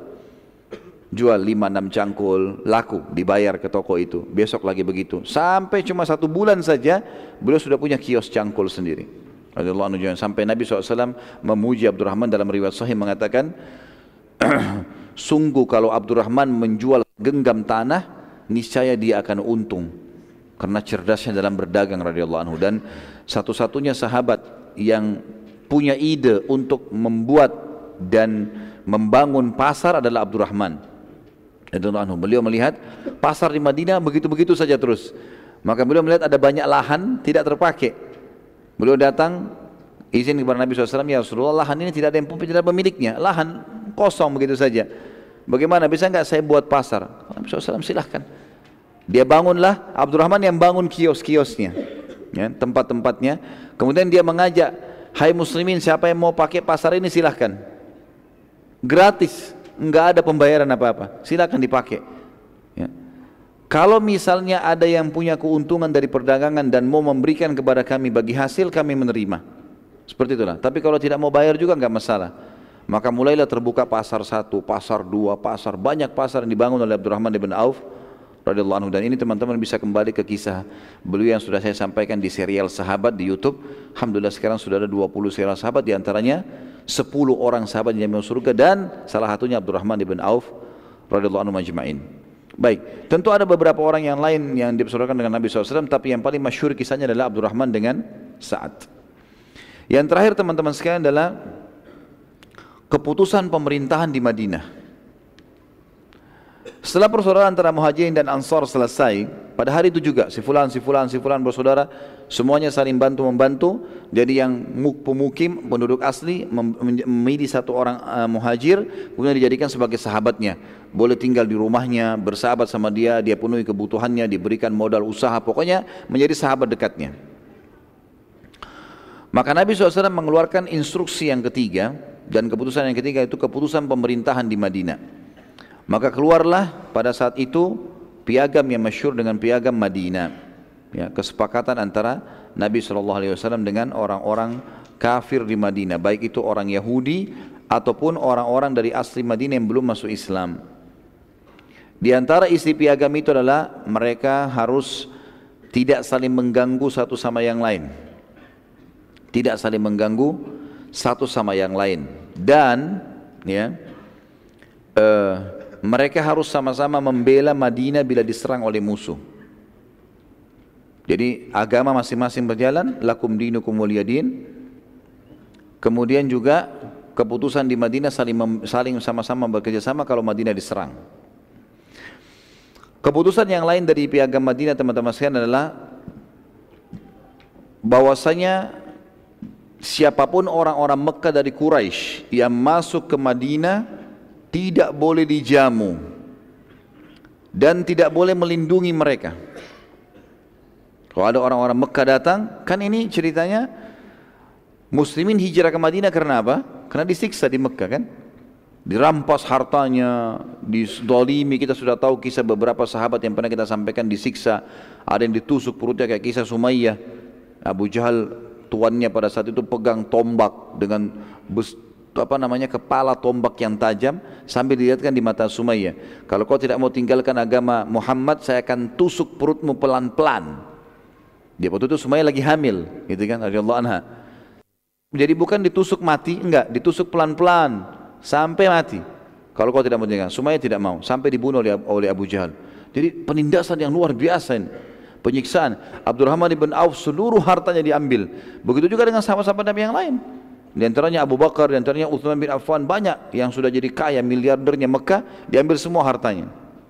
5-6 cangkul, laku, dibayar ke toko itu, besok lagi begitu, sampai cuma 1 bulan saja beliau sudah punya kios cangkul sendiri. Sampai Nabi SAW memuji Abdurrahman dalam riwayat sahih mengatakan, sungguh kalau Abdurrahman menjual genggam tanah, niscaya dia akan untung karena cerdasnya dalam berdagang radhiyallahu anhu. Dan satu-satunya sahabat yang punya ide untuk membuat dan membangun pasar adalah Abdurrahman radhiyallahu anhu. Beliau melihat pasar di Madinah begitu-begitu saja terus, maka beliau melihat ada banyak lahan tidak terpakai. Beliau datang izin kepada Nabi SAW, ya Rasulullah, lahan ini tidak ada yang tidak pemiliknya, lahan kosong begitu saja, bagaimana, bisa enggak saya buat pasar? Nabi SAW silahkan. Dia bangunlah, Abdurrahman yang bangun kios-kiosnya, ya, tempat-tempatnya. Kemudian dia mengajak, hai muslimin, siapa yang mau pakai pasar ini silahkan, gratis, enggak ada pembayaran apa-apa, silahkan dipakai, ya. Kalau misalnya ada yang punya keuntungan dari perdagangan dan mau memberikan kepada kami bagi hasil, kami menerima. Seperti itulah. Tapi kalau tidak mau bayar juga enggak masalah. Maka mulailah terbuka pasar 1, pasar 2, pasar, banyak pasar yang dibangun oleh Abdurrahman bin Auf radhiyallahu anhu. Dan ini teman-teman bisa kembali ke kisah beliau yang sudah saya sampaikan di serial sahabat di YouTube. Alhamdulillah sekarang sudah ada 20 serial sahabat, diantaranya 10 orang sahabat yang masuk surga, dan salah satunya Abdurrahman bin Auf radhiyallahu anhu majma'in. Baik, tentu ada beberapa orang yang lain yang dipersaudarakan dengan Nabi SAW, tapi yang paling masyhur kisahnya adalah Abdurrahman dengan Sa'ad. Yang terakhir teman-teman sekalian adalah keputusan pemerintahan di Madinah. Setelah persaudaraan antara Muhajirin dan Ansar selesai, pada hari itu juga si fulan bersaudara, semuanya saling bantu-membantu. Jadi yang pemukim, penduduk asli memilih satu orang muhajir, kemudian dijadikan sebagai sahabatnya. Boleh tinggal di rumahnya, bersahabat sama dia, dia penuhi kebutuhannya, diberikan modal usaha, pokoknya menjadi sahabat dekatnya. Maka Nabi SAW mengeluarkan instruksi yang ketiga, dan keputusan yang ketiga itu keputusan pemerintahan di Madinah. Maka keluarlah pada saat itu piagam yang masyhur dengan piagam Madinah, ya, kesepakatan antara Nabi SAW dengan orang-orang kafir di Madinah, baik itu orang Yahudi ataupun orang-orang dari asli Madinah yang belum masuk Islam. Di antara isi piagam itu adalah mereka harus tidak saling mengganggu satu sama yang lain, tidak saling mengganggu satu sama yang lain, dan ya, mereka harus sama-sama membela Madinah bila diserang oleh musuh. Jadi agama masing-masing berjalan, lakum dinukum waliyadin. Kemudian juga keputusan di Madinah saling sama-sama bekerja sama kalau Madinah diserang. Keputusan yang lain dari Piagam Madinah teman-teman sekalian adalah bahwasanya siapapun orang-orang Mekah dari Quraisy yang masuk ke Madinah tidak boleh dijamu dan tidak boleh melindungi mereka. Kalau ada orang-orang Mekah datang, kan ini ceritanya muslimin hijrah ke Madinah karena apa? Karena disiksa di Mekah kan? Dirampas hartanya, dizalimi. Kita sudah tahu kisah beberapa sahabat yang pernah kita sampaikan disiksa. Ada yang ditusuk perutnya kayak kisah Sumayyah. Abu Jahal tuannya pada saat itu pegang tombak dengan kepala tombak yang tajam sambil dilihatkan di mata Sumayyah. Kalau kau tidak mau tinggalkan agama Muhammad, saya akan tusuk perutmu pelan-pelan. Dia waktu itu Sumayyah lagi hamil, gitu kan, radhiyallahu anha. Jadi bukan ditusuk mati, enggak, ditusuk pelan-pelan sampai mati. Kalau kau tidak mau tinggal, Sumayyah tidak mau, sampai dibunuh oleh Abu Jahal. Jadi penindasan yang luar biasa ini. Penyiksaan. Abdurrahman ibn Auf seluruh hartanya diambil. Begitu juga dengan sahabat-sahabat Nabi yang lain. Di antaranya Abu Bakar, di antaranya Utsman bin Affan, banyak yang sudah jadi kaya, miliardernya Mekah, diambil semua hartanya.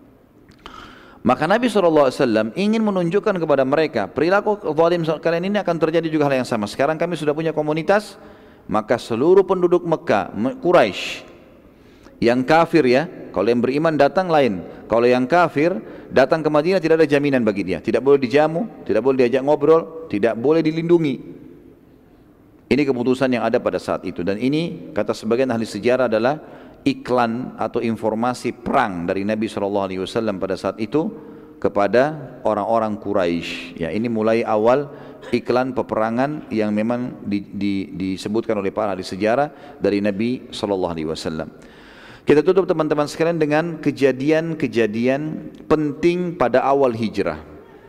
Maka Nabi SAW ingin menunjukkan kepada mereka, perilaku zalim kalian ini akan terjadi juga hal yang sama. Sekarang kami sudah punya komunitas, maka seluruh penduduk Mekah, Quraisy, yang kafir ya, kalau yang beriman datang lain. Kalau yang kafir datang ke Madinah tidak ada jaminan bagi dia. Tidak boleh dijamu, tidak boleh diajak ngobrol, tidak boleh dilindungi. Ini keputusan yang ada pada saat itu. Dan ini kata sebagian ahli sejarah adalah iklan atau informasi perang dari Nabi SAW pada saat itu kepada orang-orang Quraisy. Ya, ini mulai awal iklan peperangan yang memang disebutkan oleh para ahli sejarah dari Nabi SAW. Kita tutup teman-teman sekalian dengan kejadian-kejadian penting pada awal hijrah.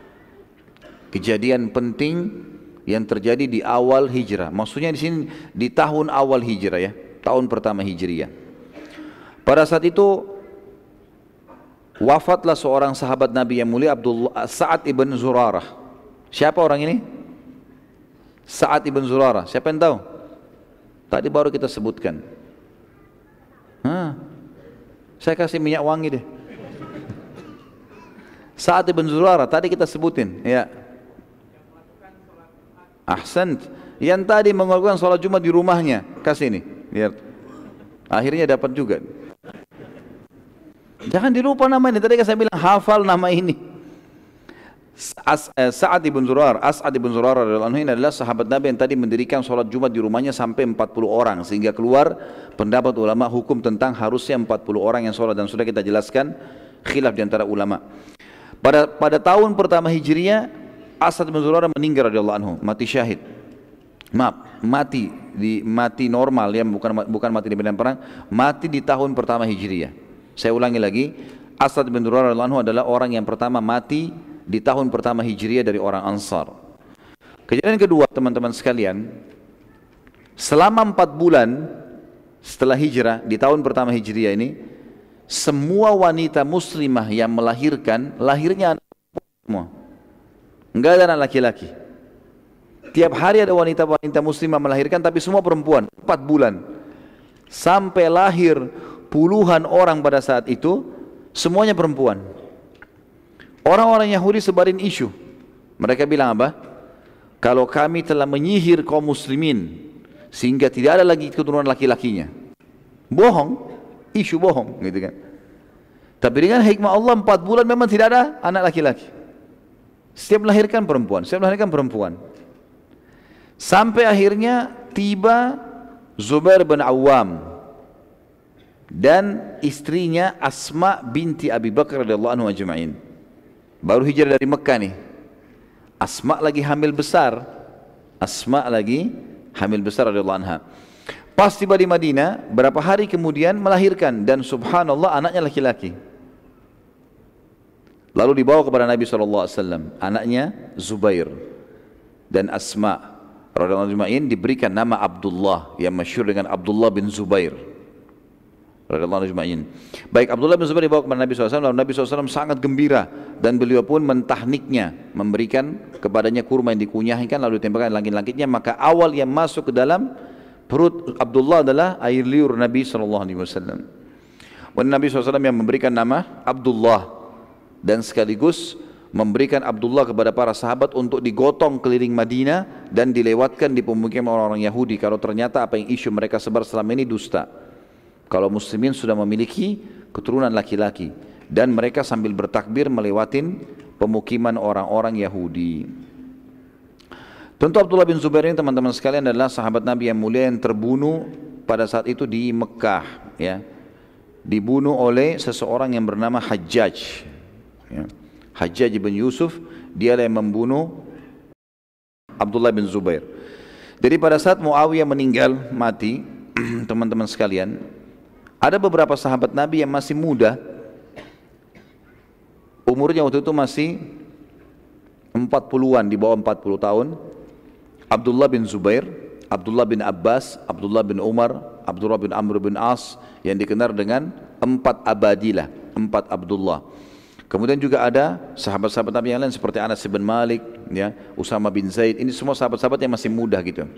Kejadian penting yang terjadi di awal hijrah. Maksudnya di sini di tahun awal hijrah ya, tahun pertama hijriah. Pada saat itu wafatlah seorang sahabat Nabi yang mulia, Sa'ad ibn Zurarah. Siapa orang ini? Sa'ad ibn Zurarah. Siapa yang tahu? Tadi baru kita sebutkan. Saya kasih minyak wangi deh. Sa'ad ibn Zurarah tadi kita sebutin, ya. Ahsant. Yang tadi melakukan sholat Jumat di rumahnya, kasih ini. Lihat. Akhirnya dapat juga. Jangan dilupa nama ini. Tadi saya bilang hafal nama ini. Sa'ad ibn Zurarah, As'ad ibn Zurarah radhiyallahu anhu adalah sahabat Nabi yang tadi mendirikan sholat Jumat di rumahnya sampai 40 orang sehingga keluar pendapat ulama hukum tentang harusnya 40 orang yang sholat, dan sudah kita jelaskan khilaf di antara ulama. Pada tahun pertama Hijriah, As'ad ibn Zurarah meninggal radhiyallahu anhu, mati syahid. Mati normal ya, bukan mati di medan perang, mati di tahun pertama Hijriah. Saya ulangi lagi, As'ad ibn Zurarah radhiyallahu anhu adalah orang yang pertama mati di tahun pertama Hijriah dari orang Ansar. Kejadian kedua teman-teman sekalian, selama 4 bulan setelah hijrah di tahun pertama Hijriah ini, semua wanita muslimah yang melahirkan, lahirnya anak semua, enggak ada anak laki-laki. Tiap hari ada wanita-wanita muslimah melahirkan, tapi semua perempuan. 4 bulan sampai lahir puluhan orang pada saat itu, semuanya perempuan. Orang-orang Yahudi sebarin isu. Mereka bilang apa? Kalau kami telah menyihir kaum muslimin sehingga tidak ada lagi keturunan laki-lakinya. Bohong, isu bohong gitu kan. Tapi dengan hikmah Allah 4 bulan memang tidak ada anak laki-laki. Setiap melahirkan perempuan, setiap melahirkan perempuan. Sampai akhirnya tiba Zubair bin Awam dan istrinya Asma binti Abi Bakar radhiyallahu anhu ajma'in. Baru hijrah dari Mekah nih. Asma lagi hamil besar. Radhiyallahu anha. Pas tiba di Madinah, berapa hari kemudian melahirkan, dan subhanallah anaknya laki-laki. Lalu dibawa kepada Nabi SAW, anaknya Zubair dan Asma radhiyallahu anha diberikan nama Abdullah yang masyhur dengan Abdullah bin Zubair radhiyallahu anhu. Baik, Abdullah bin Zubair dibawa kepada Nabi SAW, lalu Nabi SAW sangat gembira dan beliau pun mentahniknya, memberikan kepadanya kurma yang dikunyahkan lalu ditembakkan langit-langitnya. Maka awal yang masuk ke dalam perut Abdullah adalah air liur Nabi SAW. Dan Nabi SAW yang memberikan nama Abdullah. dan sekaligus memberikan Abdullah kepada para sahabat untuk digotong keliling Madinah dan dilewatkan di pemukiman orang-orang Yahudi kalau ternyata apa yang isu mereka sebar selama ini dusta. Kalau muslimin sudah memiliki keturunan laki-laki dan mereka sambil bertakbir melewatin pemukiman orang-orang Yahudi. Tentu Abdullah bin Zubair ini teman-teman sekalian adalah sahabat Nabi yang mulia yang terbunuh pada saat itu di Mekah, ya. Dibunuh oleh seseorang yang bernama Hajjaj, ya. Hajjaj bin Yusuf, dia yang membunuh Abdullah bin Zubair. Jadi pada saat Muawiyah meninggal mati, teman-teman sekalian, ada beberapa sahabat Nabi yang masih muda, umurnya waktu itu masih 40-an, di bawah 40 tahun. Abdullah bin Zubair, Abdullah bin Abbas, Abdullah bin Umar, Abdullah bin Amr bin As, yang dikenal dengan 4 Abadilah, 4 Abdullah. Kemudian juga ada sahabat-sahabat Nabi yang lain seperti Anas bin Malik, ya, Usama bin Zaid. Ini semua sahabat-sahabat yang masih muda gitu.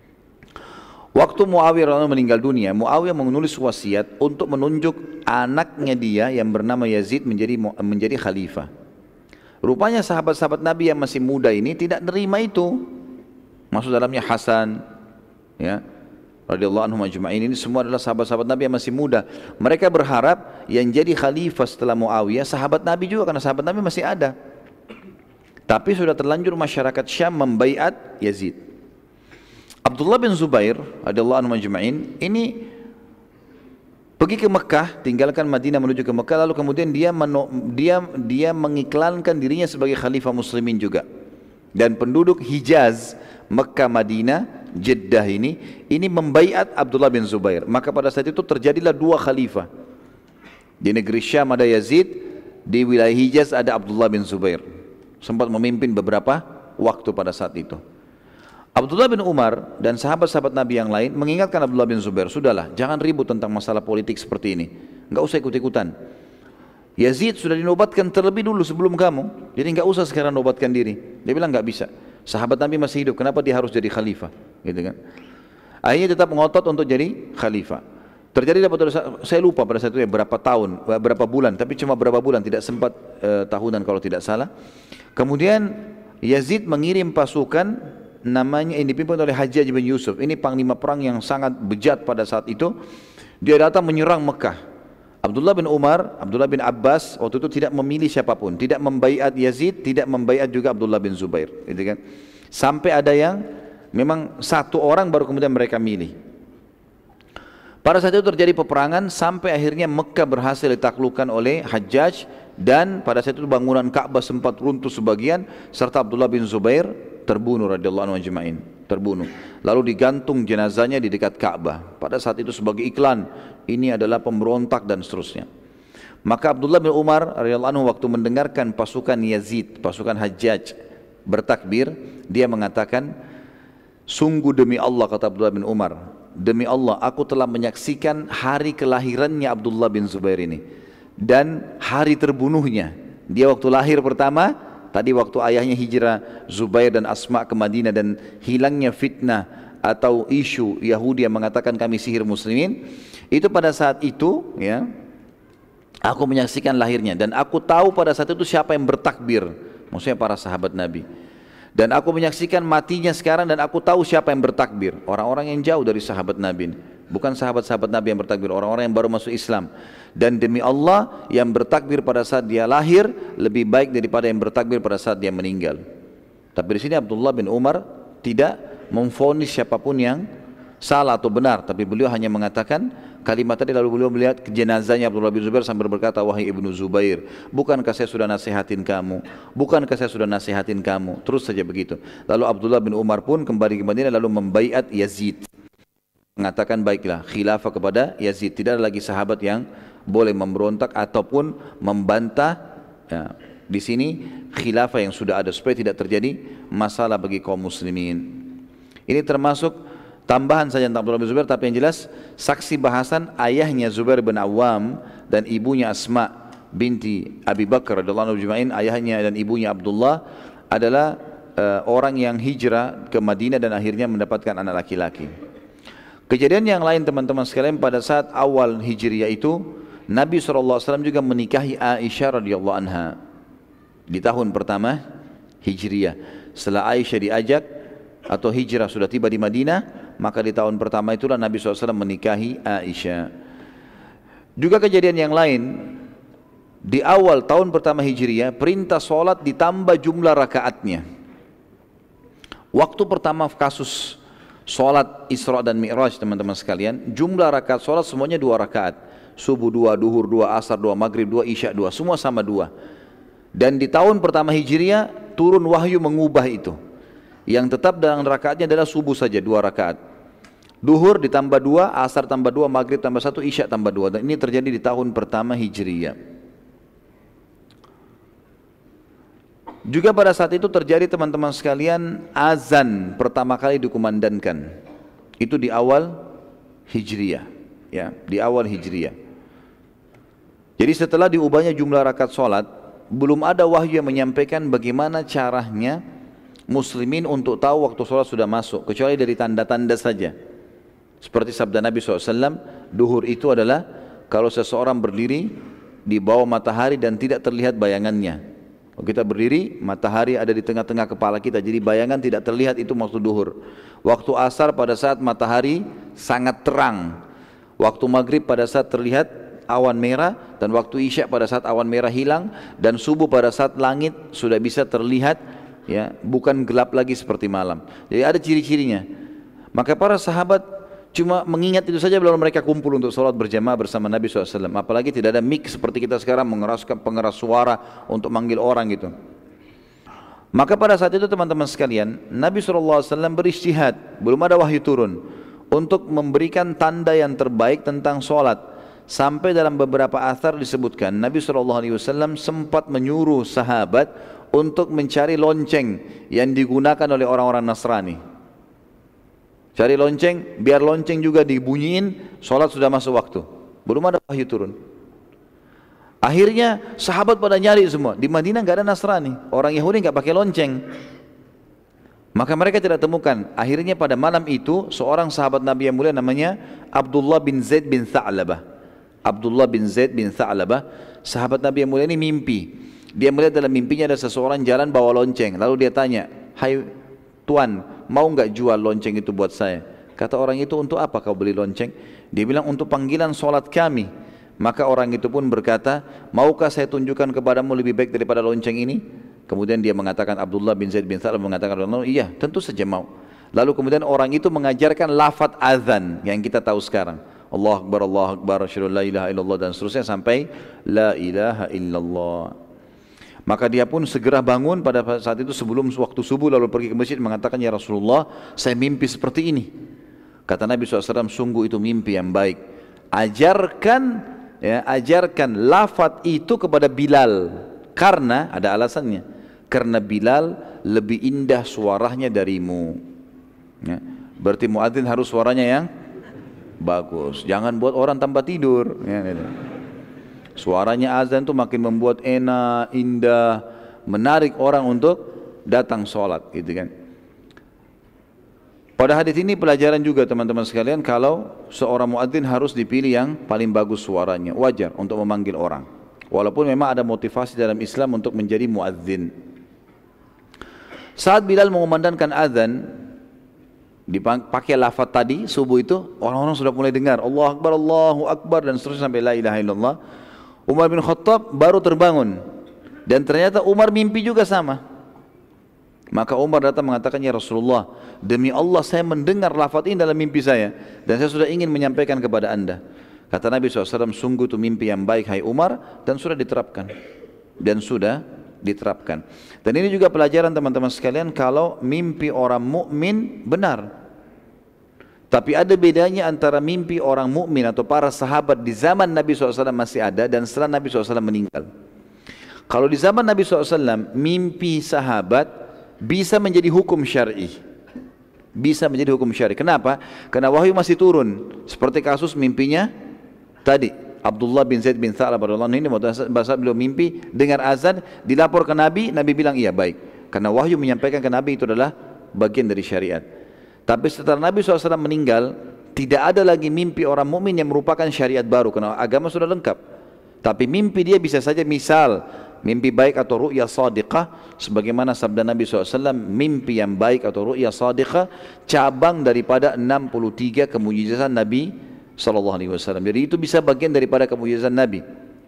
Waktu Muawiyah radhiyallahu anhu meninggal dunia, Muawiyah menulis wasiat untuk menunjuk anaknya dia yang bernama Yazid menjadi khalifah. Rupanya sahabat-sahabat Nabi yang masih muda ini tidak nerima itu. Maksud dalamnya Hasan, ya, radhiyallahu anhum ajma'in, ini semua adalah sahabat-sahabat Nabi yang masih muda. Mereka berharap yang jadi khalifah setelah Muawiyah sahabat Nabi juga, karena sahabat Nabi masih ada. Tapi sudah terlanjur masyarakat Syam membaiat Yazid. Abdullah bin Zubair radhiyallahu anhu ajma'in ini pergi ke Mekah, tinggalkan Madinah menuju ke Mekah, lalu kemudian dia mengiklankan dirinya sebagai khalifah muslimin juga. Dan penduduk Hijaz, Mekah, Madinah, Jeddah ini membaiat Abdullah bin Zubair. Maka pada saat itu terjadilah 2 khalifah. Di negeri Syam ada Yazid, di wilayah Hijaz ada Abdullah bin Zubair. Sempat memimpin beberapa waktu pada saat itu. Abdullah bin Umar dan sahabat-sahabat Nabi yang lain mengingatkan Abdullah bin Zubair, sudahlah, jangan ribut tentang masalah politik seperti ini. Enggak usah ikut-ikutan. Yazid sudah dinobatkan terlebih dulu sebelum kamu, jadi enggak usah sekarang nobatkan diri. Dia bilang enggak bisa. Sahabat Nabi masih hidup, kenapa dia harus jadi khalifah? Gitu kan? Akhirnya tetap ngotot untuk jadi khalifah. Terjadi saya lupa pada saat itu ya berapa tahun, berapa bulan, tapi cuma berapa bulan, tidak sempat tahunan kalau tidak salah. Kemudian Yazid mengirim pasukan namanya yang dipimpin oleh Hajjaj bin Yusuf. Ini panglima perang yang sangat bejat pada saat itu. Dia datang menyerang Mekah. Abdullah bin Umar, Abdullah bin Abbas waktu itu tidak memilih siapapun, tidak membaiat Yazid, tidak membaiat juga Abdullah bin Zubair, gitu kan. Sampai ada yang memang 1 orang baru kemudian mereka milih. Pada saat itu terjadi peperangan sampai akhirnya Mekah berhasil ditaklukkan oleh Hajjaj, dan pada saat itu bangunan Ka'bah sempat runtuh sebagian serta Abdullah bin Zubair terbunuh radhiyallahu anhu ajma'in, terbunuh. Lalu digantung jenazahnya di dekat Ka'bah. Pada saat itu sebagai iklan, ini adalah pemberontak dan seterusnya. Maka Abdullah bin Umar radhiyallahu anhu waktu mendengarkan pasukan Yazid, pasukan Hajjaj bertakbir, dia mengatakan, sungguh demi Allah, kata Abdullah bin Umar, demi Allah aku telah menyaksikan hari kelahirannya Abdullah bin Zubair ini dan hari terbunuhnya. Dia waktu lahir pertama, tadi waktu ayahnya hijrah Zubair dan Asma ke Madinah dan hilangnya fitnah atau isu Yahudi yang mengatakan kami sihir muslimin, itu pada saat itu ya, aku menyaksikan lahirnya dan aku tahu pada saat itu siapa yang bertakbir, maksudnya para sahabat Nabi. Dan aku menyaksikan matinya sekarang dan aku tahu siapa yang bertakbir, orang-orang yang jauh dari sahabat Nabi, bukan sahabat-sahabat Nabi yang bertakbir, orang-orang yang baru masuk Islam. Dan demi Allah, yang bertakbir pada saat dia lahir lebih baik daripada yang bertakbir pada saat dia meninggal. Tapi di sini Abdullah bin Umar tidak memvonis siapapun yang salah atau benar, tapi beliau hanya mengatakan kalimat tadi. Lalu beliau melihat jenazahnya Abdullah bin Zubair sambil berkata, wahai ibnu Zubair, bukankah saya sudah nasihatin kamu, bukankah saya sudah nasihatin kamu, terus saja begitu. Lalu Abdullah bin Umar pun kembali ke Madinah lalu membaiat Yazid, mengatakan baiklah khilafah kepada Yazid, tidak ada lagi sahabat yang boleh memberontak ataupun membantah ya, di sini khilafah yang sudah ada, supaya tidak terjadi masalah bagi kaum muslimin. Ini termasuk tambahan saja tentang Abdullah bin Zubair, tapi yang jelas saksi bahasan ayahnya Zubair bin Awam dan ibunya Asma binti Abi Bakar radhiyallahu anhu ajma'in, ayahnya dan ibunya Abdullah adalah orang yang hijrah ke Madinah dan akhirnya mendapatkan anak laki-laki. Kejadian yang lain teman-teman sekalian, pada saat awal Hijriyah itu Nabi SAW juga menikahi Aisyah radhiyallahu anha. di tahun pertama Hijriah. Setelah Aisyah diajak atau hijrah sudah tiba di Madinah, maka di tahun pertama itulah Nabi SAW menikahi Aisyah. Juga kejadian yang lain, di awal tahun pertama Hijriah perintah sholat ditambah jumlah rakaatnya. Waktu pertama kasus sholat Isra dan Mi'raj teman-teman sekalian, jumlah rakaat sholat semuanya 2 rakaat. Subuh 2, duhur 2, asar 2, maghrib 2, isya 2, semua sama 2. Dan di tahun pertama Hijriah turun wahyu mengubah itu. Yang tetap dalam rakaatnya adalah subuh saja 2 rakaat. Duhur ditambah 2, asar tambah 2, maghrib tambah 1, isya tambah 2. Dan ini terjadi di tahun pertama Hijriah. Juga pada saat itu terjadi teman-teman sekalian, azan pertama kali dikumandangkan. Itu di awal Hijriah, ya, di awal Hijriah. Jadi setelah diubahnya jumlah rakaat sholat, belum ada wahyu yang menyampaikan bagaimana caranya muslimin untuk tahu waktu sholat sudah masuk, kecuali dari tanda-tanda saja. Seperti sabda Nabi SAW, duhur itu adalah kalau seseorang berdiri di bawah matahari dan tidak terlihat bayangannya. Kalau kita berdiri, matahari ada di tengah-tengah kepala kita, jadi bayangan tidak terlihat, itu waktu duhur. Waktu asar pada saat matahari sangat terang. Waktu maghrib pada saat terlihat awan merah, dan waktu isya pada saat awan merah hilang, dan subuh pada saat langit sudah bisa terlihat, ya, bukan gelap lagi seperti malam. Jadi ada ciri-cirinya. Maka para sahabat cuma mengingat itu saja belum mereka kumpul untuk sholat berjamaah bersama Nabi SAW. Apalagi tidak ada mic seperti kita sekarang mengeraskan pengeras suara untuk manggil orang gitu. Maka pada saat itu teman-teman sekalian, Nabi SAW beristihad, belum ada wahyu turun, untuk memberikan tanda yang terbaik tentang sholat. Sampai dalam beberapa athar disebutkan Nabi SAW sempat menyuruh sahabat untuk mencari lonceng yang digunakan oleh orang-orang Nasrani. Cari lonceng, biar lonceng juga dibunyiin, sholat sudah masuk waktu. Belum ada wahyu turun. Akhirnya sahabat pada nyari semua. Di Madinah nggak ada Nasrani, orang Yahudi nggak pakai lonceng. Maka mereka tidak temukan. Akhirnya pada malam itu seorang sahabat Nabi yang mulia namanya Abdullah bin Zaid bin Tha'labah. Abdullah bin Zaid bin Tha'labah, sahabat Nabi yang mulia ini mimpi. Dia melihat dalam mimpinya ada seseorang jalan bawa lonceng. Lalu dia tanya, "Hai Tuan, mau nggak jual lonceng itu buat saya?" Kata orang itu, "Untuk apa kau beli lonceng?" Dia bilang, "Untuk panggilan sholat kami." Maka orang itu pun berkata, "Maukah saya tunjukkan kepadamu lebih baik daripada lonceng ini?" Kemudian dia mengatakan, Abdullah bin Zaid bin Tha'labah mengatakan, "Iya, tentu saja mau." Lalu kemudian orang itu mengajarkan lafaz azan yang kita tahu sekarang. Allah Akbar, asyhadu an la ilaha illallah, dan seterusnya sampai la ilaha illallah. Maka dia pun segera bangun pada saat itu sebelum waktu subuh, lalu pergi ke masjid mengatakan, "Ya Rasulullah, saya mimpi seperti ini." Kata Nabi SAW, "Sungguh itu mimpi yang baik. Ajarkan, ya, ajarkan lafaz itu kepada Bilal, karena ada alasannya. Karena Bilal lebih indah suaranya darimu." Ya, berarti muadzin harus suaranya yang bagus. Jangan buat orang tambah tidur. Ya, gitu. Suaranya azan itu makin membuat enak, indah, menarik orang untuk datang sholat, gitu kan. Pada hadis ini pelajaran juga teman-teman sekalian, kalau seorang muadzin harus dipilih yang paling bagus suaranya, wajar untuk memanggil orang. Walaupun memang ada motivasi dalam Islam untuk menjadi muadzin. Saat Bilal mengumandangkan azan, dipakai lafaz tadi subuh itu, orang-orang sudah mulai dengar Allahu Akbar dan seterusnya sampai la ilaha illallah. Umar bin Khattab baru terbangun, dan ternyata Umar mimpi juga sama. Maka Umar datang mengatakan, "Ya Rasulullah, demi Allah saya mendengar lafaz ini dalam mimpi saya, dan saya sudah ingin menyampaikan kepada anda." Kata Nabi SAW, "Sungguh itu mimpi yang baik hai Umar, dan sudah diterapkan." Dan sudah diterapkan. Dan ini juga pelajaran teman-teman sekalian, kalau mimpi orang mukmin benar. Tapi ada bedanya antara mimpi orang mukmin atau para sahabat di zaman Nabi SAW masih ada dan setelah Nabi SAW meninggal. Kalau di zaman Nabi SAW, mimpi sahabat bisa menjadi hukum syar'i. Bisa menjadi hukum syar'i. Kenapa? Karena wahyu masih turun. Seperti kasus mimpinya tadi, Abdullah bin Zaid bin Tha'labah radhiyallahu anhu ini, bahasa beliau mimpi dengar azan, dilapor ke Nabi, Nabi bilang iya baik. Karena wahyu menyampaikan ke Nabi itu adalah bagian dari syariat. Tapi setelah Nabi SAW meninggal, tidak ada lagi mimpi orang mukmin yang merupakan syariat baru, karena agama sudah lengkap. Tapi mimpi dia bisa saja, misal mimpi baik atau ru'ya sadiqah, sebagaimana sabda Nabi SAW, mimpi yang baik atau ru'ya sadiqah cabang daripada 63 kemujizatan Nabi SAW. Jadi itu bisa bagian daripada kemujizatan Nabi.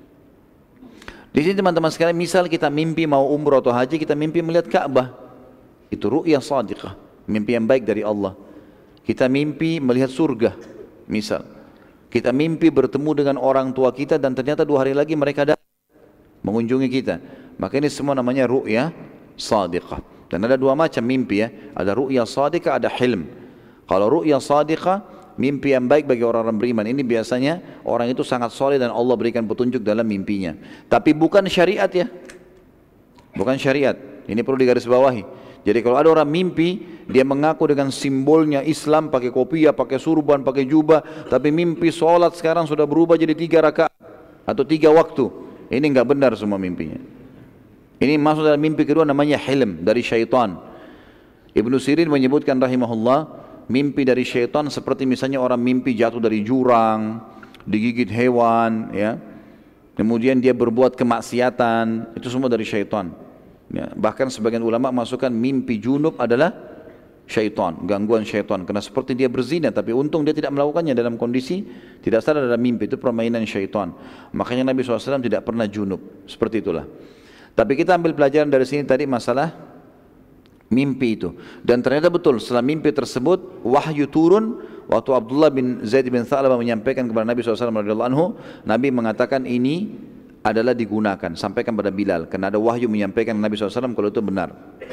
Di sini teman-teman sekalian, misal kita mimpi mau umrah atau haji, kita mimpi melihat Ka'bah, itu ru'ya sadiqah, mimpi yang baik dari Allah. Kita mimpi melihat surga, misal kita mimpi bertemu dengan orang tua kita dan ternyata 2 hari lagi mereka datang mengunjungi kita, maka ini semua namanya ru'ya sadiqah. Dan ada 2 macam mimpi ya, ada ru'ya sadiqah, ada hilm. Kalau ru'ya sadiqah, mimpi yang baik bagi orang-orang beriman, ini biasanya orang itu sangat soleh dan Allah berikan petunjuk dalam mimpinya. Tapi bukan syariat ya, bukan syariat, ini perlu digarisbawahi. Jadi kalau ada orang mimpi, dia mengaku dengan simbolnya Islam, pakai kopiah, pakai surban, pakai jubah, tapi mimpi sholat sekarang sudah berubah jadi 3 rakaat atau 3 waktu. Ini enggak benar semua mimpinya. Ini masuk dalam mimpi kedua, namanya hilm, dari syaitan. Ibnu Sirin menyebutkan rahimahullah, mimpi dari syaitan seperti misalnya orang mimpi jatuh dari jurang, digigit hewan, ya. Kemudian dia berbuat kemaksiatan, itu semua dari syaitan. Ya, bahkan sebagian ulama masukkan mimpi junub adalah syaitan, gangguan syaitan, karena seperti dia berzina, tapi untung dia tidak melakukannya dalam kondisi tidak sadar dalam mimpi, itu permainan syaitan. Makanya Nabi SAW tidak pernah junub, seperti itulah. Tapi kita ambil pelajaran dari sini tadi masalah mimpi itu, dan ternyata betul setelah mimpi tersebut wahyu turun. Waktu Abdullah bin Zaid bin Tha'labah menyampaikan kepada Nabi SAW radhiyallahu anhu, Nabi mengatakan ini adalah digunakan, sampaikan pada Bilal, karena ada wahyu menyampaikan Nabi SAW kalau itu benar.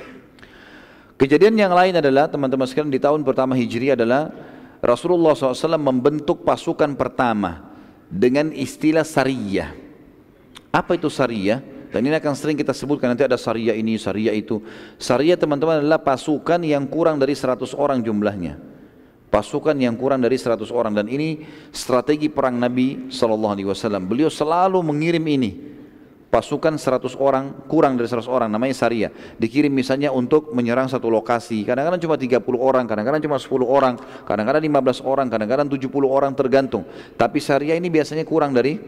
Kejadian yang lain adalah teman-teman sekalian, di tahun pertama Hijri adalah Rasulullah SAW membentuk pasukan pertama dengan istilah sariyah. Apa itu sariyah? Dan ini akan sering kita sebutkan, nanti ada sariyah ini, sariyah itu. Sariyah teman-teman adalah pasukan yang kurang dari 100 orang jumlahnya. Pasukan yang kurang dari 100 orang, dan ini strategi perang Nabi SAW. Beliau selalu mengirim ini, pasukan 100 orang, kurang dari 100 orang, namanya sariyah. Dikirim misalnya untuk menyerang satu lokasi, kadang-kadang cuma 30 orang, kadang-kadang cuma 10 orang, kadang-kadang 15 orang, kadang-kadang 70 orang, tergantung. Tapi sariyah ini biasanya kurang dari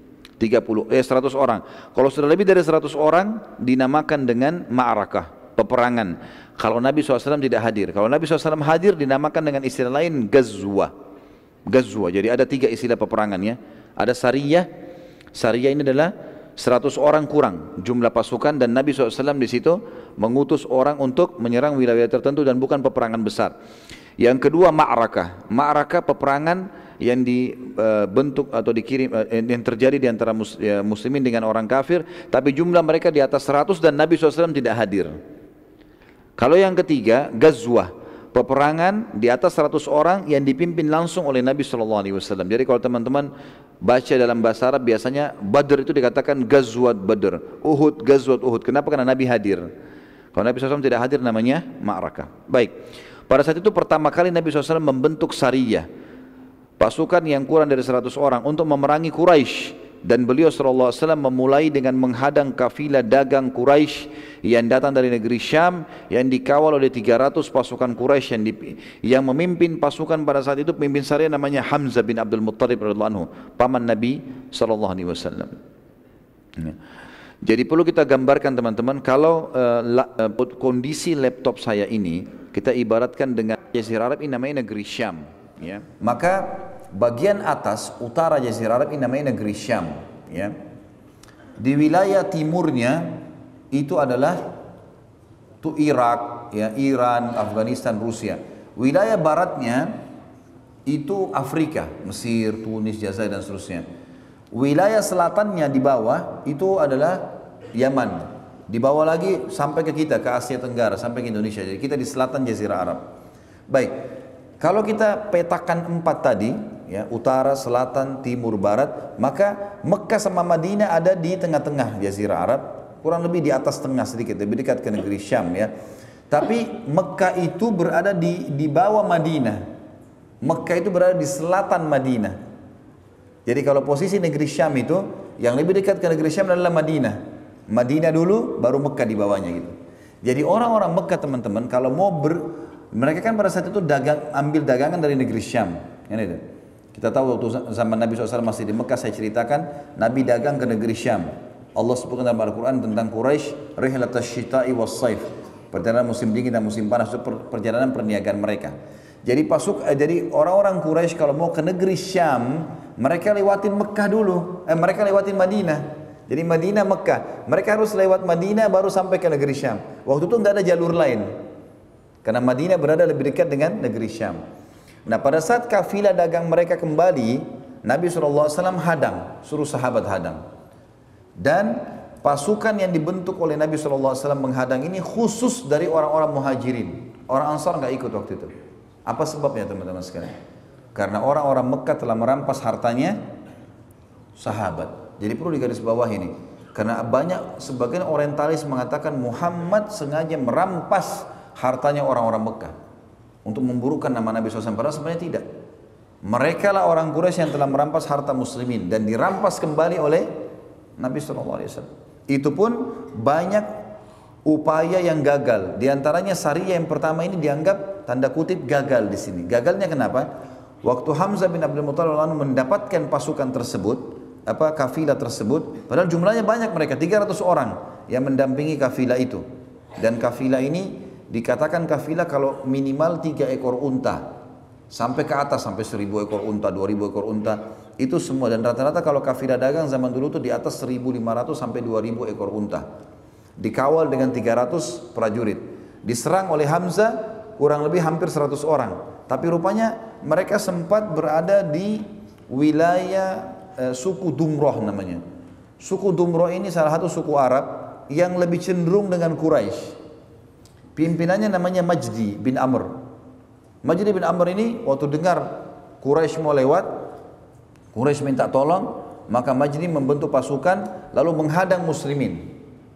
100 orang. Kalau sudah lebih dari 100 orang, dinamakan dengan ma'arakah, peperangan. Kalau Nabi SAW tidak hadir. Kalau Nabi SAW hadir, dinamakan dengan istilah lain gazwa. Gazwa. Jadi ada 3 istilah peperangan ya. Ada sariyah. Sariyah ini adalah 100 orang kurang jumlah pasukan, dan Nabi SAW di situ mengutus orang untuk menyerang wilayah tertentu dan bukan peperangan besar. Yang kedua ma'rakah. Ma'rakah peperangan yang dibentuk atau dikirim, yang terjadi di antara muslimin dengan orang kafir, tapi jumlah mereka di atas 100 dan Nabi SAW tidak hadir. Kalau yang ketiga, gazwah, peperangan di atas 100 orang yang dipimpin langsung oleh Nabi SAW. Jadi kalau teman-teman baca dalam bahasa Arab, biasanya Badr itu dikatakan gazwat Badr, Uhud, gazwat Uhud. Kenapa? Karena Nabi hadir. Kalau Nabi SAW tidak hadir, namanya ma'rakah. Baik, pada saat itu pertama kali Nabi SAW membentuk sariyah, pasukan yang kurang dari 100 orang untuk memerangi Quraisy. Dan beliau SAW memulai dengan menghadang kafilah dagang Quraisy yang datang dari negeri Syam, yang dikawal oleh 300 pasukan Quraisy, yang memimpin pasukan pada saat itu, pemimpin sariyah namanya Hamzah bin Abdul Muttalib radhiyallahu anhu, paman Nabi SAW. Jadi perlu kita gambarkan teman-teman, kalau kondisi laptop saya ini kita ibaratkan dengan Jazirah Arab, ini namanya negeri Syam ya. Maka bagian atas utara Jazirah Arab ini namanya negeri Syam ya. Di wilayah timurnya itu adalah Irak ya, Iran, Afghanistan, Rusia. Wilayah baratnya itu Afrika, Mesir, Tunis, Jazair dan seterusnya. Wilayah selatannya di bawah itu adalah Yaman. Di bawah lagi sampai ke kita, ke Asia Tenggara, sampai ke Indonesia. Jadi kita di selatan Jazirah Arab. Baik, kalau kita petakan 4 tadi ya, utara, selatan, timur, barat, maka Mekah sama Madinah ada di tengah-tengah Jazirah Arab, kurang lebih di atas tengah sedikit, lebih dekat ke negeri Syam ya. Tapi Mekah itu berada di bawah Madinah. Mekah itu berada di selatan Madinah. Jadi kalau posisi negeri Syam itu, yang lebih dekat ke negeri Syam adalah Madinah. Madinah dulu, baru Mekah di bawahnya gitu. Jadi orang-orang Mekah teman-teman, kalau mau mereka kan pada saat itu ambil dagangan dari negeri Syam. Ini Kita tahu waktu zaman Nabi SAW masih di Mekah, saya ceritakan Nabi dagang ke negeri Syam Allah sebutkan dalam Al-Quran tentang Quraisy, rihlatas syita'i was saif, perjalanan musim dingin dan musim panas, itu perjalanan perniagaan mereka. Jadi orang-orang Quraisy kalau mau ke negeri Syam, mereka lewatin Mekah dulu, mereka lewatin Madinah. Jadi Madinah Mekah, mereka harus lewat Madinah baru sampai ke negeri Syam. Waktu itu tidak ada jalur lain, karena Madinah berada lebih dekat dengan negeri Syam. Nah pada saat kafilah dagang mereka kembali, Nabi SAW hadang, suruh sahabat hadang. Dan pasukan yang dibentuk oleh Nabi SAW menghadang ini khusus dari orang-orang muhajirin. Orang Ansar nggak ikut waktu itu. Apa sebabnya teman-teman sekalian? Karena orang-orang Mekah telah merampas hartanya sahabat. Jadi perlu digarisbawahi ini. Karena sebagian orientalis mengatakan Muhammad sengaja merampas hartanya orang-orang Mekah untuk memburukkan nama Nabi SAW. Padahal sebenarnya tidak. Mereka lah orang Quraisy yang telah merampas harta muslimin dan dirampas kembali oleh Nabi SAW. Itu pun banyak upaya yang gagal. Di antaranya Sariyah yang pertama ini dianggap tanda kutip gagal di sini. Gagalnya kenapa? Waktu Hamzah bin Abdul Muthalib mendapatkan pasukan tersebut, kafilah tersebut, padahal jumlahnya banyak mereka, 300 orang yang mendampingi kafilah itu. Dan kafilah ini dikatakan kafilah kalau minimal 3 ekor unta. Sampai ke atas, sampai 1000 ekor unta, 2000 ekor unta, itu semua. Dan rata-rata kalau kafilah dagang zaman dulu itu di atas 1500 sampai 2000 ekor unta. Dikawal dengan 300 prajurit. Diserang oleh Hamzah kurang lebih hampir 100 orang. Tapi rupanya mereka sempat berada di wilayah suku Dumroh namanya. Suku Dumroh ini salah satu suku Arab yang lebih cenderung dengan Quraisy. Pimpinannya namanya Majdi bin Amr. Majdi bin Amr ini waktu dengar Quraisy mau lewat, Quraisy minta tolong, maka Majdi membentuk pasukan lalu menghadang muslimin.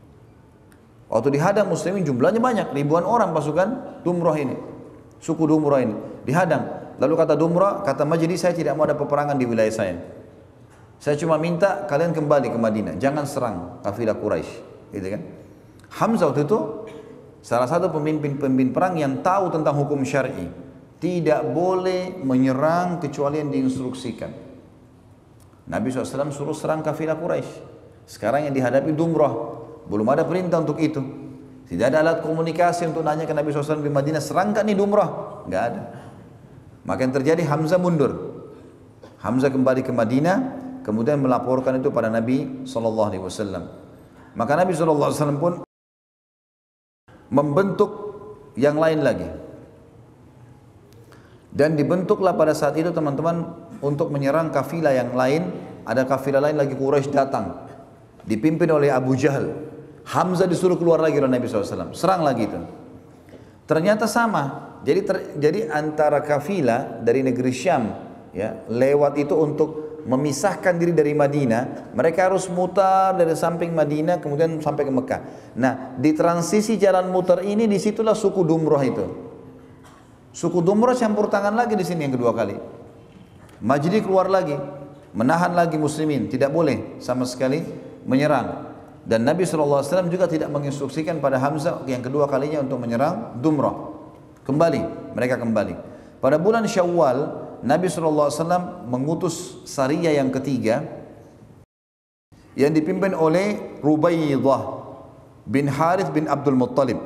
Waktu dihadang muslimin jumlahnya banyak, ribuan orang pasukan Dumroh ini, suku Dumroh ini dihadang. Lalu kata Dumroh, kata Majdi, saya tidak mau ada peperangan di wilayah saya. Saya cuma minta kalian kembali ke Madinah, jangan serang kafilah Quraisy, gitu kan? Hamzah waktu itu salah satu pemimpin perang yang tahu tentang hukum syar'i, tidak boleh menyerang kecuali yang diinstruksikan. Nabi SAW suruh serang kafilah Quraisy. Sekarang yang dihadapi Dumroh. Belum ada perintah untuk itu. Tidak ada alat komunikasi untuk nanya ke Nabi SAW di Madinah, serang kan nih Dumroh? Enggak ada. Maka yang terjadi Hamzah mundur. Hamzah kembali ke Madinah, kemudian melaporkan itu pada Nabi SAW. Maka Nabi SAW pun membentuk yang lain lagi. Dan dibentuklah pada saat itu teman-teman untuk menyerang kafilah yang lain. Ada kafilah lain lagi Quraisy datang, dipimpin oleh Abu Jahal. Hamzah disuruh keluar lagi oleh Nabi SAW, serang lagi itu. Ternyata sama. Jadi antara kafilah dari negeri Syam, ya, lewat itu untuk memisahkan diri dari Madinah, mereka harus mutar dari samping Madinah kemudian sampai ke Mekah. Nah, di transisi jalan mutar ini disitulah suku Dumroh itu. Suku Dumroh campur tangan lagi di sini yang kedua kali. Majdi keluar lagi, menahan lagi muslimin, tidak boleh sama sekali menyerang. Dan Nabi SAW juga tidak menginstruksikan pada Hamzah yang kedua kalinya untuk menyerang Dumroh. Mereka kembali. Pada bulan Syawal, Nabi SAW mengutus Sariyah yang ketiga yang dipimpin oleh Rubaidah bin Harith bin Abdul Muttalib.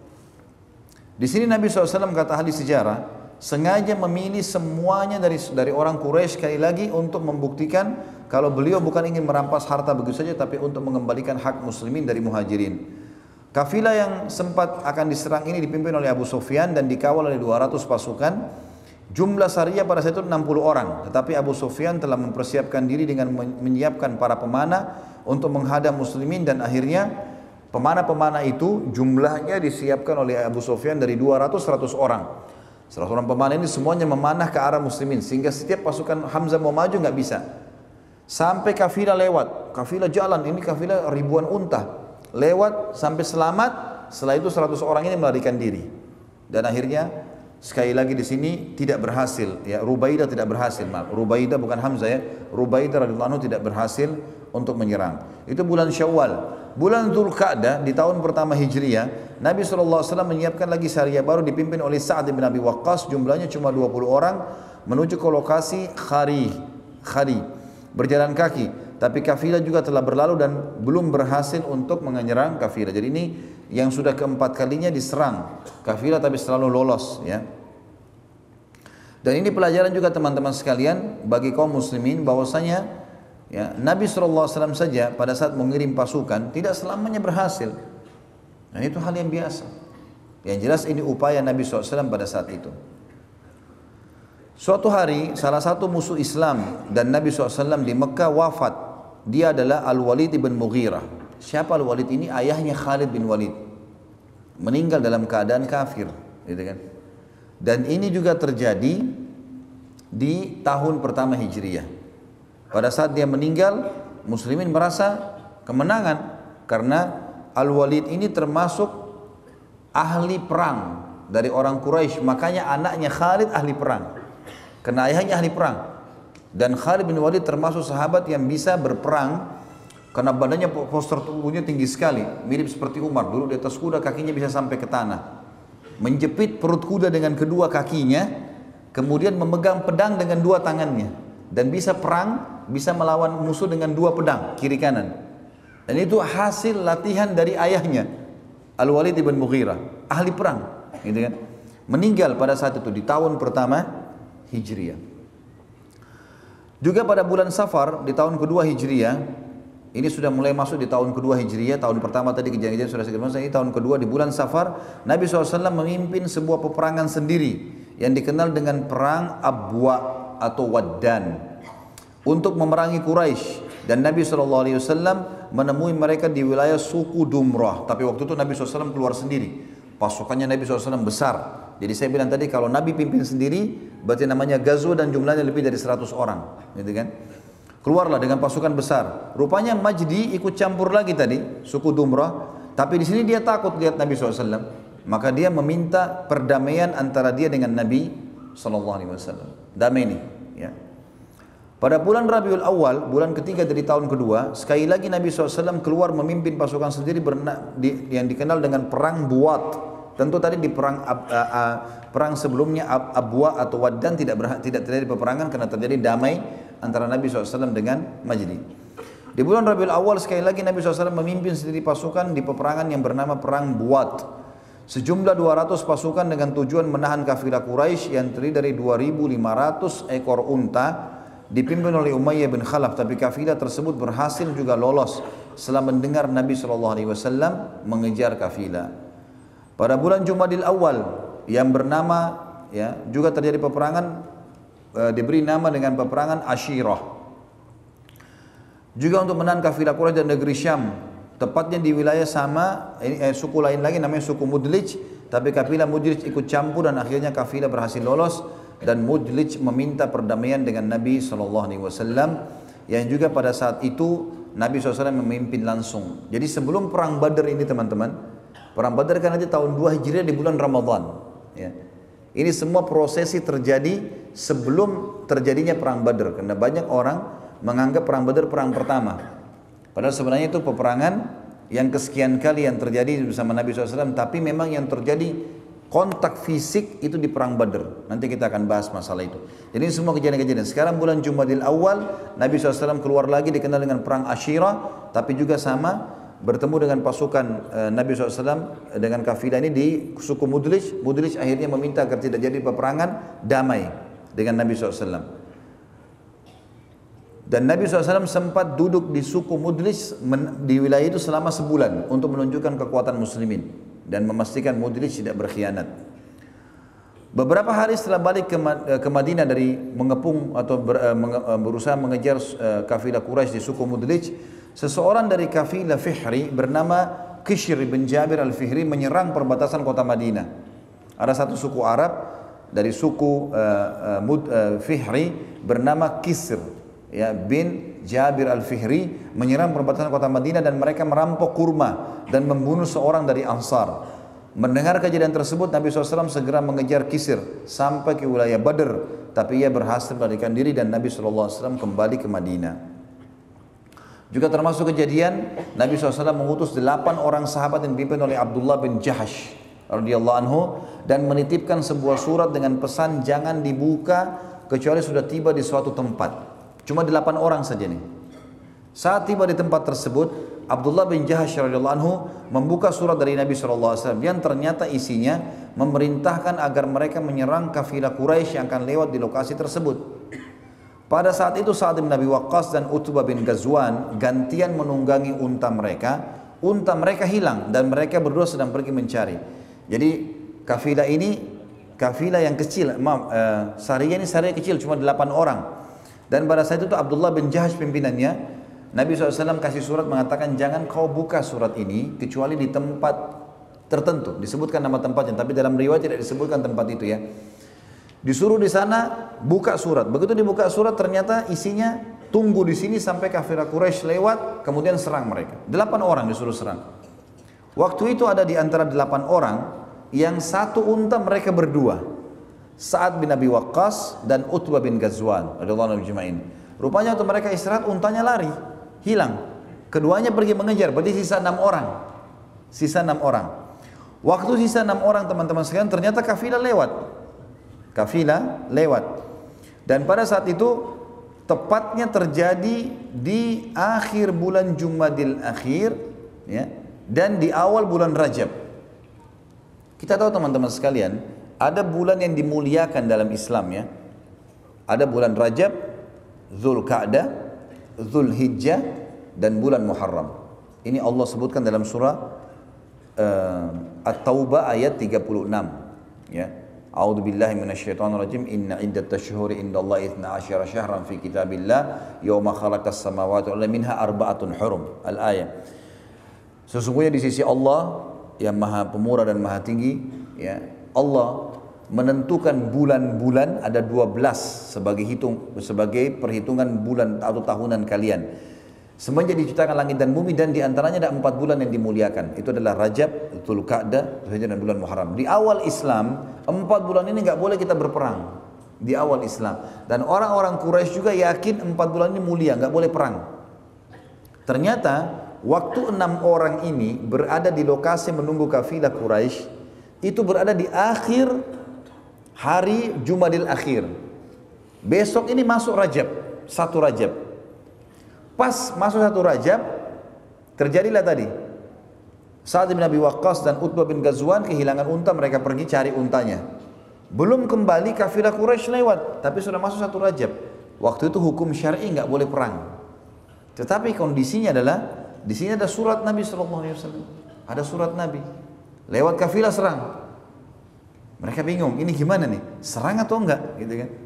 Di sini Nabi SAW kata ahli sejarah, sengaja memilih semuanya dari orang Quraisy sekali lagi untuk membuktikan kalau beliau bukan ingin merampas harta begitu saja, tapi untuk mengembalikan hak muslimin dari muhajirin. Kafilah yang sempat akan diserang ini dipimpin oleh Abu Sufyan dan dikawal oleh 200 pasukan. Jumlah Sariyah pada saat itu 60 orang, tetapi Abu Sufyan telah mempersiapkan diri dengan menyiapkan para pemanah untuk menghadang muslimin, dan akhirnya pemanah-pemanah itu jumlahnya disiapkan oleh Abu Sufyan dari 200-100 orang. 100 orang pemanah ini semuanya memanah ke arah muslimin, sehingga setiap pasukan Hamzah mau maju nggak bisa. Sampai kafilah lewat, kafilah jalan, ini kafilah ribuan unta, lewat sampai selamat. Setelah itu 100 orang ini melarikan diri. Dan akhirnya sekali lagi di sini tidak berhasil, ya, Rubaidah tidak berhasil, Rubaidah bukan Hamzah, ya, Rubaidah radhiyallahu anhu tidak berhasil untuk menyerang. Itu bulan Syawal. Bulan Dzulqa'dah di tahun pertama Hijriah, Nabi SAW menyiapkan lagi Sariyah baru dipimpin oleh Sa'ad bin Abi Waqqas, jumlahnya cuma 20 orang, menuju ke lokasi Khari, berjalan kaki tapi kafilah juga telah berlalu dan belum berhasil untuk menyerang kafilah. Jadi ini yang sudah keempat kalinya diserang kafilah tapi selalu lolos, ya. Dan ini pelajaran juga teman-teman sekalian bagi kaum muslimin bahwasanya, ya, Nabi SAW saja pada saat mengirim pasukan tidak selamanya berhasil. Nah, itu hal yang biasa. Yang jelas ini upaya Nabi SAW pada saat itu. Suatu hari salah satu musuh Islam dan Nabi SAW di Mekah wafat. Dia adalah Al-Walid bin Mughirah. Siapa Al-Walid ini? Ayahnya Khalid bin Walid. Meninggal dalam keadaan kafir, gitu kan? Dan ini juga terjadi di tahun pertama Hijriyah. Pada saat dia meninggal, muslimin merasa kemenangan karena Al-Walid ini termasuk ahli perang dari orang Quraisy. Makanya anaknya Khalid ahli perang, karena ayahnya ahli perang. Dan Khalid bin Walid termasuk sahabat yang bisa berperang karena badannya, postur tubuhnya tinggi sekali, mirip seperti Umar. Dulu di atas kuda kakinya bisa sampai ke tanah, menjepit perut kuda dengan kedua kakinya, kemudian memegang pedang dengan dua tangannya, dan bisa perang, bisa melawan musuh dengan dua pedang kiri kanan. Dan itu hasil latihan dari ayahnya, Al-Walid bin Mughirah, ahli perang, gitu kan? Meninggal pada saat itu di tahun pertama Hijriyah. Juga pada bulan Safar di tahun kedua Hijriyah, ini sudah mulai masuk di tahun kedua Hijriyah. Tahun pertama tadi kejadian sudah saya katakan, ini tahun kedua di bulan Safar, Nabi SAW memimpin sebuah peperangan sendiri yang dikenal dengan perang Abwa atau Waddan untuk memerangi Quraisy. Dan Nabi SAW menemui mereka di wilayah suku Dumrah. Tapi waktu itu Nabi SAW keluar sendiri. Pasukannya Nabi SAW besar. Jadi saya bilang tadi kalau Nabi pimpin sendiri berarti namanya Ghazwa dan jumlahnya lebih dari 100 orang, gitu kan? Keluarlah dengan pasukan besar. Rupanya Majdi ikut campur lagi tadi, suku Dumrah. Tapi di sini dia takut lihat Nabi SAW. Maka dia meminta perdamaian antara dia dengan Nabi SAW. Damai ini, ya. Pada bulan Rabiul Awal, bulan ketiga dari tahun kedua, sekali lagi Nabi SAW keluar memimpin pasukan sendiri yang dikenal dengan perang Buat. Tentu tadi di perang sebelumnya Abwa atau Waddan tidak terjadi peperangan karena terjadi damai antara Nabi SAW dengan Majdi. Di bulan Rabiul Awal sekali lagi Nabi SAW memimpin sendiri pasukan di peperangan yang bernama perang Buat. Sejumlah 200 pasukan dengan tujuan menahan kafilah Quraisy yang terdiri dari 2.500 ekor unta dipimpin oleh Umayyah bin Khalaf. Tapi kafilah tersebut berhasil juga lolos setelah mendengar Nabi SAW mengejar kafilah. Pada bulan Jumadil Awal yang bernama, ya, juga terjadi peperangan, diberi nama dengan peperangan Ashirah. Juga untuk menahan kafilah Quraisy dan negeri Syam, tepatnya di wilayah sama, suku lain lagi namanya suku Mudlij, tapi kafilah Mudlij ikut campur dan akhirnya kafilah berhasil lolos dan Mudlij meminta perdamaian dengan Nabi SAW, yang juga pada saat itu Nabi SAW memimpin langsung. Jadi sebelum perang Badar ini teman-teman, perang Badar kan nanti tahun 2 Hijriah di bulan Ramadan, ya. Ini semua prosesi terjadi sebelum terjadinya perang Badar, karena banyak orang menganggap perang Badar perang pertama. Padahal sebenarnya itu peperangan yang kesekian kali yang terjadi bersama Nabi SAW, tapi memang yang terjadi kontak fisik itu di perang Badar. Nanti kita akan bahas masalah itu. Jadi semua kejadian-kejadian. Sekarang bulan Jumadil Awal, Nabi SAW keluar lagi dikenal dengan perang Ashirah, tapi juga sama bertemu dengan pasukan Nabi SAW dengan kafilah ini di suku Mudlij. Mudlij akhirnya meminta agar tidak jadi peperangan, damai dengan Nabi SAW. Dan Nabi SAW sempat duduk di suku Mudlij di wilayah itu selama sebulan untuk menunjukkan kekuatan muslimin dan memastikan Mudlij tidak berkhianat. Beberapa hari setelah balik ke Madinah dari mengepung atau berusaha mengejar kafilah Quraisy di suku Mudlij, seseorang dari kafilah Fihri bernama Kishr bin Jabir al-Fihri menyerang perbatasan kota Madinah. Ada satu suku Arab dari suku Fihri bernama Kisr, ya, bin Jabir al-Fihri menyerang perbatasan kota Madinah dan mereka merampok kurma dan membunuh seorang dari Ansar. Mendengar kejadian tersebut, Nabi SAW segera mengejar Kisr sampai ke wilayah Badr, tapi ia berhasil melarikan diri dan Nabi SAW kembali ke Madinah. Juga termasuk kejadian Nabi SAW mengutus 8 orang sahabat yang dipimpin oleh Abdullah bin Jahash radhiyallahu anhu dan menitipkan sebuah surat dengan pesan jangan dibuka kecuali sudah tiba di suatu tempat. Cuma 8 orang saja nih. Saat tiba di tempat tersebut, Abdullah bin Jahash radhiyallahu anhu membuka surat dari Nabi SAW yang ternyata isinya memerintahkan agar mereka menyerang kafilah Quraisy yang akan lewat di lokasi tersebut. Pada saat itu Sa'ad bin Abi Waqqas dan Utbah bin Ghazwan gantian menunggangi unta mereka. Unta mereka hilang dan mereka berdua sedang pergi mencari. Jadi kafilah ini kafilah yang kecil, sariyah ini sariyah kecil cuma 8 orang. Dan pada saat itu Abdullah bin Jahash pimpinannya. Nabi SAW kasih surat mengatakan jangan kau buka surat ini kecuali di tempat tertentu. Disebutkan nama tempatnya, tapi dalam riwayat tidak disebutkan tempat itu ya. Disuruh di sana buka surat. Begitu dibuka surat ternyata isinya tunggu di sini sampai kafilah Quraisy lewat, kemudian serang mereka. 8 orang disuruh serang. Waktu itu ada di antara 8 orang yang satu unta mereka berdua. Sa'ad bin Abi Waqqas dan Utbah bin Ghazwan radhiyallahu anhum. Rupanya waktu mereka istirahat untanya lari, hilang. Keduanya pergi mengejar, berarti sisa 6 orang. Sisa 6 orang. Waktu sisa 6 orang teman-teman sekalian ternyata kafilah lewat. Kafilah lewat. Dan pada saat itu tepatnya terjadi di akhir bulan Jumadil Akhir ya, dan di awal bulan Rajab. Kita tahu teman-teman sekalian, ada bulan yang dimuliakan dalam Islam ya. Ada bulan Rajab, Dzulqa'dah, Dzulhijjah dan bulan Muharram. Ini Allah sebutkan dalam surah At-Taubah ayat 36 ya. A'udzu billahi minasyaitonir rajim. Inna iddatash syuhuri indallahi 12 syahran fi kitabillah yauma khalaqas samawati wal arda minha arba'atun hurum. Al-ayat. Sesungguhnya di sisi Allah yang Maha Pemurah dan Maha Tinggi ya, Allah menentukan bulan-bulan ada 12 sebagai perhitungan bulan atau tahunan kalian. Semenjak diciptakan langit dan bumi dan diantaranya ada 4 bulan yang dimuliakan. Itu adalah Rajab, Dzulqa'dah, Dzulhijjah dan bulan Muharram. Di awal Islam 4 bulan ini nggak boleh kita berperang. Di awal Islam. Dan orang-orang Quraisy juga yakin 4 bulan ini mulia, nggak boleh perang. Ternyata waktu 6 orang ini berada di lokasi menunggu kafilah Quraisy, itu berada di akhir hari Jumadil Akhir. Besok ini masuk Rajab, 1 Rajab. Pas masuk 1 Rajab, terjadilah tadi. Sa'ad bin Abi Waqqas dan Utbah bin Ghazwan kehilangan unta, mereka pergi cari untanya. Belum kembali kafilah Quraisy lewat, tapi sudah masuk 1 Rajab. Waktu itu hukum syar'i nggak boleh perang. Tetapi kondisinya adalah di sini ada surat Nabi SAW. Ada surat Nabi. Lewat kafilah serang. Mereka bingung, ini gimana nih? Serang atau enggak? Gitu kan?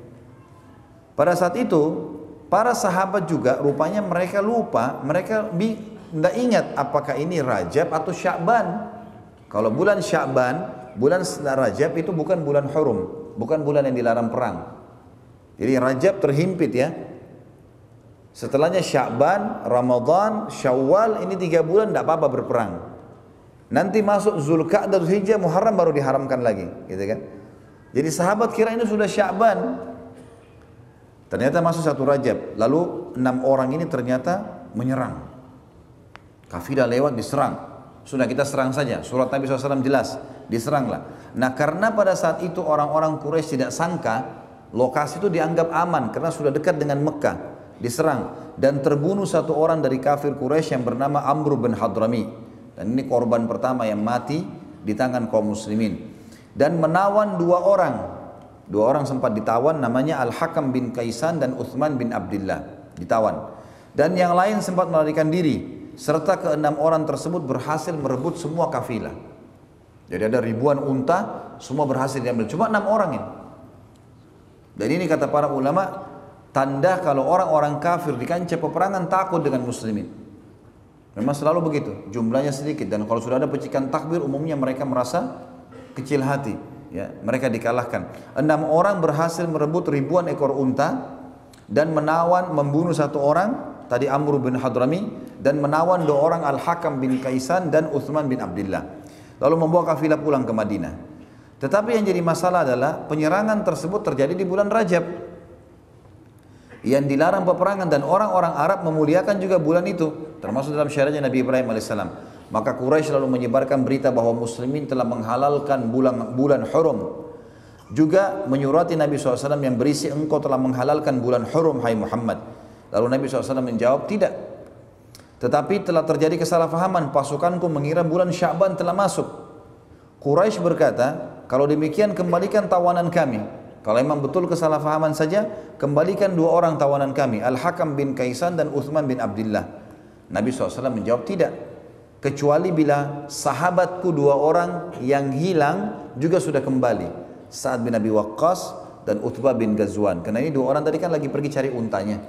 Pada saat itu para sahabat juga rupanya mereka lupa, mereka tidak ingat apakah ini Rajab atau Sya'ban. Kalau bulan Sya'ban, bulan setelah Rajab itu bukan bulan hurum, bukan bulan yang dilarang perang. Jadi Rajab terhimpit ya. Setelahnya Sya'ban, Ramadan, Syawal, ini 3 bulan tidak apa-apa berperang. Nanti masuk Dzulqa'dah, Dzulhijjah, Muharram baru diharamkan lagi, gitu kan? Jadi sahabat kira ini sudah Sya'ban. Ternyata masuk 1 Rajab, lalu 6 orang ini ternyata menyerang. Kafilah lewat diserang. Sudah kita serang saja, surat Nabi SAW jelas, diseranglah. Nah karena pada saat itu orang-orang Quraisy tidak sangka, lokasi itu dianggap aman karena sudah dekat dengan Mekah. Diserang dan terbunuh 1 orang dari kafir Quraisy yang bernama Amr bin Hadrami. Dan ini korban pertama yang mati di tangan kaum muslimin. Dan menawan 2 orang. 2 orang sempat ditawan, namanya Al-Hakam bin Kaisan dan Uthman bin Abdullah, ditawan. Dan yang lain sempat melarikan diri, serta ke-6 orang tersebut berhasil merebut semua kafilah. Jadi ada ribuan unta, semua berhasil diambil, cuma 6 orang ini. Dan ini kata para ulama, tanda kalau orang-orang kafir di kancah peperangan takut dengan muslimin. Memang selalu begitu, jumlahnya sedikit, dan kalau sudah ada percikan takbir, umumnya mereka merasa kecil hati. Ya, mereka dikalahkan. 6 orang berhasil merebut ribuan ekor unta dan menawan, membunuh 1 orang tadi Amr bin Hadrami dan menawan 2 orang Al-Hakam bin Kaisan dan Uthman bin Abdullah. Lalu membawa kafilah pulang ke Madinah. Tetapi yang jadi masalah adalah penyerangan tersebut terjadi di bulan Rajab yang dilarang peperangan, dan orang-orang Arab memuliakan juga bulan itu, termasuk dalam syariatnya Nabi Ibrahim alaihissalam. Maka Quraisy lalu menyebarkan berita bahwa muslimin telah menghalalkan bulan hurum. Juga menyurati Nabi SAW yang berisi, engkau telah menghalalkan bulan hurum hai Muhammad. Lalu Nabi SAW menjawab, tidak. Tetapi telah terjadi kesalahpahaman, pasukanku mengira bulan Sya'ban telah masuk. Quraisy berkata, kalau demikian kembalikan tawanan kami. Kalau memang betul kesalahpahaman saja, kembalikan 2 orang tawanan kami, Al-Hakam bin Kaisan dan Uthman bin Abdullah. Nabi SAW menjawab, tidak. Kecuali bila sahabatku 2 orang yang hilang juga sudah kembali. Sa'ad bin Abi Waqqas dan Utbah bin Ghazwan. Karena ini 2 orang tadi kan lagi pergi cari untanya.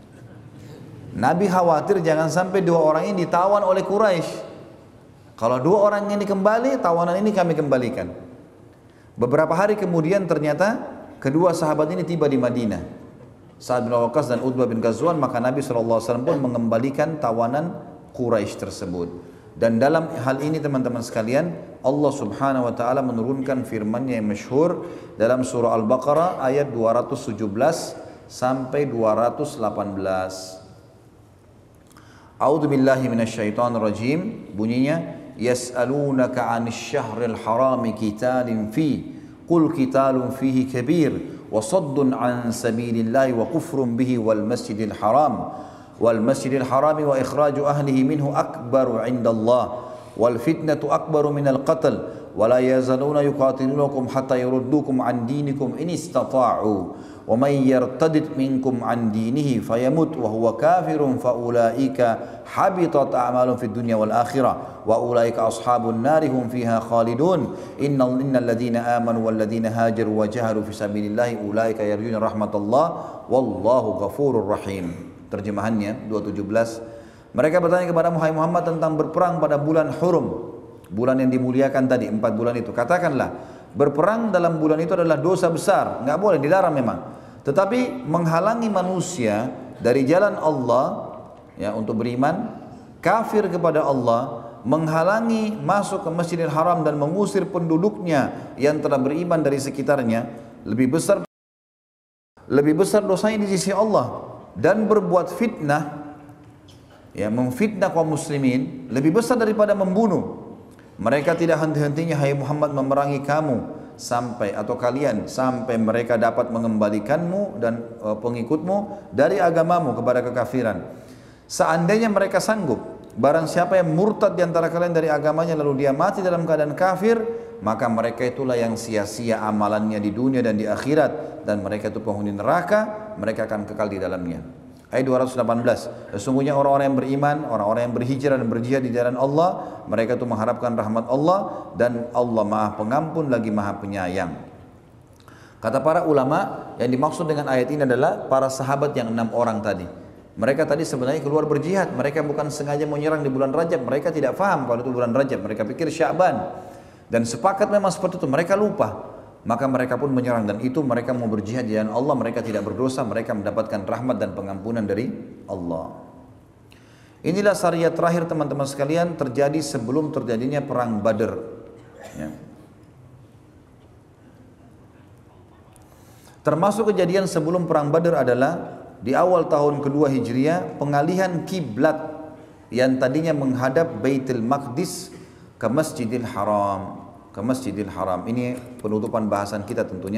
Nabi khawatir jangan sampai 2 orang ini ditawan oleh Quraisy. Kalau 2 orang ini kembali, tawanan ini kami kembalikan. Beberapa hari kemudian ternyata kedua sahabat ini tiba di Madinah. Sa'ad bin Waqqas dan Utbah bin Ghazwan, maka Nabi SAW pun mengembalikan tawanan Quraisy tersebut. Dan dalam hal ini teman-teman sekalian, Allah Subhanahu wa taala menurunkan firman-Nya yang masyhur dalam surah Al-Baqarah ayat 217 sampai 218. A'udzu billahi minasyaitonir rajim. Bunyinya, yas'alunaka 'anil syahril harami qitalin fi qul qitalun fihi kabir wa saddun 'an sabilillahi wa kufrun bihi wal masjidil haram wa ikhraju ahlihi minhu akbaru 'indallah wal fitnatu akbaru minal qatl wa la yazaluna yuqatilunakum hatta yuruddukum 'an dinikum in istata'u wa may yartadid minkum 'an dinihi fayamut wa huwa kafirun fa ulaika habitat a'malun fid dunya wal akhirah wa ulaika ashabun nari hum fiha khalidun innal ladzina amanu wal ladzina hajaru wa jahadu fi sabilillahi ulaika yarjuna rahmatallah wallahu ghafurur rahim. Terjemahannya 217. Mereka bertanya kepada Muhammad tentang berperang pada bulan Hurum, bulan yang dimuliakan tadi, 4 bulan itu. Katakanlah, berperang dalam bulan itu adalah dosa besar, nggak boleh, dilarang memang. Tetapi menghalangi manusia dari jalan Allah ya untuk beriman, kafir kepada Allah, menghalangi masuk ke Masjidil Haram dan mengusir penduduknya yang telah beriman dari sekitarnya, lebih besar dosanya di sisi Allah. Dan berbuat fitnah, ya memfitnah kaum muslimin lebih besar daripada membunuh. Mereka tidak henti-hentinya, hai Muhammad, memerangi kamu sampai atau kalian sampai mereka dapat mengembalikanmu dan pengikutmu dari agamamu kepada kekafiran. Seandainya mereka sanggup, barang siapa yang murtad di antara kalian dari agamanya lalu dia mati dalam keadaan kafir, maka mereka itulah yang sia-sia amalannya di dunia dan di akhirat, dan mereka itu penghuni neraka, mereka akan kekal di dalamnya. Ayat 218. Sesungguhnya orang-orang yang beriman, orang-orang yang berhijrah dan berjihad di jalan Allah, mereka itu mengharapkan rahmat Allah, dan Allah Maha Pengampun lagi Maha Penyayang. Kata para ulama, yang dimaksud dengan ayat ini adalah para sahabat yang 6 orang tadi. Mereka tadi sebenarnya keluar berjihad, mereka bukan sengaja mau nyerang di bulan Rajab, mereka tidak faham kalau itu bulan Rajab, mereka pikir Sya'ban. Dan sepakat memang seperti itu, mereka lupa. Maka mereka pun menyerang, dan itu mereka mau berjihad di jalan Allah, mereka tidak berdosa, mereka mendapatkan rahmat dan pengampunan dari Allah. Inilah syariat terakhir teman-teman sekalian terjadi sebelum terjadinya perang Badr. Ya. Termasuk kejadian sebelum perang Badr adalah di awal tahun kedua Hijriah, pengalihan kiblat yang tadinya menghadap Baitul Maqdis ke Masjidil Haram. Ini penutupan bahasan kita tentunya.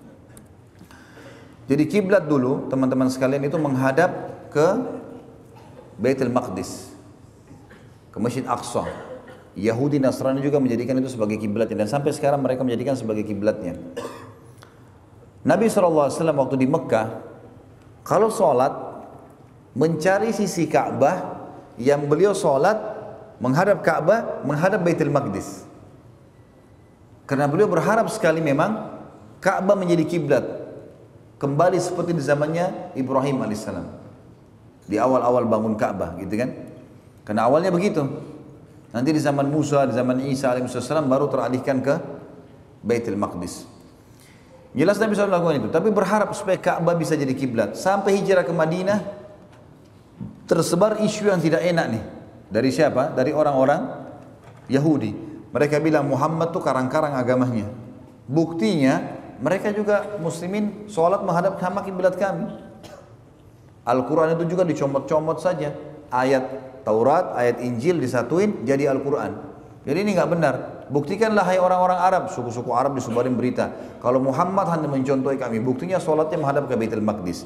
Jadi kiblat dulu teman-teman sekalian itu menghadap ke Baitul Maqdis, ke Masjid Aqsa. Yahudi Nasrani juga menjadikan itu sebagai kiblatnya, dan sampai sekarang mereka menjadikan sebagai kiblatnya. Nabi SAW waktu di Mekah, kalau sholat mencari sisi Ka'bah, yang beliau sholat menghadap Ka'bah, menghadap Baitul Maqdis. Karena beliau berharap sekali memang Ka'bah menjadi kiblat, kembali seperti di zamannya Ibrahim alaihissalam, di awal-awal bangun Ka'bah, gitu kan? Karena awalnya begitu. Nanti di zaman Musa, di zaman Isa alaihissalam baru teralihkan ke Baitul Maqdis. Jelas Nabi SAW melakukan itu, tapi berharap supaya Ka'bah bisa jadi kiblat. Sampai hijrah ke Madinah, tersebar isu yang tidak enak nih. Dari siapa? Dari orang-orang Yahudi. Mereka bilang Muhammad tuh karang-karang agamanya. Buktinya mereka juga muslimin sholat menghadap sama kiblat kami. Al-Quran itu juga dicomot-comot saja. Ayat Taurat, ayat Injil disatuin jadi Al-Quran. Jadi ini nggak benar. Buktikanlah hai orang-orang Arab, suku-suku Arab disebarin berita kalau Muhammad hanya mencontohi kami. Buktinya sholatnya menghadap ke Baitul Maqdis.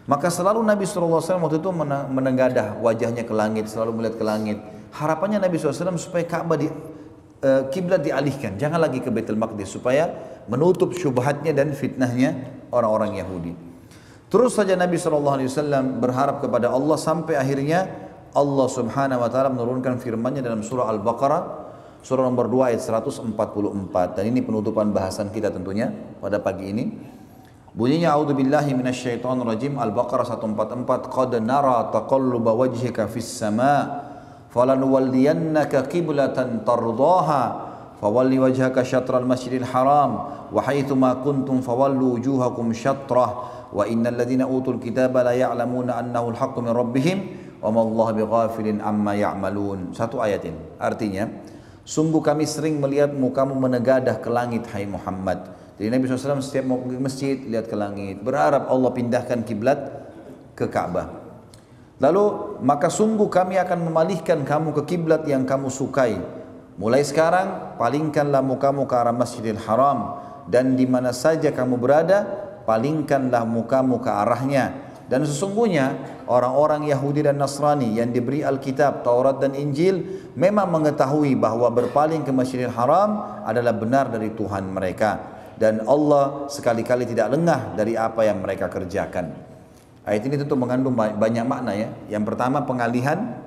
Maka selalu Nabi SAW waktu itu menengadah wajahnya ke langit, selalu melihat ke langit. Harapannya Nabi SAW supaya Ka'bah kiblat dialihkan, jangan lagi ke Baitul Maqdis, supaya menutup syubhatnya dan fitnahnya orang-orang Yahudi. Terus saja Nabi SAW berharap kepada Allah sampai akhirnya Allah Subhanahu wa taala menurunkan firman-Nya dalam surah Al-Baqarah, surah nomor 2 ayat 144. Dan ini penutupan bahasan kita tentunya pada pagi ini. Bunyinya a'udzubillahi minasyaitonirrajim, Al-Baqarah 144, qad nara taqalluba wajhika fis sama' falanuwalliyannaka qiblatan tardaha fawalli wajhaka syatral masjidil haram wa haitsu ma kuntum fawallu wujuhakum syatrah wa innal ladzina utul kitaba la ya'lamuna annahu al-haqqu min rabbihim wa ma Allahu bighafilin amma ya'malun. Satu ayat ini artinya, sungguh kami sering melihat mukamu menegadah ke langit hai Muhammad. Jadi Nabi SAW setiap mau pergi masjid lihat ke langit, berharap Allah pindahkan kiblat ke Ka'bah. Lalu maka sungguh kami akan memalihkan kamu ke kiblat yang kamu sukai. Mulai sekarang palingkanlah mukamu ke arah Masjidil Haram, dan di mana saja kamu berada palingkanlah mukamu ke arahnya. Dan sesungguhnya orang-orang Yahudi dan Nasrani yang diberi Alkitab, Taurat dan Injil memang mengetahui bahwa berpaling ke Masjidil Haram adalah benar dari Tuhan mereka. Dan Allah sekali-kali tidak lengah dari apa yang mereka kerjakan. Ayat ini tentu mengandung banyak makna ya. Yang pertama pengalihan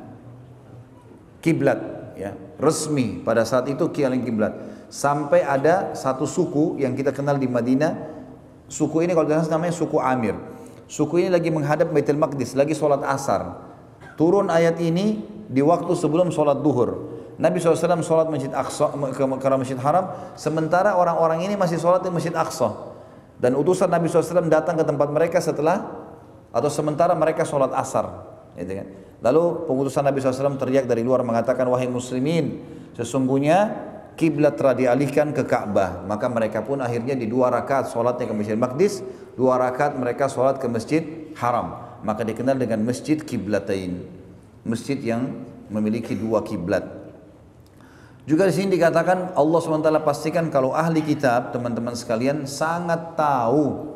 kiblat ya, resmi pada saat itu pengalihan kiblat. Sampai ada satu suku yang kita kenal di Madinah. Suku ini kalau tidak salah namanya suku Amir. Suku ini lagi menghadap Baitul Maqdis, lagi sholat asar. Turun ayat ini di waktu sebelum sholat duhur. Nabi SAW sholat Masjid Aqsa, ke Masjid Haram, sementara orang-orang ini masih sholat di Masjid Aqsa. Dan utusan Nabi SAW datang ke tempat mereka setelah atau sementara mereka sholat asar. Gitu kan? Lalu pengutusan Nabi SAW teriak dari luar mengatakan, wahai muslimin, sesungguhnya kiblat telah dialihkan ke Ka'bah. Maka mereka pun akhirnya di 2 rakaat sholatnya ke Masjid Maqdis, 2 rakaat mereka sholat ke Masjid Haram. Maka dikenal dengan Masjid Kiblatain, masjid yang memiliki 2 kiblat. Juga di sini dikatakan Allah SWT pastikan kalau ahli kitab, teman-teman sekalian, sangat tahu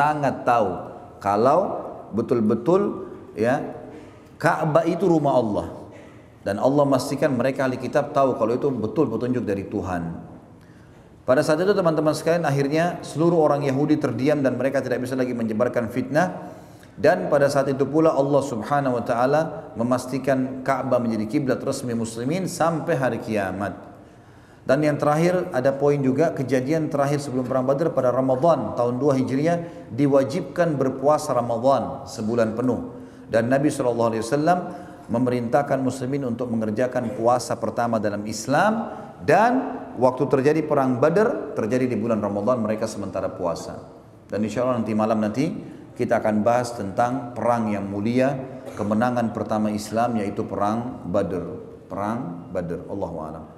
kalau betul-betul ya Ka'bah itu rumah Allah. Dan Allah memastikan mereka ahli kitab tahu kalau itu betul petunjuk dari Tuhan. Pada saat itu teman-teman sekalian, akhirnya seluruh orang Yahudi terdiam dan mereka tidak bisa lagi menyebarkan fitnah. Dan pada saat itu pula Allah Subhanahu wa taala memastikan Ka'bah menjadi kiblat resmi muslimin sampai hari kiamat. Dan yang terakhir ada poin juga, kejadian terakhir sebelum perang Badar pada Ramadan tahun 2 Hijriah diwajibkan berpuasa Ramadan sebulan penuh. Dan Nabi SAW memerintahkan muslimin untuk mengerjakan puasa pertama dalam Islam, dan waktu terjadi perang Badar terjadi di bulan Ramadan, mereka sementara puasa. Dan insya Allah nanti malam kita akan bahas tentang perang yang mulia, kemenangan pertama Islam, yaitu perang Badar. Perang Badar. Allahu a'lam.